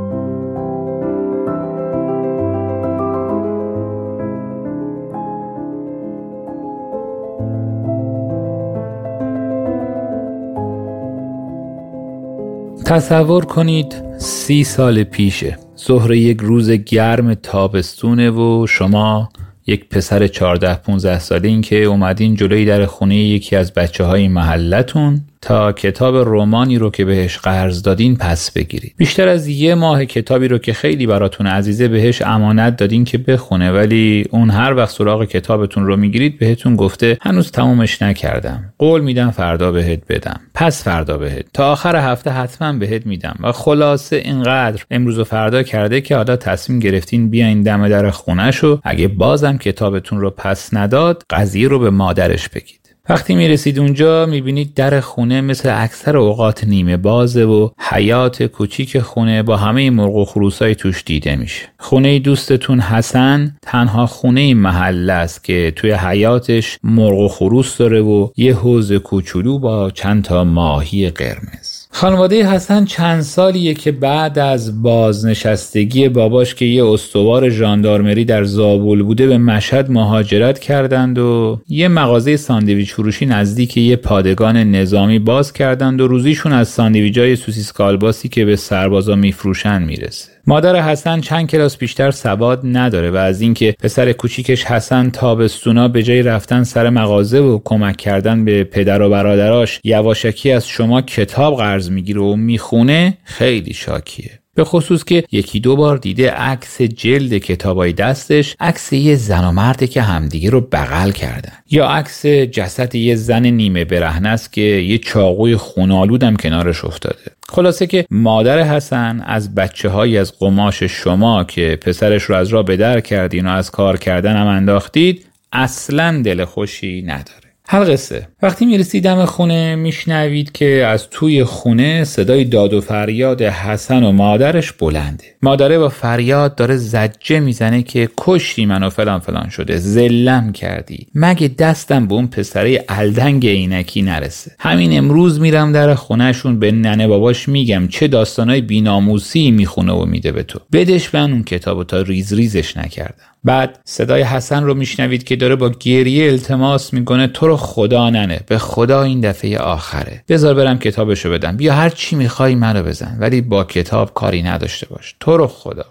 تصور کنید 30 سال پیشه، ظهر یک روز گرم تابستونه و شما یک پسر 14-15 سالین که اومدین جلوی در خونه یکی از بچه‌های محلتون تا کتاب رمانی رو که بهش قرض دادین پس بگیرید. بیشتر از 1 ماه کتابی رو که خیلی براتون عزیزه بهش امانت دادین که بخونه، ولی اون هر وقت سراغ کتابتون رو میگیرید بهتون گفته هنوز تمومش نکردم، قول میدم فردا بهت بدم، پس فردا بهت، تا آخر هفته حتما بهت میدم و خلاصه اینقدر امروز و فردا کرده که حالا تصمیم گرفتین بیاین دم در خونه‌شو، اگه بازم کتابتون رو پس نداد قضیه رو به مادرش بگید. وقتی میرسید اونجا میبینید در خونه مثل اکثر اوقات نیمه بازه و حیاط کوچیک خونه با همه مرغ و خروسای توش دیده میشه. خونه دوستتون حسن تنها خونه محله است که توی حیاطش مرغ و خروس داره و یه حوض کوچولو با چند تا ماهی قرمز. خانواده حسن چند سالیه که بعد از بازنشستگی باباش که یه استوار ژاندارمری در زابل بوده به مشهد مهاجرت کردند و یه مغازه ساندویچ فروشی نزدیک یه پادگان نظامی باز کردند و روزیشون از ساندویچای سوسیس کالباسی که به سربازا میفروشن میرسه. مادر حسن چند کلاس بیشتر سواد نداره و از اینکه پسر کوچیکش حسن تابستونا به جای رفتن سر مغازه و کمک کردن به پدر و برادراش یواشکی از شما کتاب قرض میگیره و میخونه خیلی شاکیه. به خصوص که 1-2 بار دیده عکس جلد کتابای دستش عکس یه زن و مرده که همدیگه رو بغل کردن، یا عکس جسد یه زن نیمه برهنه است که یه چاقوی خونالودم کنارش افتاده. خلاصه که مادر حسن از بچه‌هایی از قماش شما که پسرش رو از راه به در کردین و از کار کردن هم انداختید اصلاً دل خوشی نداره. القصه وقتی میرسید دم خونه میشنوید که از توی خونه صدای داد و فریاد حسن و مادرش بلنده. مادره با فریاد داره زجه میزنه که کشتی منو فلان فلان شده، ذلم کردی، مگه دستم به اون پسره الدنگ عینکی نرسه. همین امروز میرم در خونهشون به ننه باباش میگم چه داستانای بی‌ناموسی میخونه و میده به تو، بدش من اون کتابو تا ریز ریزش نکردم. بعد صدای حسن رو میشنوید که داره با گریه التماس میکنه تو رو خدا ننه، به خدا این دفعه آخره، بذار برم کتابشو بدم، بیا هر چی میخوای منو بزن ولی با کتاب کاری نداشته باش، تو رو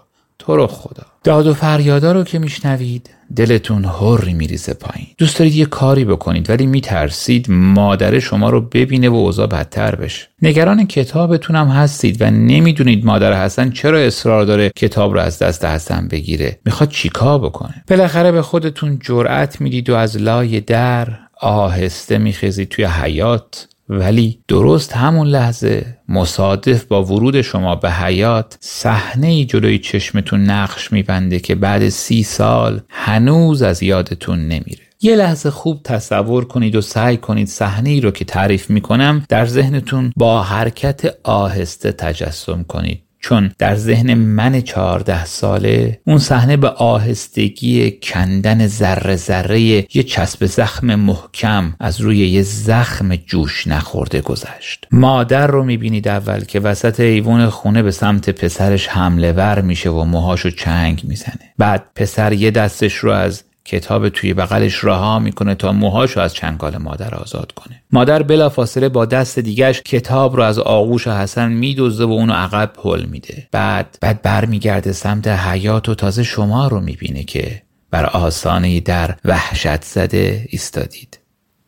تو رو خدا. داد و فریادا رو که میشنوید دلتون هوری میریزه پایین. دوست دارید یه کاری بکنید ولی میترسید مادر شما رو ببینه و اوضاع بدتر بشه. نگران کتابتون هم هستید و نمیدونید مادر حسن چرا اصرار داره کتاب رو از دست حسن بگیره. میخواد چیکار بکنه. بالاخره به خودتون جرأت میدید و از لای در آهسته میخیزید توی حیاط. ولی درست همون لحظه مصادف با ورود شما به حیاط صحنه‌ای جلوی چشمتون نقش میبنده که بعد 30 سال هنوز از یادتون نمیره. یه لحظه خوب تصور کنید و سعی کنید صحنه‌ای رو که تعریف میکنم در ذهنتون با حرکت آهسته تجسم کنید. چون در ذهن من 14 ساله اون صحنه به آهستگی کندن ذره ذره یه چسب زخم محکم از روی یه زخم جوش نخورده گذشت. مادر رو میبینید اول که وسط ایوان خونه به سمت پسرش حمله ور میشه و موهاشو چنگ میزنه. بعد پسر یه دستش رو از کتاب توی بغلش رها میکنه تا موهاشو از چنگال مادر آزاد کنه. مادر بلافاصله با دست دیگه‌اش کتاب رو از آغوش حسن میدزده و اونو عقب هل میده. بعد برمیگرده سمت حیاط و تازه شما رو میبینه که بر آسانه در وحشت زده ایستادید.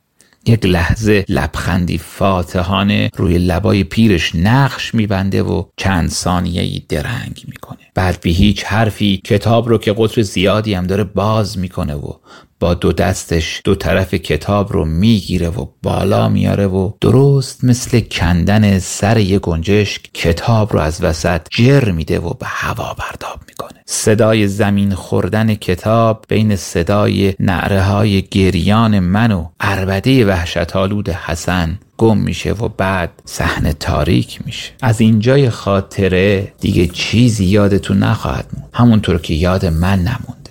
یک لحظه لبخندی فاتحانه روی لبای پیرش نقش میبنده و چند ثانیه‌ای درنگ میکنه. بعد بی هیچ حرفی کتاب رو که قطر زیادی هم داره باز میکنه و با 2 دستش 2 طرف کتاب رو میگیره و بالا میاره و درست مثل کندن سر یه گنجشک کتاب رو از وسط جر میده و به هوا پرتاب میکنه. صدای زمین خوردن کتاب بین صدای نعره های گریان من و عربده وحشت‌آلود حسن گم میشه و بعد صحنه تاریک میشه. از اینجای خاطره دیگه چیزی یادتون نخواهد موند، همونطور که یاد من نمونده.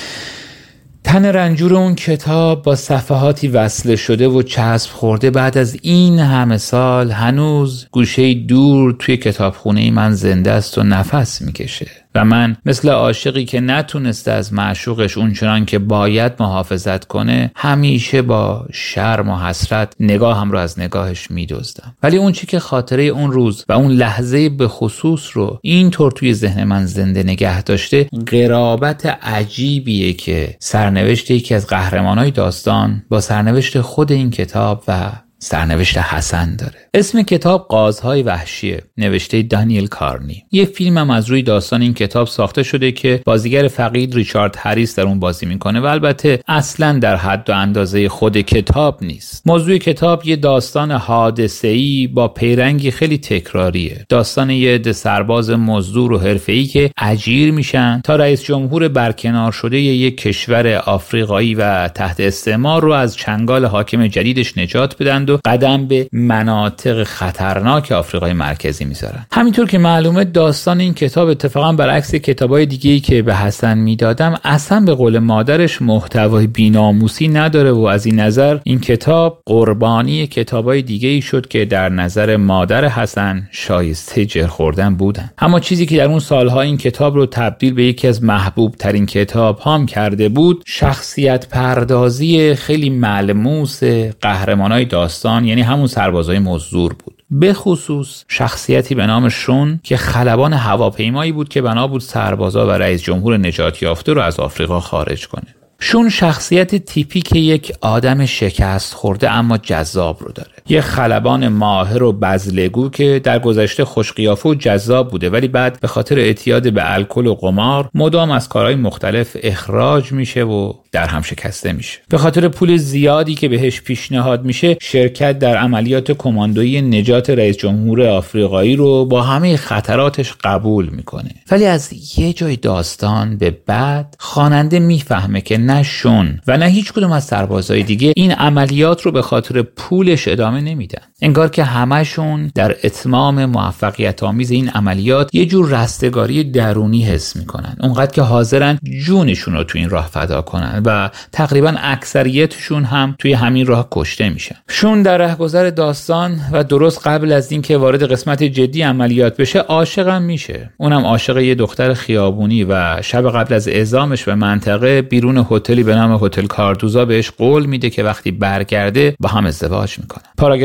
تن رنجور اون کتاب با صفحاتی وصله شده و چسب خورده بعد از این همه سال هنوز گوشه دور توی کتابخونه من زنده است و نفس میکشه و من مثل عاشقی که نتونسته از معشوقش اونچنان که باید محافظت کنه همیشه با شرم و حسرت نگاهم رو از نگاهش میدزدم. ولی اون چی که خاطره اون روز و اون لحظه به خصوص رو اینطور توی ذهن من زنده نگه داشته قرابت عجیبیه که سرنوشت یکی از قهرمانای داستان با سرنوشت خود این کتاب و سرنوشت حسن داره. اسم کتاب غازهای وحشیه، نوشته دانیل کارنی. یه فیلم هم از روی داستان این کتاب ساخته شده که بازیگر فقید ریچارد هریس در اون بازی میکنه و البته اصلا در حد و اندازه خود کتاب نیست. موضوع کتاب یه داستان حادثه‌ای با پیرنگی خیلی تکراریه. داستان یه عده سرباز مزدور و حرفه‌ای که اجیر میشن تا رئیس جمهور برکنار شده یک کشور آفریقایی و تحت استعمار رو از چنگال حاکم جدیدش نجات بدن و قدم به مناطق خطرناک آفریقای مرکزی میذارن. همینطور که معلومه داستان این کتاب اتفاقا برعکس کتابای دیگه‌ای که به حسن میدادم اصلا به قول مادرش محتوای بی‌ناموسی نداره و از این نظر این کتاب قربانی کتابای دیگه‌ای شد که در نظر مادر حسن شایسته جر خوردن بودن. اما چیزی که در اون سالها این کتاب رو تبدیل به یکی از محبوب ترین کتاب هام کرده بود شخصیت پردازی خیلی ملموس قهرمانای داستان، یعنی همون سربازای مزدور بود. به خصوص شخصیتی به نام شون که خلبان هواپیمایی بود که بنا بود سربازا و رئیس جمهور نجات یافته رو از آفریقا خارج کنه. شون شخصیت تیپیک یک آدم شکست خورده اما جذاب رو داره. یه خلبان ماهر و بزلگو که در گذشته خوشقیافه و جذاب بوده ولی بعد به خاطر اعتیاد به الکل و قمار مدام از کارهای مختلف اخراج میشه و در هم شکسته میشه. به خاطر پول زیادی که بهش پیشنهاد میشه شرکت در عملیات کماندویی نجات رئیس جمهور آفریقایی رو با همه خطراتش قبول میکنه. ولی از یه جای داستان به بعد خواننده میفهمه که نه شون و نه هیچ کدوم از سربازای دیگه این عملیات رو به خاطر پولش ادامه نمیدن. انگار که همشون در اتمام موفقیت آمیز این عملیات یه جور رستگاری درونی حس میکنن، اونقدر که حاضرن جونشون رو تو این راه فدا کنن و تقریبا اکثریتشون هم توی همین راه کشته میشن. شون در رهگذر داستان و درست قبل از این که وارد قسمت جدی عملیات بشه عاشقم میشه. اونم عاشق یه دختر خیابونی و شب قبل از اعزامش به منطقه بیرون هتلی به نام هتل کاردوزا بهش قول میده که وقتی برگرده با هم ازدواج میکنن. پاراگراف‌های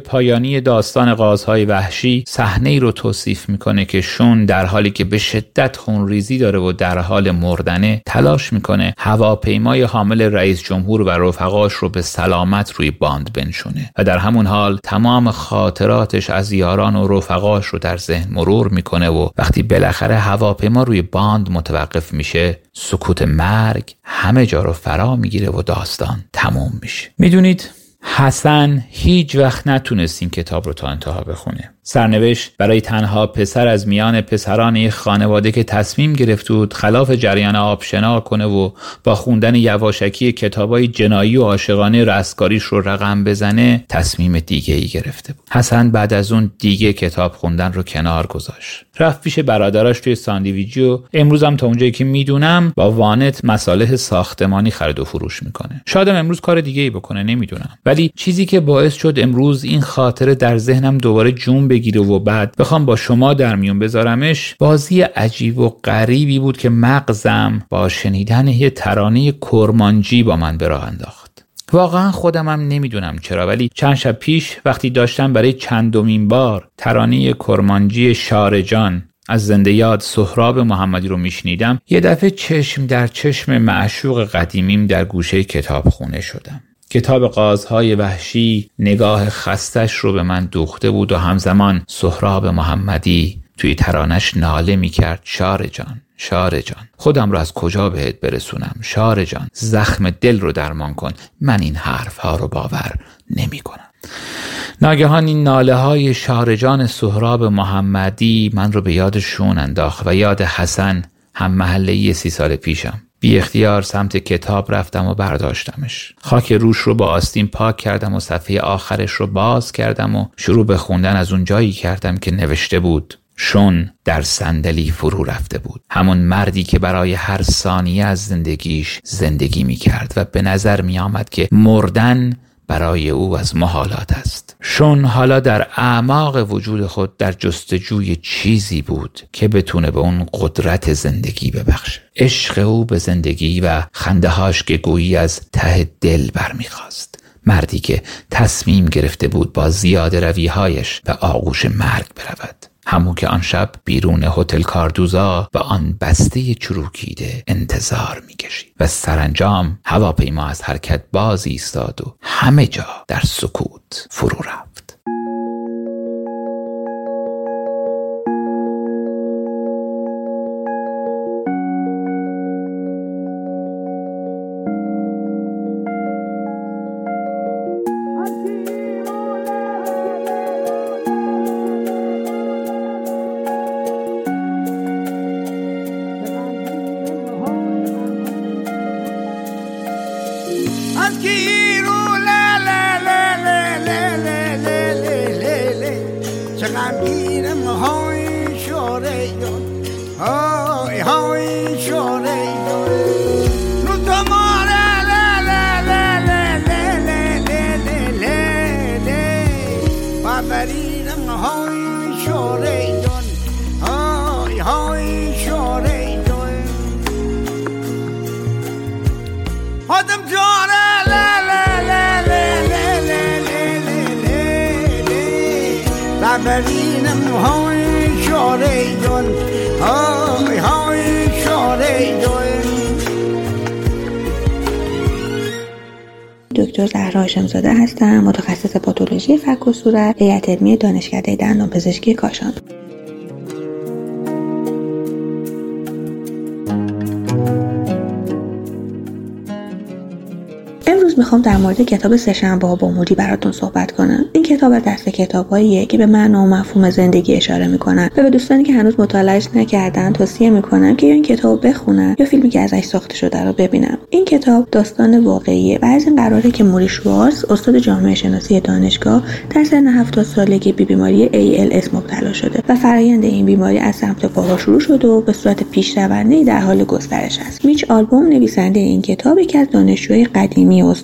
پایانی داستان قازهای وحشی صحنه‌ای رو توصیف میکنه که شون در حالی که به شدت خونریزی داره و در حال مردنه تلاش میکنه هواپیمای حامل رئیس جمهور و رفقاش رو به سلامت روی باند بنشونه و در همون حال تمام خاطراتش از یاران و رفقاش رو در ذهن مرور میکنه و وقتی بالاخره هواپیما روی باند متوقف میشه سکوت مرگ همه جا رو فرا میگیره و داستان تموم میشه. میدونید حسن هیچ وقت نتونست این کتاب رو تا انتها بخونه. سرنوشت برای تنها پسر از میان پسران یک خانواده که تصمیم گرفت بود خلاف جریان آبشنا کنه و با خوندن یواشکی کتابای جنایی و عاشقانه رستگاریش رو رقم بزنه تصمیم دیگه ای گرفته بود. حسن بعد از اون دیگه کتاب خوندن رو کنار گذاشت. رفت پیش برادراش توی ساندویچی و امروز هم تا اونجایی که میدونم با وانت مصالح ساختمانی خرید و فروش میکنه. شاید امروز کار دیگه ای بکنه، نمیدونم. ولی چیزی که باعث شد امروز این خاطره در ذهنم دوباره جون بگیره و بعد بخوام با شما در میون بذارمش بازی عجیب و غریبی بود که مغزم با شنیدن یه ترانه کرمانجی با من به راه انداخت. واقعا خودم هم نمیدونم چرا، ولی چند شب پیش وقتی داشتم برای چندمین بار ترانه کرمانجی شارجان از زنده یاد سهراب محمدی رو میشنیدم یه دفعه چشم در چشم معشوق قدیمیم در گوشه کتابخونه شدم. کتاب قازهای وحشی نگاه خستش رو به من دوخته بود و همزمان سهراب محمدی توی ترانش ناله میکرد شاره جان، شاره جان، خودم رو از کجا بهت برسونم؟ شاره جان، زخم دل رو درمان کن، من این حرف ها رو باور نمی کنم. ناگهان این ناله های شاره جان سهراب محمدی من رو به یاد شون انداخت و یاد حسن، هم محله‌ای 30 سال پیشم. بی اختیار سمت کتاب رفتم و برداشتمش. خاک روش رو با آستین پاک کردم و صفحه آخرش رو باز کردم و شروع به خوندن از اون جایی کردم که نوشته بود شون در صندلی فرو رفته بود. همون مردی که برای هر ثانیه از زندگیش زندگی می کرد و به نظر می آمد که مردن برای او از محالات است. شون حالا در اعماق وجود خود در جستجوی چیزی بود که بتونه به اون قدرت زندگی ببخشه. عشق او به زندگی و خنده‌هاش که گویی از ته دل برمیخواست. مردی که تصمیم گرفته بود با زیاده روی‌هایش به آغوش مرگ برود. همون که آن شب بیرون هتل کاردوزا و آن بسته چروکیده انتظار می‌کشید و سرانجام هواپیما از حرکت باز ایستاد و همه جا در سکوت فرو رفت. دکتر زهرا هاشم‌زاده هستم، متخصص پاتولوژی فک و صورت، هیئت علمی دانشکده دندانپزشکی کاشان. امروز میخوام در مورد کتاب سه‌شنبه‌ها با موری براتون صحبت کنم. این کتاب از دسته کتاباییه که به معنا و مفهوم زندگی اشاره میکنن و به دوستانی که هنوز مطالعهش نکردن توصیه میکنم که یا این کتاب بخونن یا فیلمی که ازش ساخته شده رو ببینن. این کتاب داستان واقعیه و از این قراره که موری شوارتز استاد جامعه شناسی دانشگاه در سن 70 سالگی به بیماری ALS مبتلا شده و فرآیند این بیماری از سمت پاها شروع شده و به صورت پیشرونده‌ای در حال گسترش است. میچ آلبوم نویسنده این کتاب یکی از دانشجوهای قدیمی استاد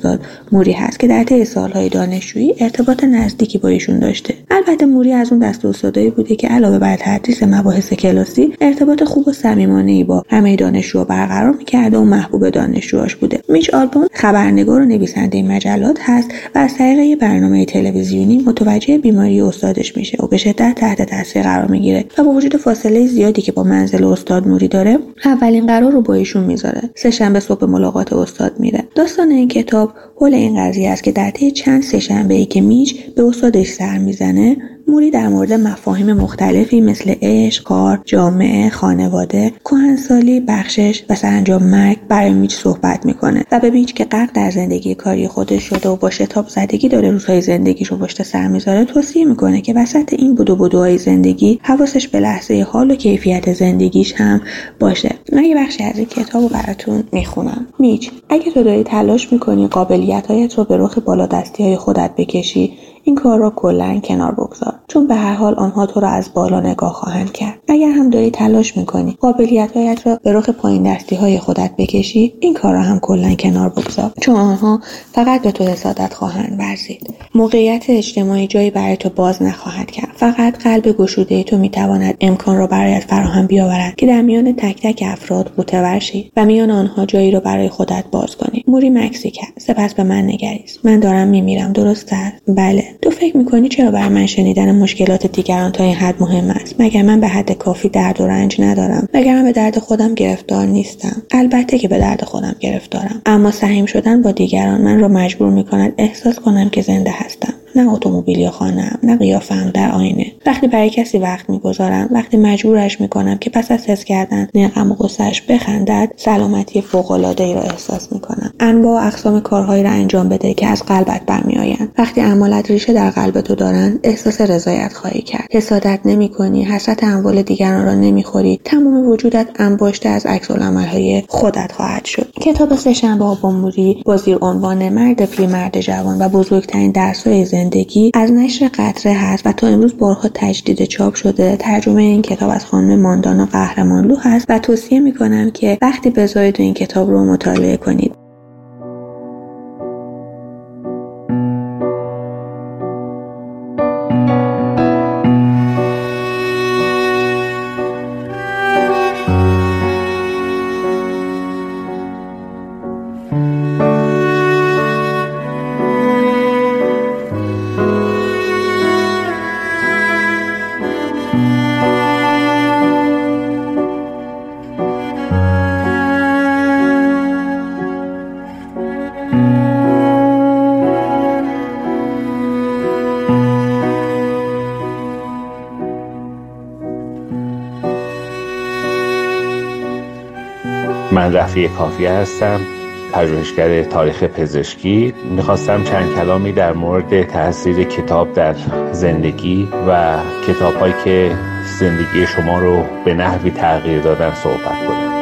استاد موری هست که در طی سالهای دانشجویی ارتباط نزدیکی با ایشون داشته. البته موری از اون دسته استادایی بوده که علاوه بر تدریس مباحث کلاسی ارتباط خوب و صمیمانه‌ای با همه دانشجوها برقرار می‌کرده و محبوب دانشجوهاش بوده. میچ آلبوم خبرنگار و نویسنده مجلات هست و از طریق یه برنامه تلویزیونی متوجه بیماری استادش میشه و به شدت تحت تاثیر قرار میگیره و با وجود فاصله زیادی که با منزل استاد موری داره اولین قرار رو با ایشون میذاره. سه‌شنبه صبح ملاقات استاد میره. داستان این کتاب حول این قضیه است که در طی چند سه‌شنبه‌ای که میچ به استادش سر میزنه موری در مورد مفاهیم مختلفی مثل عشق، کار، جامعه، خانواده، کهنسالی، بخشش و سرانجام مرگ برای میچ صحبت میکنه و به میچ که غرق در زندگی کاری خودش شده و با شتاب زدگی داره روزهای زندگیشو پشت سر میذاره توصیه میکنه که وسط این بدوهای زندگی حواسش به لحظه حال و کیفیت زندگیش هم باشه. من یه بخشی از این کتابو براتون میخونم. میچ، اگه تو داری تلاش میکنی قابلیت‌هایت رو به رخ بالادستی‌های خودت بکشی، این کار را کلاً کنار بگذار، چون به هر حال آنها تو را از بالا نگاه خواهند کرد. اگر هم داری تلاش میکنی قابلیت‌هایت را به رخ پایین دستی‌های خودت بکشی، این کار را هم کلاً کنار بگذار، چون آنها فقط به تو حسادت خواهند ورزید. موقعیت اجتماعی جایی برای تو باز نخواهد کرد. فقط قلب گشوده تو میتواند امکان را برایت فراهم بیاورد که در میان تک تک افراد متور شی و میان آنها جایی را برای خودت باز کنی. موری مکسی کرد. سپس به من نگریست. من دارم میمیرم، درست است؟ بله. تو فکر میکنی چرا برای من شنیدن مشکلات دیگران تا این حد مهم است؟ مگر من به حد کافی درد و رنج ندارم؟ مگر من به درد خودم گرفتار نیستم؟ البته که به درد خودم گرفتارم، اما سهیم شدن با دیگران من را مجبور میکند احساس کنم که زنده هستم. نه اتومبیل یا خانه‌ام، نه قیافه‌ام در آینه. وقتی برای کسی وقت میگذارم، وقتی مجبورش میکنم که پس از حس کردن غم و غصه‌اش بخندد، سلامتی فوق‌العاده‌ای را احساس میکنم. انواع و اقسام کارهایی را انجام بده که از قلبت برمیآیند. وقتی اعمالت ریشه در قلب تو دارند، احساس رضایت خواهی کرد. حسادت نمی‌کنی، حسرت اموال دیگران را نمی‌خوری. تمام وجودت انباشته از عکس‌العمل‌های خودت خواهد شد. کتاب سه‌شنبه با موری با زیرعنوان مرد پیر مرد جوان و بزرگترین درس‌های زندگی از نشر قطره هست و تا امروز بارها تجدید چاپ شده. ترجمه این کتاب از خانم ماندانا قهرمانلو هست و توصیه می‌کنم که وقتی بذارید این کتاب رو مطالعه کنید. من رفیع کافی هستم، پژوهشگر تاریخ پزشکی. میخواستم چند کلامی در مورد تاثیر کتاب در زندگی و کتاب‌هایی که زندگی شما رو به نحوی تغییر دادن صحبت کنم.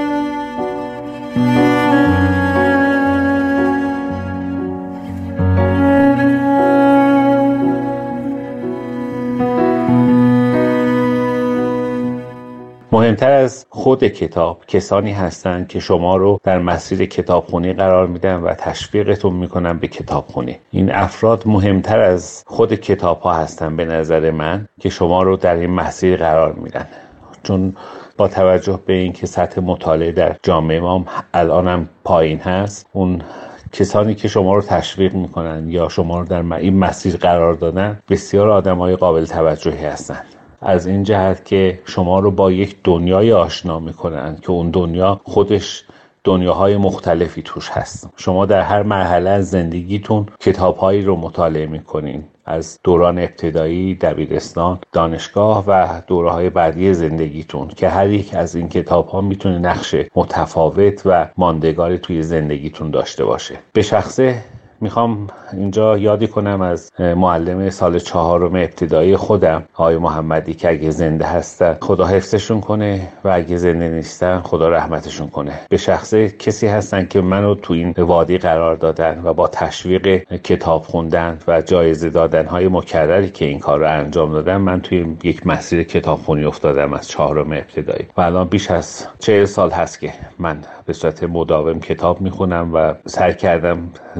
مهمتر از خود کتاب کسانی هستند که شما رو در مسیر کتابخونی قرار میدن و تشویقتون میکنن به کتابخونی. این افراد مهمتر از خود کتاب ها هستن به نظر من که شما رو در این مسیر قرار میدن، چون با توجه به اینکه سطح مطالعه در جامعه ما الانم پایین هست، اون کسانی که شما رو تشویق میکنن یا شما رو در این مسیر قرار دادن بسیار آدمای قابل توجهی هستن. از این جهت که شما رو با یک دنیای آشنا میکنن که اون دنیا خودش دنیاهای مختلفی توش هست. شما در هر مرحله از زندگیتون کتابهایی رو مطالعه میکنین، از دوران ابتدایی، دبیرستان، دانشگاه و دوره‌های بعدی زندگیتون که هر یک از این کتاب‌ها میتونه نقش متفاوت و ماندگاری توی زندگیتون داشته باشه. به شخصه میخوام اینجا یادی کنم از معلم سال 4 ابتدایی خودم، آقای محمدی، که اگه زنده هستن خدا حفظشون کنه و اگه زنده نیستن خدا رحمتشون کنه. به شخصه کسی هستن که منو تو این وادی قرار دادن و با تشویق کتاب خوندن و جایزه دادن های مکرری که این کار رو انجام دادن من توی یک مسیر کتابخونی افتادم از 4 ابتدایی و الان بیش از 40 سال هست که من به صورت مداوم کتاب میخونم و سعی کردم زمانهای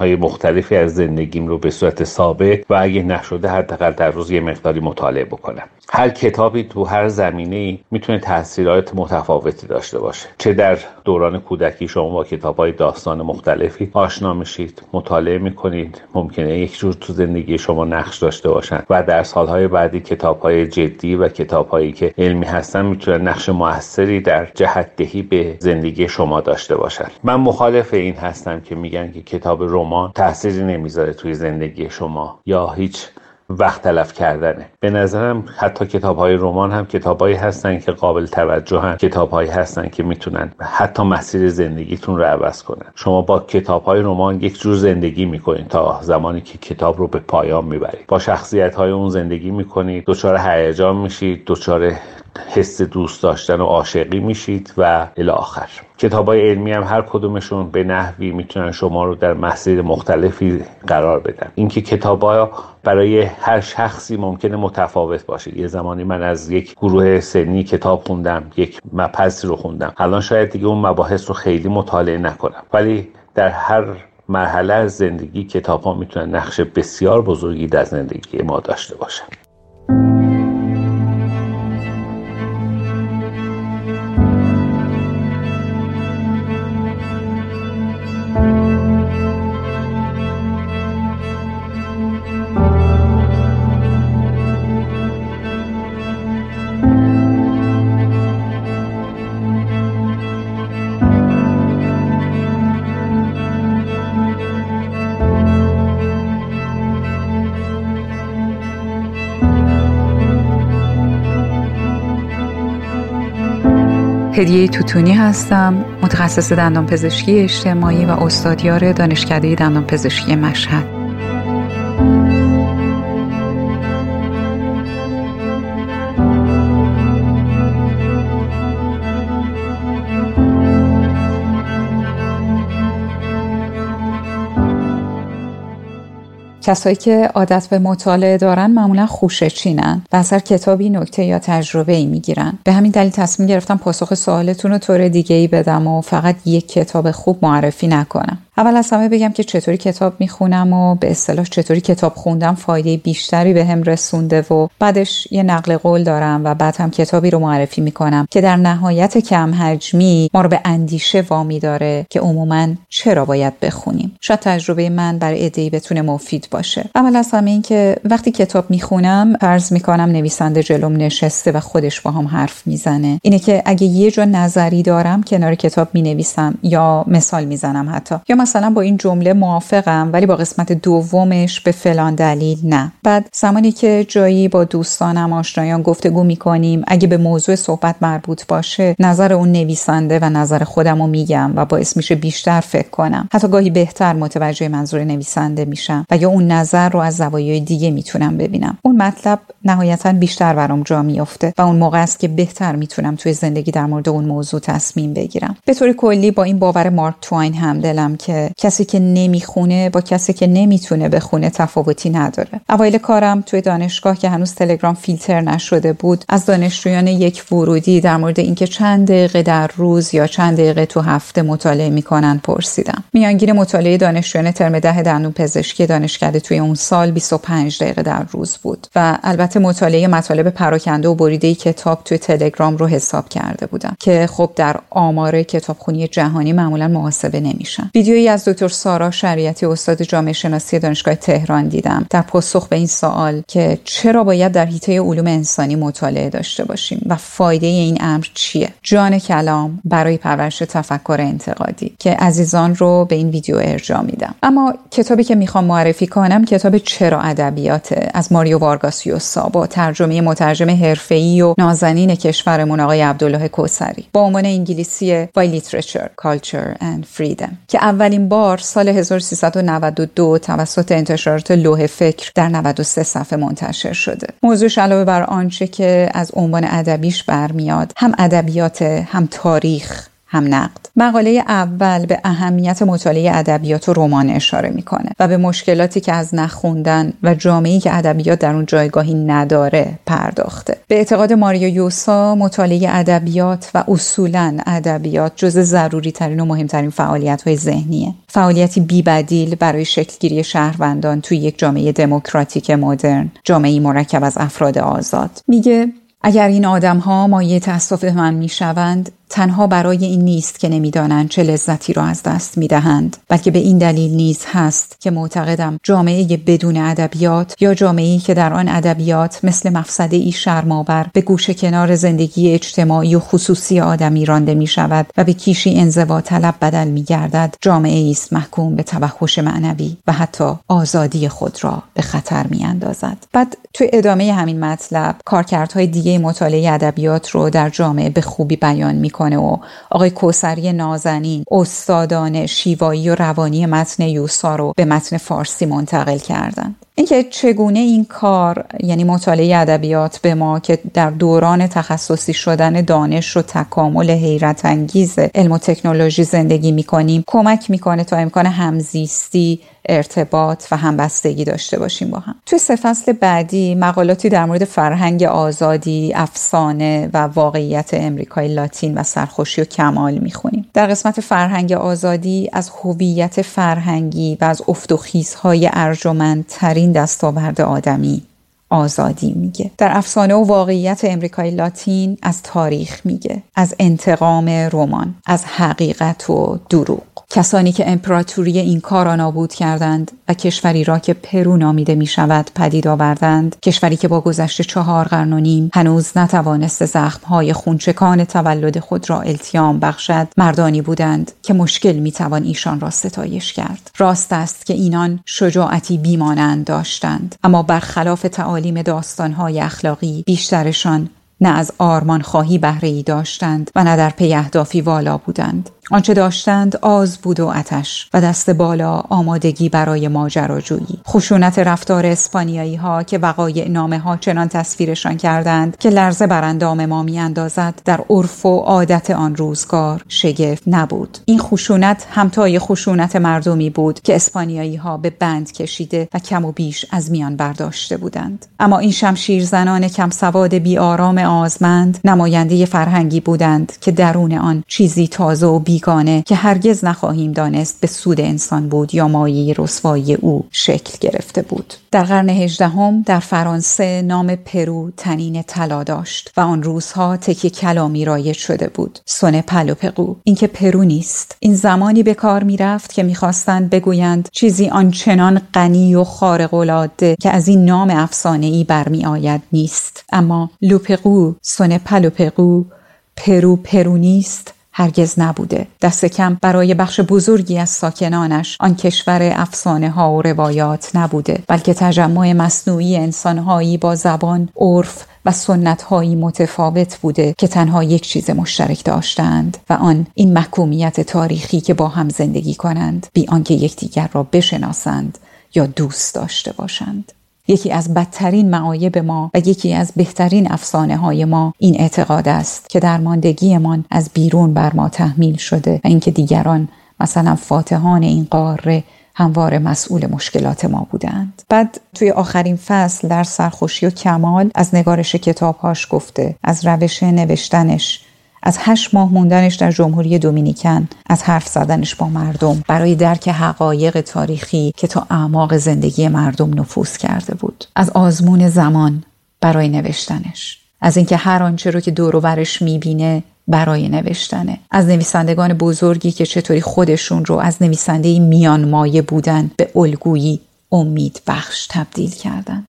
داستان‌های مختلفی از زندگیم رو به صورت ثابت و اگه نشده حداقل در روز یه مقداری مطالعه بکنم. هر کتابی تو هر زمینه‌ای میتونه تاثیرات متفاوتی داشته باشه. چه در دوران کودکی شما با کتاب‌های داستان مختلفی آشنا میشید، مطالعه میکنید، ممکنه یک جور تو زندگی شما نقش داشته باشن و در سالهای بعدی کتاب‌های جدی و کتاب‌هایی که علمی هستن میتونن نقش موثری در جهت‌دهی به زندگی شما داشته باشن. من مخالف این هستم که میگن که کتاب رمان تأثیری نمیذاره توی زندگی شما یا هیچ وقت تلف کردنه. به نظرم حتی کتاب‌های رمان هم کتاب‌هایی هستن که قابل توجهن، کتاب‌هایی هستن که میتونن حتی مسیر زندگیتون رو عوض کنن. شما با کتاب‌های رمان یک جور زندگی میکنید تا زمانی که کتاب رو به پایان میبرید. با شخصیت‌های اون زندگی میکنید، دچار هیجان میشید، دچار حس دوست داشتن و عاشقی میشید و الی آخر. کتاب‌های علمی هم هر کدومشون به نحوی میتونن شما رو در مسیر مختلفی قرار بدن. اینکه کتاب‌ها برای هر شخصی ممکنه متفاوت باشه. یه زمانی من از یک گروه سنی کتاب خوندم، یک مبحثی رو خوندم. الان شاید دیگه اون مباحث رو خیلی مطالعه نکنم. ولی در هر مرحله از زندگی کتاب‌ها میتونن نقش بسیار بزرگی در زندگی ما داشته باشن. هدیه توتونی هستم، متخصص دندانپزشکی اجتماعی و استادیار دانشکده دندانپزشکی مشهد. کسایی که عادت به مطالعه دارن معمولا خوشه چینن و از هر کتابی نکته یا تجربه‌ای میگیرن. به همین دلیل تصمیم گرفتم پاسخ سوالتون رو طور دیگه‌ای بدم و فقط یک کتاب خوب معرفی نکنم. اول از همه بگم که چطوری کتاب میخونم و به اصطلاح چطوری کتاب خوندم فایده بیشتری به هم رسونده و بعدش یه نقل قول دارم و بعد هم کتابی رو معرفی میکنم که در نهایت کم حجمی ما رو به اندیشه وامی داره که عموماً چرا باید بخونیم. شاید تجربه من برای عده‌ای بتونه مفید باشه. اول از همه این که وقتی کتاب میخونم فرض میکنم نویسنده جلوم نشسته و خودش با هم حرف میزنه. اینه که اگه یه جا نظری دارم کنار کتاب مینویسم یا مثال میزنم حتی، یا مثلا با این جمله موافقم ولی با قسمت دومش به فلان دلیل نه. بعد زمانی که جایی با دوستانم آشنایان گفتگو میکنیم اگه به موضوع صحبت مربوط باشه نظر اون نویسنده و نظر خودم رو میگم و باعث میشه بیشتر فکر کنم. حتی گاهی بهتر متوجه منظور نویسنده میشم و یا اون نظر رو از زوایای دیگه میتونم ببینم. اون مطلب نهایتاً بیشتر برام جا میفته و اون موقع است که بهتر میتونم توی زندگی در مورد اون موضوع تصمیم بگیرم. به طور کلی با این باور مارک توین همدلم که کسی که نمیخونه با کسی که نمیتونه بخونه تفاوتی نداره. اوایل کارم توی دانشگاه که هنوز تلگرام فیلتر نشده بود از دانشجویان یک ورودی در مورد اینکه چند دقیقه در روز یا چند دقیقه تو هفته مطالعه میکنن پرسیدم. میانگین مطالعه دانشجویان ترم 10 دندانپزشکی دانشکده توی اون سال 25 دقیقه در روز بود و البته مطالعه مطالب پراکنده و بریده کتاب توی تلگرام رو حساب کرده بودم که خب در آمار کتابخوانی جهانی معمولا محاسبه نمیشن. ویدیویی از دکتر سارا شریعتی استاد جامعه شناسی دانشگاه تهران دیدم در پاسخ به این سوال که چرا باید در حیطه علوم انسانی مطالعه داشته باشیم و فایده این امر چیه. جان کلام برای پرورش تفکر انتقادی که عزیزان رو به این ویدیو ارجاع میدم. اما کتابی که میخوام معرفی کنم کتاب چرا ادبیات از ماریو وارگاس یوسا با ترجمه مترجم حرفه‌ای و نازنین کشورمون آقای عبدالله کوثری با عنوان انگلیسی Why Literature, Culture and Freedom که اولین بار سال 1392 توسط انتشارات لوح فکر در 93 صفحه منتشر شده. موضوعش علاوه بر آنچه که از عنوان ادبیش برمیاد هم ادبیات، هم تاریخ، هم نقد. مقاله اول به اهمیت مطالعه ادبیات و رمان اشاره میکنه و به مشکلاتی که از نخوندن و جامعه‌ای که ادبیات در اون جایگاهی نداره پرداخته. به اعتقاد ماریا یوسا مطالعه ادبیات و اصولاً ادبیات جزء ضروری ترین و مهمترین فعالیت‌های ذهنیه. فعالیتی بی‌بدیل برای شکلگیری شهروندان توی یک جامعه دموکراتیک مدرن، جامعه‌ای مرکب از افراد آزاد. میگه اگر این آدم‌ها مایه تأسف من میشوند، تنها برای این نیست که نمیدانند چه لذتی را از دست میدهند، بلکه به این دلیل نیز هست که معتقدم جامعه بدون ادبیات یا جامعه‌ای که در آن ادبیات مثل مفسده‌ای شرم‌آور به گوشه کنار زندگی اجتماعی و خصوصی آدمی رانده می‌شود و به کیشی انزوا طلب بدل می‌گردد، جامعه‌ای است محکوم به توحش معنوی و حتی آزادی خود را به خطر می‌اندازد. بعد توی ادامه همین مطلب کارکردهای دیگه مطالعه ادبیات رو در جامعه به خوبی بیان می‌کنه و آقای کوثری نازنین استادانه شیوایی و روانی متن یوسا رو به متن فارسی منتقل کردن. اینکه چگونه این کار، یعنی مطالعه ادبیات، به ما که در دوران تخصصی شدن دانش و تکامل حیرت انگیز علم و تکنولوژی زندگی می‌کنیم کمک می‌کنه تا امکان همزیستی، ارتباط و همبستگی داشته باشیم با هم. توی 3 فصل بعدی مقالاتی در مورد فرهنگ آزادی، افسانه و واقعیت امریکای لاتین و سرخوشی و کمال می‌خونیم. در قسمت فرهنگ آزادی از هویت فرهنگی و از افت و خیزهای ارجمندترین دستاورد آدمی آزادی میگه. در افسانه و واقعیت امریکای لاتین از تاریخ میگه، از انتقام رمان، از حقیقت و دروغ. کسانی که امپراتوری اینکا را نابود کردند و کشوری را که پرو نامیده می شود پدید آوردند، کشوری که با گذشت 4 قرن و نیم هنوز نتوانست زخمهای خونچکان تولد خود را التیام بخشد، مردانی بودند که مشکل می توان ایشان را ستایش کرد. راست است که اینان شجاعتی بیمانند داشتند، اما برخلاف تعالیم داستانهای اخلاقی بیشترشان نه از آرمان خواهی بهره‌ای داشتند و نه در پی اهدافی والا بودند. آنچه داشتند آز بود و آتش و دست بالا آمادگی برای ماجراجویی. خشونت رفتار اسپانیایی ها که وقایع نامه ها چنان تصویرشان کردند که لرزه بر اندام ما می اندازد، در عرف و عادت آن روزگار شگفت نبود. این خشونت همتای خشونت مردمی بود که اسپانیایی ها به بند کشیده و کم و بیش از میان برداشته بودند. اما این شمشیرزنان کم سواد بی آرام آزمند نماینده فرهنگی بودند که درون آن چیزی تازه و بیگانه که هرگز نخواهیم دانست به سود انسان بود یا مایه رسوایی او شکل گرفته بود. در قرن 18 در فرانسه نام پرو تنین طلا داشت و آن روزها تکیه کلامی رایج شده بود. سونه پلوپقو، این که پرو نیست. این زمانی به کار می رفت که می خواستند بگویند چیزی آنچنان غنی و خارق العاده که از این نام افسانه‌ای برمی آید نیست. اما لوپقو، سونه پلوپقو، پرو نیست هرگز نبوده. دست کم برای بخش بزرگی از ساکنانش آن کشور افسانه ها و روایات نبوده، بلکه تجمع مصنوعی انسانهایی با زبان، عرف و سنت‌هایی متفاوت بوده که تنها یک چیز مشترک داشتند و آن این محکومیت تاریخی که با هم زندگی کنند بی آنکه یکدیگر را بشناسند یا دوست داشته باشند. یکی از بدترین معایب ما و یکی از بهترین افسانه های ما این اعتقاد است که درماندگیمان از بیرون بر ما تحمیل شده و اینکه دیگران، مثلا فاتحان این قاره، همواره مسئول مشکلات ما بودند. بعد توی آخرین فصل در سرخوشی و کمال از نگارش کتابهاش گفته، از روش نوشتنش، از 8 ماه موندنش در جمهوری دومینیکن، از حرف زدنش با مردم برای درک حقایق تاریخی که تا اعماق زندگی مردم نفوذ کرده بود، از آزمون زمان برای نوشتنش، از اینکه هر آنچه رو که دور و برش میبینه برای نوشتنه، از نویسندگان بزرگی که چطوری خودشون رو از نویسنده میان مایه بودن به الگویی امید بخش تبدیل کردن.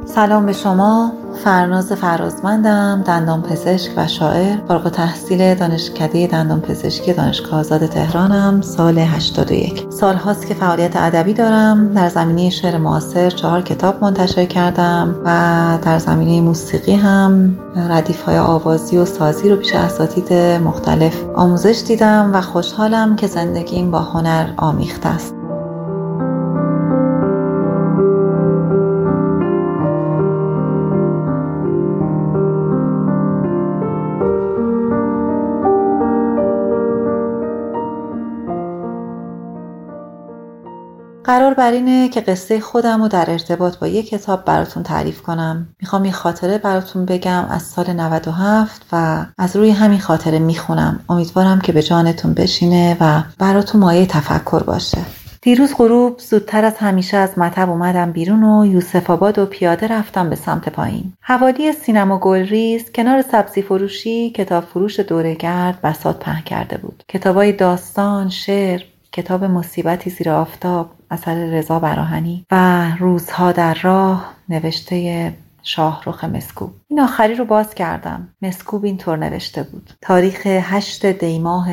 سلام به شما. فرناز فرازمندم، دندان پزشک و شاعر، فارغ التحصیل دانشکده دندان پزشکی دانشگاه آزاد تهرانم. سال 81 سال هاست که فعالیت ادبی دارم. در زمینه شعر معاصر 4 کتاب منتشر کردم و در زمینه موسیقی هم ردیف‌های آوازی و سازی رو پیش اساتید مختلف آموزش دیدم و خوشحالم که زندگیم با هنر آمیخته است. قرار بر اینه که قصه خودم رو در ارتباط با یک کتاب براتون تعریف کنم. میخوام یه خاطره براتون بگم از سال 97 و از روی همین خاطره میخونم. امیدوارم که به جانتون بشینه و براتون مایه تفکر باشه. دیروز غروب زودتر از همیشه از مطب اومدم بیرون و یوسف آباد و پیاده رفتم به سمت پایین. حوالی سینما گلریز کنار سبزی فروشی کتاب فروش دوره‌گرد بساط پهن کرده بود. کتابای داستان، شعر، کتاب مصیبتی زیر آفتاب اثر رضا براهنی و روزها در راه نوشته شاهرخ مسکوب. این آخری رو باز کردم. مسکوب اینطور نوشته بود: تاریخ 8 دی ماه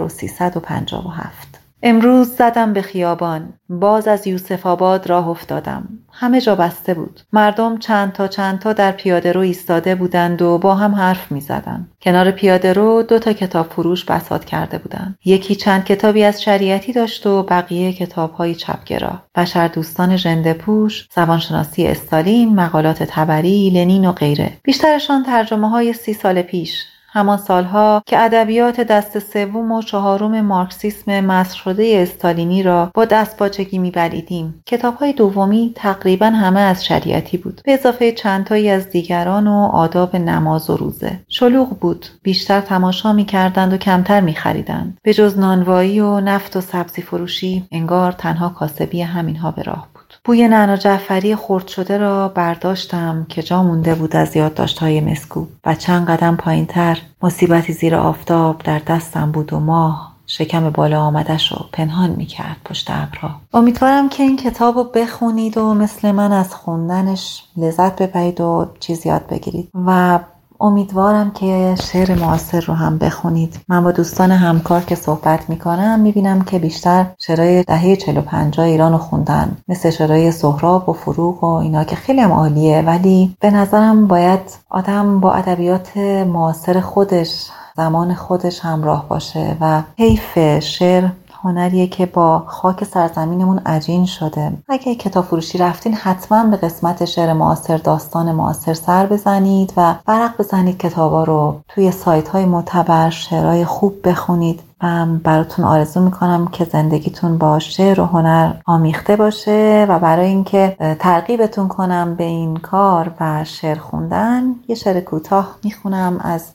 1357. امروز زدم به خیابان، باز از یوسف آباد راه افتادم. همه جا بسته بود. مردم چند تا در پیاده رو ایستاده بودند و با هم حرف می زدن. کنار پیاده رو 2 کتاب فروش بساط کرده بودند. یکی چند کتابی از شریعتی داشت و بقیه کتاب‌های چپگرا، بشردوستان ژنده‌پوش، زبانشناسی استالین، مقالات طبری، لنین و غیره. بیشترشان ترجمه‌های 30 سال پیش، همان سالها که ادبیات دست سوم و 4 مارکسیسم مسخ شده استالینی را با دستپاچگی می‌بلعیدیم. کتاب‌های دومی تقریباً همه از شریعتی بود، به اضافه چند تایی از دیگران و آداب نماز و روزه. شلوغ بود، بیشتر تماشا می‌کردند و کمتر می‌خریدند. به جز نانوایی و نفت و سبزی فروشی انگار تنها کاسبی همینها به راه بود. بوی نعنا جعفری خرد شده را برداشتم که جا مونده بود از یادداشت‌های مسکوب و چند قدم پایین‌تر مصیبتی زیر آفتاب در دستم بود و ماه شکم بالا آمدش رو پنهان می‌کرد پشت ابرها. امیدوارم که این کتاب رو بخونید و مثل من از خوندنش لذت ببرید و چیز یاد بگیرید و امیدوارم که شعر معاصر رو هم بخونید. من با دوستان همکار که صحبت میکنم میبینم که بیشتر شعرهای دهه 45 ایران رو خوندن، مثل شعرهای سهراب و فروغ و اینا که خیلی هم عالیه، ولی به نظرم باید آدم با ادبیات معاصر خودش، زمان خودش همراه باشه و حیف شعر هنریه که با خاک سرزمینمون عجین شده. اگه کتاب فروشی رفتین حتما به قسمت شعر معاصر، داستان معاصر سر بزنید و ورق بزنید کتابا رو. توی سایت‌های معتبر شعرهای خوب بخونید. من براتون آرزو میکنم که زندگیتون با شعر و هنر آمیخته باشه و برای اینکه ترغیبتون کنم به این کار و شعر خوندن یه شعر کوتاه میخونم از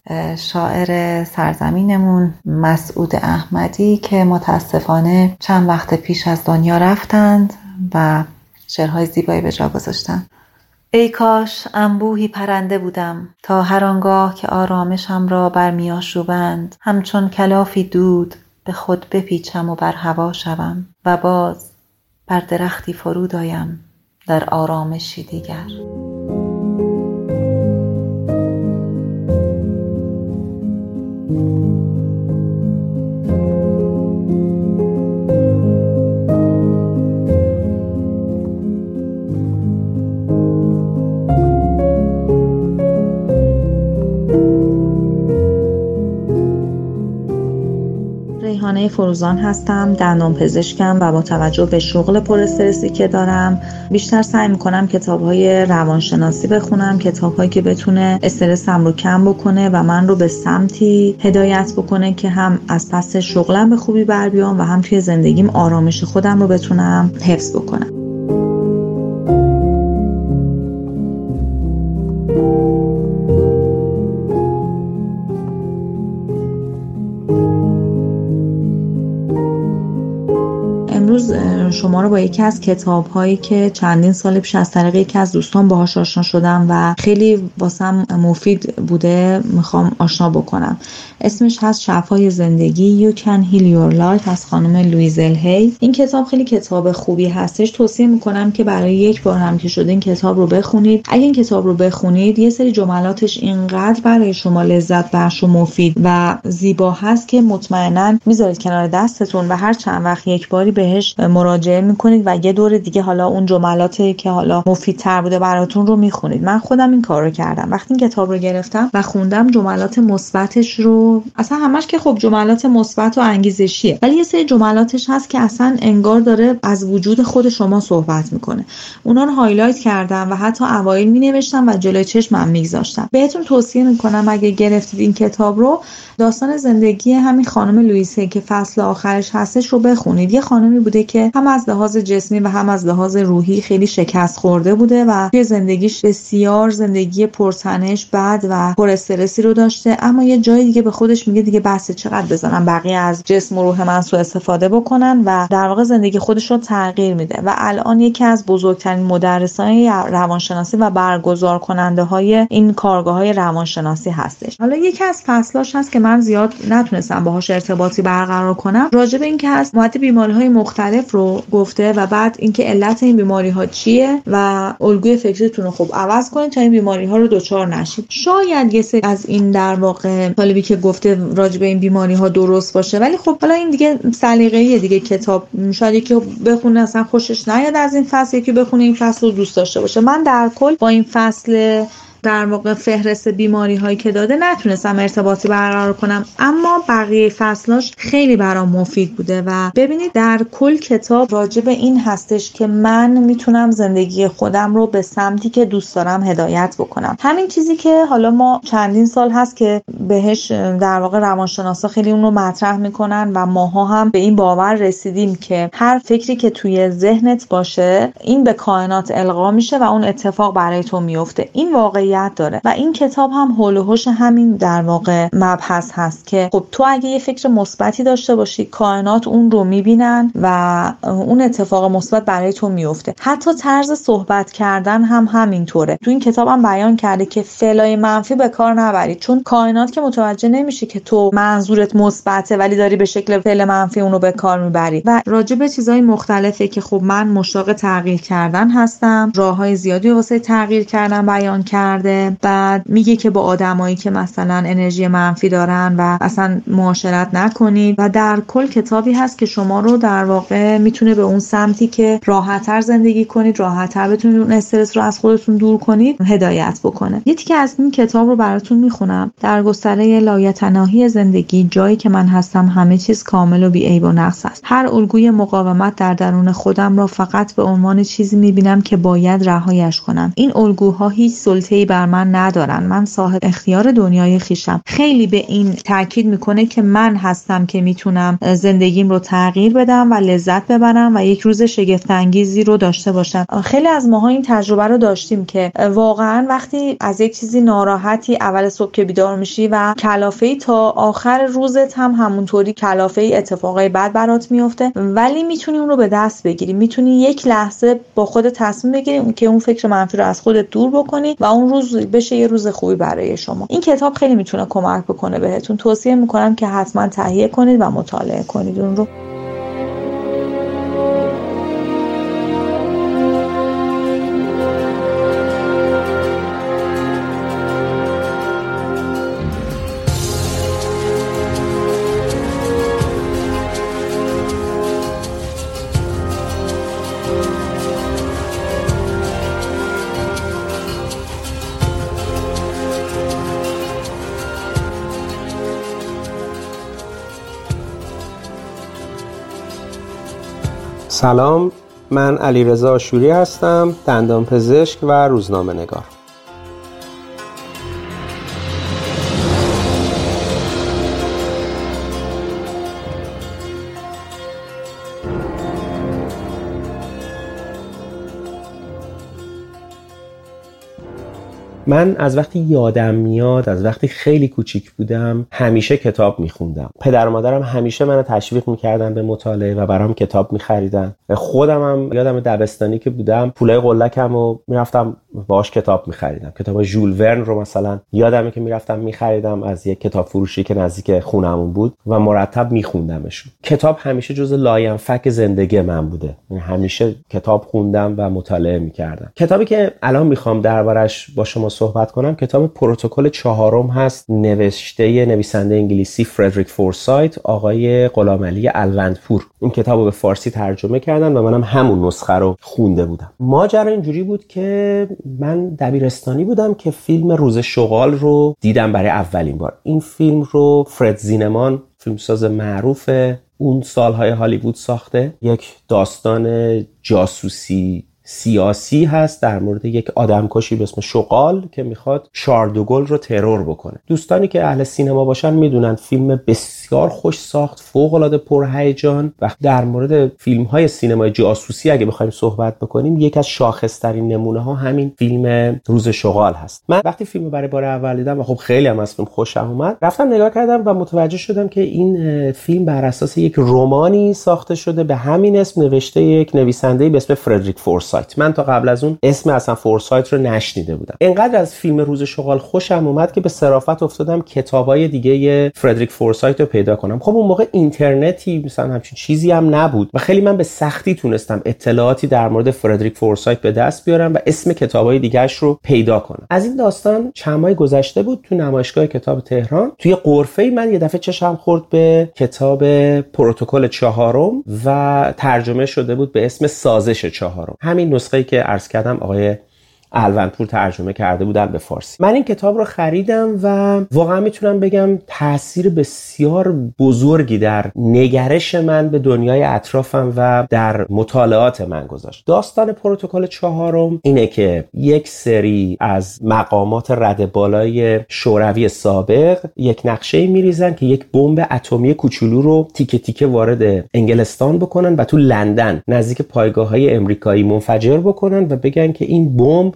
شاعر سرزمینمون مسعود احمدی که متاسفانه چند وقت پیش از دنیا رفتند و شعرهای زیبایی به جا گذاشتن. ای کاش انبوهی پرنده بودم تا هر آنگاه که آرامشم را برمی‌آشوبند همچون کلافی دود به خود بپیچم و بر هوا شوم و باز بر درختی فرود آیم در آرامشی دیگر. ریحانه فروزان هستم، دندان پزشکم و با توجه به شغل پر استرسی که دارم بیشتر سعی میکنم کتاب‌های روانشناسی بخونم، کتاب‌هایی که بتونه استرسم رو کم بکنه و من رو به سمتی هدایت بکنه که هم از پس شغلم به خوبی بر بیام و هم توی زندگیم آرامش خودم رو بتونم حفظ بکنم. شما رو با یکی از کتاب‌هایی که چندین سال پیش از طریق یکی از دوستان باهاش آشنا شدم و خیلی واسم مفید بوده میخوام آشنا بکنم. اسمش هست شفای زندگی You Can Heal Your Life از خانم لویز ال هی. این کتاب خیلی کتاب خوبی هستش. توصیه میکنم که برای یک بار هم که شده این کتاب رو بخونید. اگه این کتاب رو بخونید یه سری جملاتش اینقدر برای شما لذت بخش و مفید و زیبا هست که مطمئنا میذارید کنار دستتون و هر چند وقت یک باری بهش مراجعه میکنید و یه دور دیگه حالا اون جملاتی که حالا مفیدتر بوده براتون رو میخونید. من خودم این کارو کردم. وقتی این کتاب رو گرفتم و خوندم جملات مثبتش رو، اصلا همش که خب جملات مثبت و انگیزشیه، ولی یه سری جملاتش هست که اصلا انگار داره از وجود خود شما صحبت میکنه. اونا رو هایلایت کردم و حتی اوایل مینوشتم و جلوی چشمم میگذاشتم. بهتون توصیه میکنم اگه گرفتید این کتاب رو، داستان زندگی همین خانم لوئیسه که فصل آخرش هستش رو بخونید. یه خانمی بوده که هم از لحاظ جسمی و هم از لحاظ روحی خیلی شکست خورده بوده و توی زندگیش بسیار زندگی پرتنش بد و پر استرسی رو داشته، اما یه جای دیگه به خودش میگه دیگه بس چقدر بزنم بقیه از جسم و روح من سوء استفاده بکنن و در واقع زندگی خودش رو تغییر میده و الان یکی از بزرگترین مدرسان روانشناسی و برگزار کننده های این کارگاه‌های روانشناسی هستش. حالا یکی از فصلاش هست که من زیاد نتونستم باهاش ارتباطی برقرار کنم، راجع به این که هست مدت بیماری‌های مختلف رو گفته و بعد اینکه علت این بیماری‌ها چیه و الگوی فکریتون رو خوب عوض کنید تا این بیماری‌ها رو دچار نشید. شاید یه سری از این در واقع طالبی که گفته راجع به این بیماری‌ها درست باشه، ولی خب حالا این دیگه سلیقه‌ایه دیگه. کتاب شاید یکی بخونه اصلا خوشش نیاد از این فصل، یکی بخونه این فصل رو دوست داشته باشه. من در کل با این فصل در واقع فهرست بیماری هایی که داده نتونستم ارتباطی برقرار کنم، اما بقیه فصلاش خیلی برام مفید بوده و ببینید در کل کتاب راجع به این هستش که من میتونم زندگی خودم رو به سمتی که دوست دارم هدایت بکنم. همین چیزی که حالا ما چندین سال هست که بهش در واقع روانشناسا خیلی اون رو مطرح میکنن و ماها هم به این باور رسیدیم که هر فکری که توی ذهنت باشه این به کائنات القا میشه و اون اتفاق برای تو میفته. این واقعیت داره و این کتاب هم حول و حوش همین در واقع مبحث هست که خب تو اگه یه فکر مثبتی داشته باشی کائنات اون رو میبینن و اون اتفاق مثبت برای تو میفته. حتی طرز صحبت کردن هم همینطوره. تو این کتاب هم بیان کرده که فعلای منفی به کار نبرید، چون کائنات که متوجه نمیشه که تو منظورت مثبته ولی داری به شکل فعل منفی اون رو به کار میبری. و راجع به چیزای مختلفه که خب من مشتاق تغییر کردن هستم، راههای زیادی واسه تغییر کردن بیان کرده. بعد میگه که با آدمایی که مثلا انرژی منفی دارن و اصلا معاشرت نکنید و در کل کتابی هست که شما رو در واقع میتونه به اون سمتی که راحت‌تر زندگی کنید، راحت‌تر بتونید اون استرس رو از خودتون دور کنید هدایت بکنه. یه تیکه از این کتاب رو براتون میخونم. در گستره لایتناهی زندگی، جایی که من هستم همه چیز کامل و بی عیب و نقص است. هر الگوی مقاومت در درون خودم را فقط به عنوان چیزی میبینم که باید رهایش کنم. این الگوها هیچ سلطه‌ای بر من ندارن. من صاحب اختیار دنیای خیشم. خیلی به این تاکید میکنه که من هستم که میتونم زندگیم رو تغییر بدم و لذت ببرم و یک روز شگفت انگیزی رو داشته باشم. خیلی از ماها این تجربه رو داشتیم که واقعا وقتی از یک چیزی ناراحتی اول صبح که بیدار میشی و کلافه‌ای تا آخر روزت هم همونطوری کلافه‌ای اتفاقای بد برات میفته، ولی میتونی اون رو به دست بگیری. میتونی یک لحظه با خودت تصمیم بگیری که اون فکر منفی رو از خودت دور بکنی و اون روز بشه یه روز خوبی برای شما. این کتاب خیلی میتونه کمک بکنه بهتون. توصیه میکنم که حتما تهیه کنید و مطالعه کنید اون رو. سلام، من علیرضا آشوری هستم، دندانپزشک و روزنامه‌نگار. من از وقتی یادم میاد، از وقتی خیلی کوچیک بودم، همیشه کتاب میخوندم. پدر و مادرم همیشه منو تشویق میکردن به مطالعه و برام کتاب میخریدن. خودم هم یادم دبستانی که بودم پولای قلکمو میرفتم باهاش کتاب میخریدم. کتاب ژول ورن رو مثلا یادمه که میرفتم میخریدم از یک کتاب فروشی که نزدیک خونمون بود و مرتب میخوندمشون. کتاب همیشه جز لاینفک زندگی من بوده. همیشه کتاب خوندم و مطالعه میکردم. کتابی که الان میخوام دربارش با شما صحبت کنم کتاب پروتکل 4 هست، نوشته نویسنده انگلیسی فردریک فورسایت، آقای غلامعلی الوندپور. این کتابو به فارسی ترجمه کردن و منم همون نسخه رو خونده بودم. ماجرا اینجوری بود که من دبیرستانی بودم که فیلم روز شغال رو دیدم برای اولین بار. این فیلم رو فرد زینمان، فیلمساز معروف اون سالهای هالیوود ساخته. یک داستان جاسوسی سیاسی هست در مورد یک آدمکشی به اسم شغال که میخواد شارل دوگل رو ترور بکنه. دوستانی که اهل سینما باشن میدونن فیلم بسیار خوش ساخت، فوق‌العاده پرهیجان. و در مورد فیلم‌های سینمای جاسوسی اگه بخوایم صحبت بکنیم، یک از شاخص‌ترین نمونه‌ها همین فیلم روز شغال هست. من وقتی فیلمو برای بار اول دیدم و خب خیلی هم از فیلم خوشم اومد، رفتم نگاه کردم و متوجه شدم که این فیلم بر اساس یک رمانی ساخته شده به همین اسم، نوشته یک نویسنده‌ای به اسم فردریک فورسایت. من تا قبل از اون اسم اصلا فورسایت رو نشنیده بودم. اینقدر از فیلم روز شغال خوشم اومد که به صرافت افتادم کتابای دیگه فردریک فورسایت رو پیدا کنم. خب اون موقع اینترنتی مثلا همچین چیزی هم نبود و خیلی من به سختی تونستم اطلاعاتی در مورد فردریک فورسایت به دست بیارم و اسم کتابای دیگه‌اش رو پیدا کنم. از این داستان چند ماه گذشته بود تو نمایشگاه کتاب تهران، توی غرفه من یه دفعه چشم خورد به کتاب پروتکل 4 و ترجمه شده بود به اسم سازش 4. همین نسخه‌ای که عرض کردم آقای الوندپور ترجمه کرده بودن به فارسی. من این کتاب رو خریدم و واقعا میتونم بگم تأثیر بسیار بزرگی در نگرش من به دنیای اطرافم و در مطالعات من گذاشت. داستان پروتکل 4 اینه که یک سری از مقامات رده بالای شوروی سابق یک نقشه میریزن که یک بمب اتمی کوچولو رو تیکه تیکه وارد انگلستان بکنن و تو لندن نزدیک پایگاه‌های آمریکایی منفجر بکنن و بگن که این بمب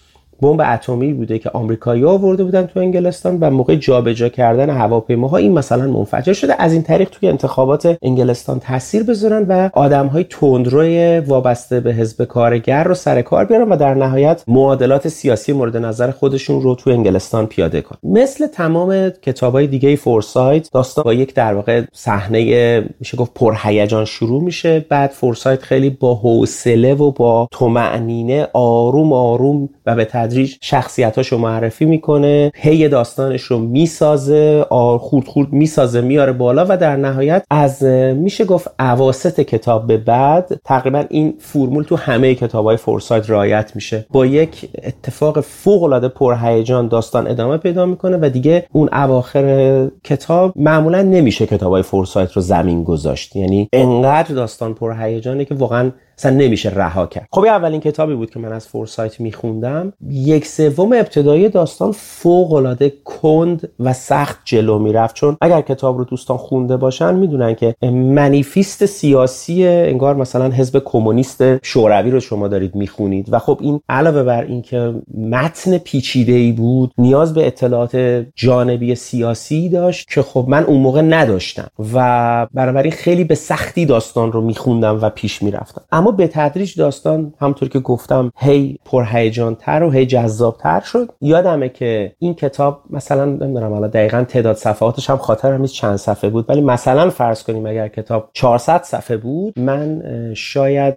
اتمی بوده که آمریکایی‌ها آورده بودن تو انگلستان و موقع جابجا کردن هواپیماها این مثلا منفجر شده. از این طریق توی انتخابات انگلستان تاثیر بذارن و آدم‌های تندروی وابسته به حزب کارگر رو سر کار بیارن و در نهایت معادلات سیاسی مورد نظر خودشون رو تو انگلستان پیاده کنن. مثل تمام کتاب‌های دیگه فورسایت، داستان با یک در واقع صحنه میشه گفت پرهیجان شروع میشه. بعد فورسایت خیلی با حوصله و با طمأنینه آروم آروم و به تدریج شخصیتاشو معرفی میکنه، هی داستانش رو میسازه، خورد خورد میسازه، میاره بالا و در نهایت از میشه گفت اواسط کتاب به بعد تقریبا این فرمول تو همه کتابای فورسایت رعایت میشه. با یک اتفاق فوق العاده پرهیجان داستان ادامه پیدا میکنه و دیگه اون اواخر کتاب معمولا نمیشه کتابای فورسایت رو زمین گذاشت. یعنی انقدر داستان پرهیجانه که واقعا اصلا نمیشه رها کرد. خب اولین کتابی بود که من از فورسایت میخوندم. 1/3 ابتدایی داستان فوق العاده کند و سخت جلو میرفت، چون اگر کتاب رو دوستان خونده باشن میدونن که منیفست سیاسی انگار مثلا حزب کمونیست شوروی رو شما دارید میخونید و خب این علاوه بر این که متن پیچیده‌ای بود نیاز به اطلاعات جانبی سیاسی داشت که خب من اون موقع نداشتم و بنابراین خیلی به سختی داستان رو میخوندم و پیش میرفتم. اما به تدریج داستان همونطور که گفتم هی پرهیجان‌تر و هی جذاب‌تر شد. یادمه که این کتاب مثلا نمیدونم حالا دقیقاً تعداد صفحاتش هم خاطرم نیست چند صفحه بود، ولی مثلا فرض کنیم اگر کتاب 400 صفحه بود، من شاید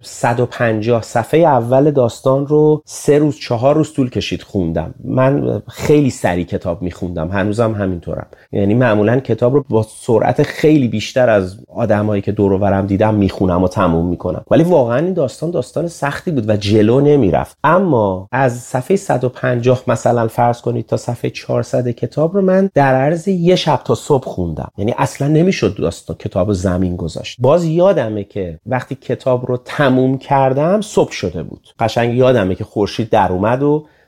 150 صفحه اول داستان رو 3-4 روز طول کشید خوندم. من خیلی سریع کتاب میخوندم، هنوزم همینطورم. یعنی معمولا کتاب رو با سرعت خیلی بیشتر از آدمایی که دور و برم دیدم میخونم و تموم میکنم. ولی واقعا این داستان سختی بود و جلو نمیرفت. اما از صفحه 150 مثلا فرض کنید تا صفحه 400 کتاب رو من در عرض یه شب تا صبح خوندم. یعنی اصلا نمیشد داستان کتاب زمین گذاشت. باز یادمه که وقتی کتاب رو تموم کردم صبح شده بود. قشنگ یادمه که خورشید در اومد و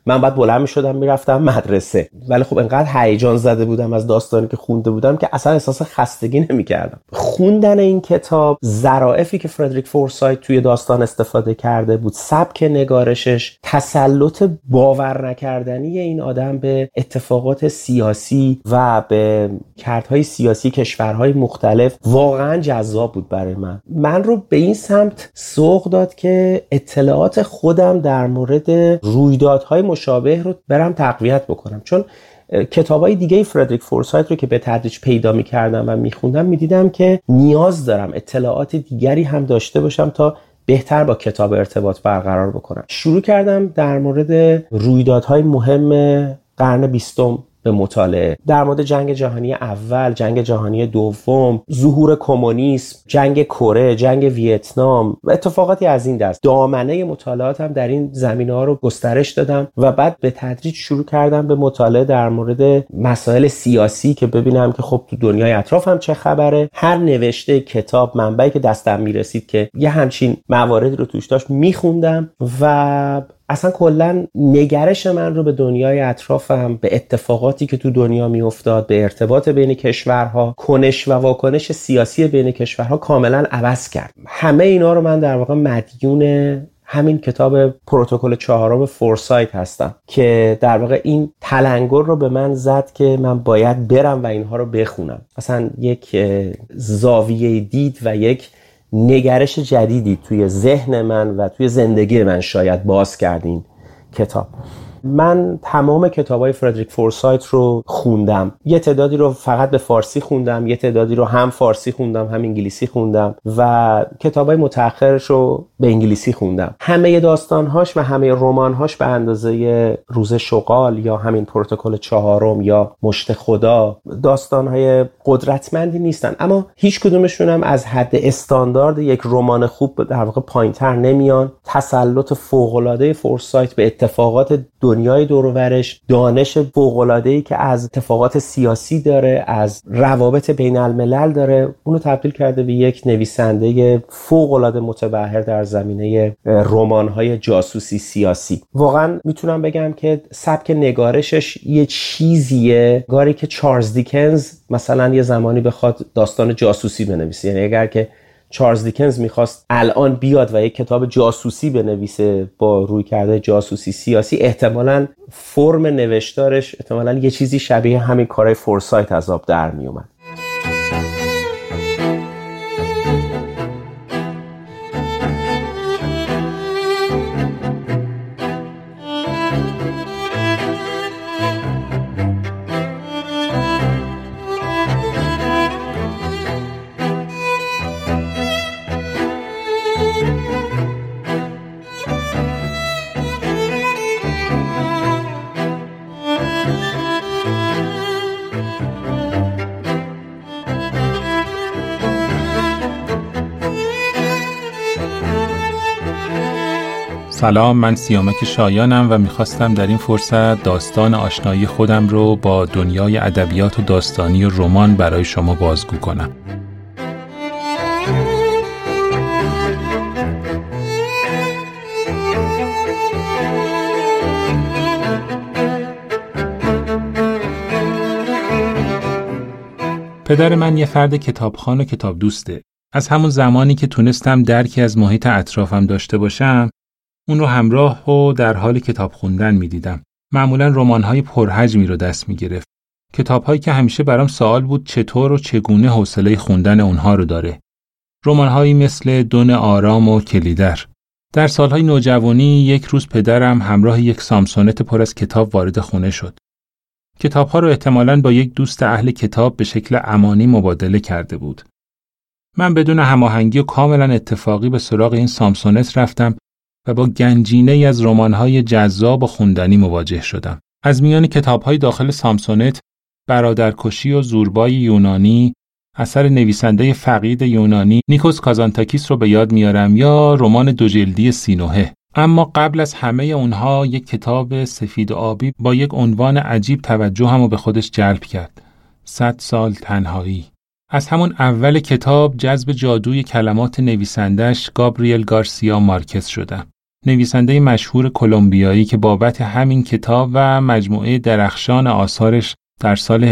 من بعد بلند می‌شدم میرفتم مدرسه، ولی خب انقدر هیجان زده بودم از داستانی که خونده بودم که اصلا احساس خستگی نمی‌کردم. خوندن این کتاب، ظرافتی که فردریک فورسایت توی داستان استفاده کرده بود، سبک نگارشش، تسلط باور نکردنی این آدم به اتفاقات سیاسی و به کارهای سیاسی کشورهای مختلف واقعا جذاب بود برای من رو به این سمت سوق داد که اطلاعات خودم در مورد رویدادهای مشابه رو برم تقویت بکنم، چون کتابای دیگه فردریک فورسایت رو که به تدریج پیدا می‌کردم و می‌خوندم می‌دیدم که نیاز دارم اطلاعات دیگری هم داشته باشم تا بهتر با کتاب ارتباط برقرار بکنم. شروع کردم در مورد رویدادهای مهم قرن 20 به مطالعه، در مورد جنگ جهانی اول، جنگ جهانی دوم، ظهور کمونیسم، جنگ کره، جنگ ویتنام و اتفاقاتی از این دست. دامنه مطالعاتم در این زمینه‌ها رو گسترش دادم و بعد به تدریج شروع کردم به مطالعه در مورد مسائل سیاسی که ببینم که خب تو دنیای اطرافم چه خبره. هر نوشته کتاب، منبعی که دستم میرسید که یه همچین مواردی رو توش داشت میخوندم و اصلا کلا نگرش من رو به دنیای اطرافم، به اتفاقاتی که تو دنیا میافتاد، به ارتباط بین کشورها، کنش و واکنش سیاسی بین کشورها کاملا عوض کرد. همه اینا رو من در واقع مدیون همین کتاب پروتکل 4 فورسایت هستم که در واقع این تلنگر رو به من زد که من باید برم و اینها رو بخونم. اصلا یک زاویه دید و یک نگرش جدیدی توی ذهن من و توی زندگی من شاید باز کردین کتاب. من تمام کتابای فردریک فورسایت رو خوندم. یه تعدادی رو فقط به فارسی خوندم، یه تعدادی رو هم فارسی خوندم هم انگلیسی خوندم و کتابای متأخرش رو به انگلیسی خوندم. همه داستانهاش و همه رمانهاش به اندازه روز شغال یا همین پروتکل 4 یا مشت خدا داستانهای قدرتمندی نیستن، اما هیچ کدومشون هم از حد استاندارد یک رمان خوب در واقع پایین‌تر نمیان. تسلط فوق‌العاده فورسایت به اتفاقات دنیای دور و برش، دانش فوق‌العاده‌ای که از اتفاقات سیاسی داره، از روابط بین الملل داره، اونو تبدیل کرده به یک نویسنده فوق‌العاده متبحر در زمینه رمان‌های جاسوسی سیاسی. واقعا میتونم بگم که سبک نگارشش یه چیزیه گاری که چارلز دیکنز مثلا یه زمانی بخواد داستان جاسوسی بنویسه. یعنی اگر که چارلز دیکنز میخواست الان بیاد و یک کتاب جاسوسی بنویسه با رویکرد جاسوسی سیاسی، احتمالاً فرم نوشتارش احتمالاً یه چیزی شبیه همین کارهای فورسایت از آب در میومد. سلام، من سیامک شایانم و میخواستم در این فرصت داستان آشنایی خودم رو با دنیای ادبیات و داستانی و رمان برای شما بازگو کنم. پدر من یه فرد کتابخوان و کتاب دوسته. از همون زمانی که تونستم درکی از محیط اطرافم داشته باشم، اون رو همراه و در حال کتاب خوندن می‌دیدم. معمولاً رمان‌های پرحجمی رو دست می‌گرفت. کتاب‌هایی که همیشه برام سوال بود چطور و چگونه حوصله خوندن اونها رو داره. رمان‌هایی مثل دون آرام و کلیدر. در سالهای نوجوانی یک روز پدرم همراه یک سامسونت پر از کتاب وارد خونه شد. کتاب‌ها رو احتمالاً با یک دوست اهل کتاب به شکل امانی مبادله کرده بود. من بدون هماهنگی و کاملاً اتفاقی به سراغ این سامسونت رفتم و با گنجینه‌ای از رمان‌های جذاب و خوندنی مواجه شدم. از میان کتاب‌های داخل سامسونت، برادرکشی و زوربای یونانی، اثر نویسنده فقید یونانی نیکوس کازانتاکیس رو به یاد میارم، یا رمان دوجلدی سینوحه. اما قبل از همه اونها یک کتاب سفید و آبی با یک عنوان عجیب توجهمو به خودش جلب کرد. 100 سال تنهایی. از همون اول کتاب جذب جادوی کلمات نویسندش گابریل گارسیا مارکز شدم. نویسنده مشهور کلمبیایی که بابت همین کتاب و مجموعه درخشان آثارش در سال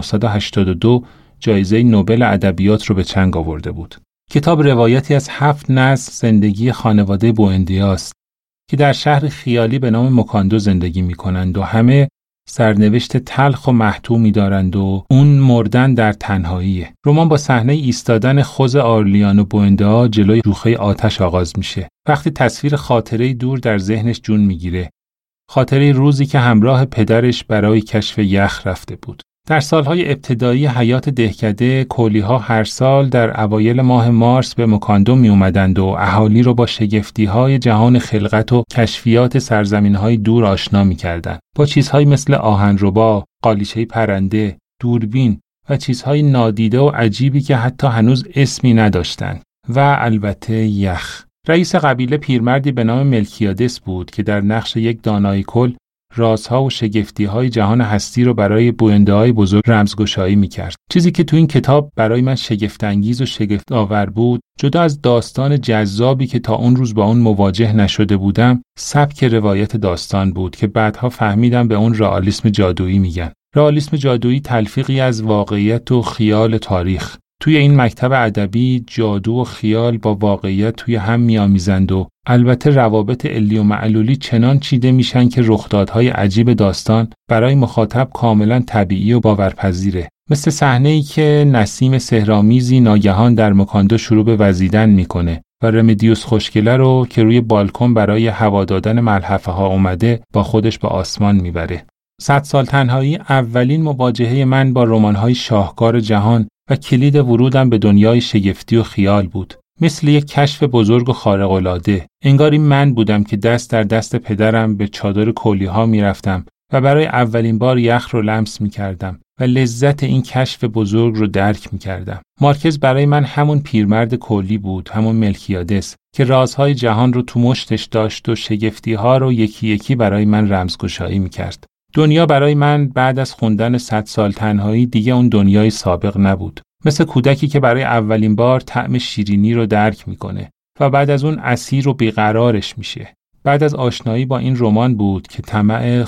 1982 جایزه نوبل ادبیات رو به چنگ آورده بود. کتاب روایتی از 7 نسل زندگی خانواده بوئندیاست که در شهر خیالی به نام موکاندو زندگی می‌کنند و همه سرنوشت تلخ و محتومی دارند و اون مردن در تنهاییه. رمان با صحنه ایستادن خوز آرلیانو بوئندیا جلوی جوخه آتش آغاز میشه. وقتی تصویر خاطره دور در ذهنش جون میگیره. خاطره روزی که همراه پدرش برای کشف یخ رفته بود. در سالهای ابتدایی حیات دهکده، کولی‌ها هر سال در اوایل ماه مارس به موکاندو می اومدند و اهالی رو با شگفتی‌های جهان خلقت و کشفیات سرزمین‌های دور آشنا می‌کردند. با چیزهایی مثل آهنربا، قالیچه پرنده، دوربین و چیزهای نادیده و عجیبی که حتی هنوز اسمی نداشتند و البته یخ. رئیس قبیله پیرمردی به نام ملکیادس بود که در نقش یک دانای کل رازها و شگفتی‌های جهان هستی رو برای بوئنده‌های بزرگ رمزگشایی می‌کرد. چیزی که تو این کتاب برای من شگفت‌انگیز و شگفت‌آور بود، جدا از داستان جذابی که تا اون روز با اون مواجه نشده بودم، سبک روایت داستان بود که بعدها فهمیدم به اون رئالیسم جادویی میگن. رئالیسم جادویی تلفیقی از واقعیت و خیال تاریخ. توی این مکتب ادبی جادو و خیال با واقعیت توی هم میامیزند و البته روابط علی و معلولی چنان چیده میشن که رخدادهای عجیب داستان برای مخاطب کاملا طبیعی و باورپذیره. مثل صحنه‌ای که نسیم سحرآمیزی ناگهان در موکاندو شروع به وزیدن میکنه و رمدیوس خوشگله رو که روی بالکن برای هوا دادن ملحفه ها اومده با خودش به آسمان میبره. 100 سال تنهایی اولین مواجهه من با رمان‌های شاهکار جهان و کلید ورودم به دنیای شگفتی و خیال بود. مثل یک کشف بزرگ و خارق‌العاده. انگار این من بودم که دست در دست پدرم به چادر کولی‌ها می‌رفتم و برای اولین بار یخ رو لمس می‌کردم و لذت این کشف بزرگ رو درک می‌کردم. مارکز برای من همون پیرمرد کولی بود، همون ملکیادس که رازهای جهان رو تو مشتش داشت و شگفتی‌ها رو یکی یکی برای من رمزگشایی می‌کرد. دنیا برای من بعد از خوندن 100 سال تنهایی دیگه اون دنیای سابق نبود. مثل کودکی که برای اولین بار طعم شیرینی رو درک میکنه و بعد از اون اسیر و بیقرارش میشه. بعد از آشنایی با این رمان بود که طمع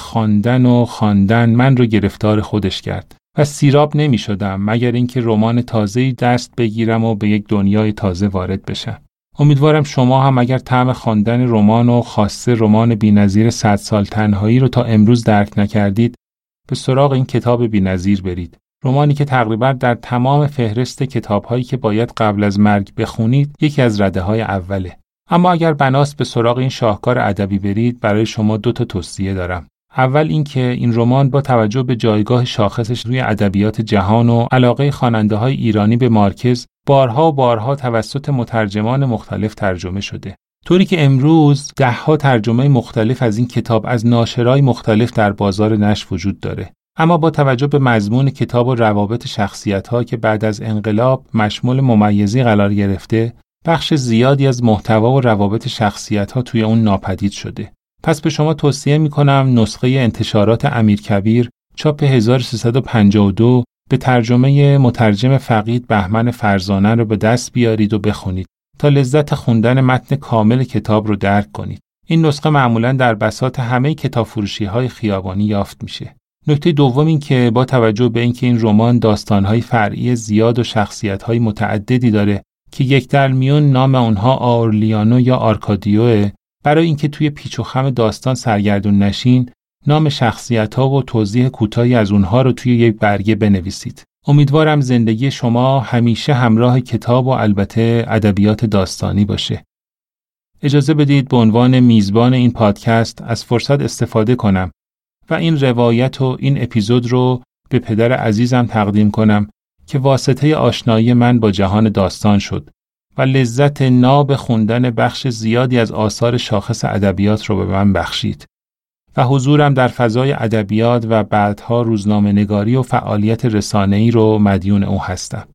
خواندن من رو گرفتار خودش کرد و سیراب نمیشدم مگر اینکه رمان تازه‌ای دست بگیرم و به یک دنیای تازه وارد بشم. امیدوارم شما هم اگر طعم خواندن رمان و خاصه رمان بی‌نظیر 100 سال تنهایی رو تا امروز درک نکردید، به سراغ این کتاب بی‌نظیر برید. رمانی که تقریبا در تمام فهرست کتاب‌هایی که باید قبل از مرگ بخونید یکی از رده‌های اوله. اما اگر بناست به سراغ این شاهکار ادبی برید، برای شما 2 تا توصیه دارم. اول اینکه این رمان با توجه به جایگاه شاخصش روی ادبیات جهان و علاقه خواننده‌های ایرانی به مارکز بارها و بارها توسط مترجمان مختلف ترجمه شده. طوری که امروز 10 ترجمه مختلف از این کتاب از ناشرای مختلف در بازار نشر وجود داره. اما با توجه به مضمون کتاب و روابط شخصیت‌ها که بعد از انقلاب مشمول ممیزی قرار گرفته، بخش زیادی از محتوا و روابط شخصیت‌ها توی اون ناپدید شده. پس به شما توصیه می‌کنم نسخه انتشارات امیرکبیر چاپ 1352 به ترجمه مترجم فقید بهمن فرزانه رو به دست بیارید و بخونید تا لذت خوندن متن کامل کتاب رو درک کنید. این نسخه معمولاً در بساط همه کتابفروشی‌های خیابانی یافت میشه. نکته دوم این که با توجه به اینکه این رمان داستان‌های فرعی زیاد و شخصیت‌های متعددی داره که یک در میون نام اونها آرلیانو یا آرکادیوه، برای اینکه توی پیچ و خم داستان سرگردون نشین، نام شخصیت‌ها و توضیح کوتاهی از اونها رو توی یک برگه بنویسید. امیدوارم زندگی شما همیشه همراه کتاب و البته ادبیات داستانی باشه. اجازه بدید به عنوان میزبان این پادکست از فرصت استفاده کنم و این روایت و این اپیزود رو به پدر عزیزم تقدیم کنم که واسطه آشنایی من با جهان داستان شد و لذت ناب خوندن بخش زیادی از آثار شاخص ادبیات رو به من بخشید و حضورم در فضای ادبیات و بعدها روزنامه‌نگاری و فعالیت رسانه‌ای رو مدیون او هستم.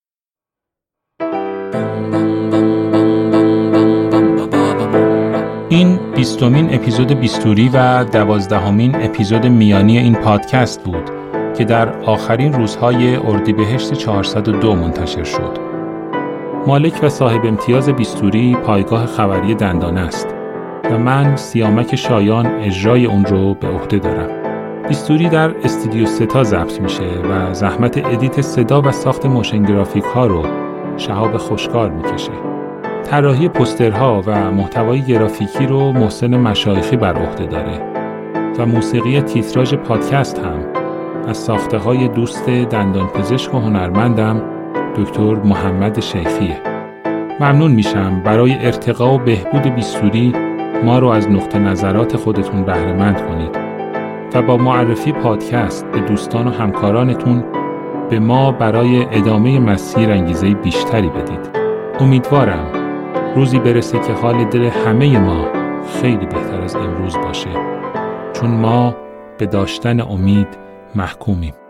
این 20مین اپیزود بیستوری و 12مین اپیزود میانی این پادکست بود که در آخرین روزهای اردیبهشت 402 منتشر شد. مالک و صاحب امتیاز بیستوری پایگاه خبری دندانه است. و من سیامک شایان اجرای اون رو به عهده دارم. بیستوری در استودیو ستا ضبط میشه و زحمت ادیت صدا و ساخت موشن گرافیک ها رو شهاب خوشکار میکشه. طراحی پوسترها و محتوای گرافیکی رو محسن مشایخی بر عهده داره و موسیقی تیتراژ پادکست هم از ساخته های دوست دندانپزشک و هنرمندم دکتر محمد شیخیه. ممنون میشم برای ارتقا و بهبود بیستوری ما رو از نقطه نظرات خودتون بهره‌مند کنید و با معرفی پادکست به دوستان و همکارانتون به ما برای ادامه مسیر انگیزه بیشتری بدید. امیدوارم روزی برسه که حال دل همه ما خیلی بهتر از امروز باشه، چون ما به داشتن امید محکومیم.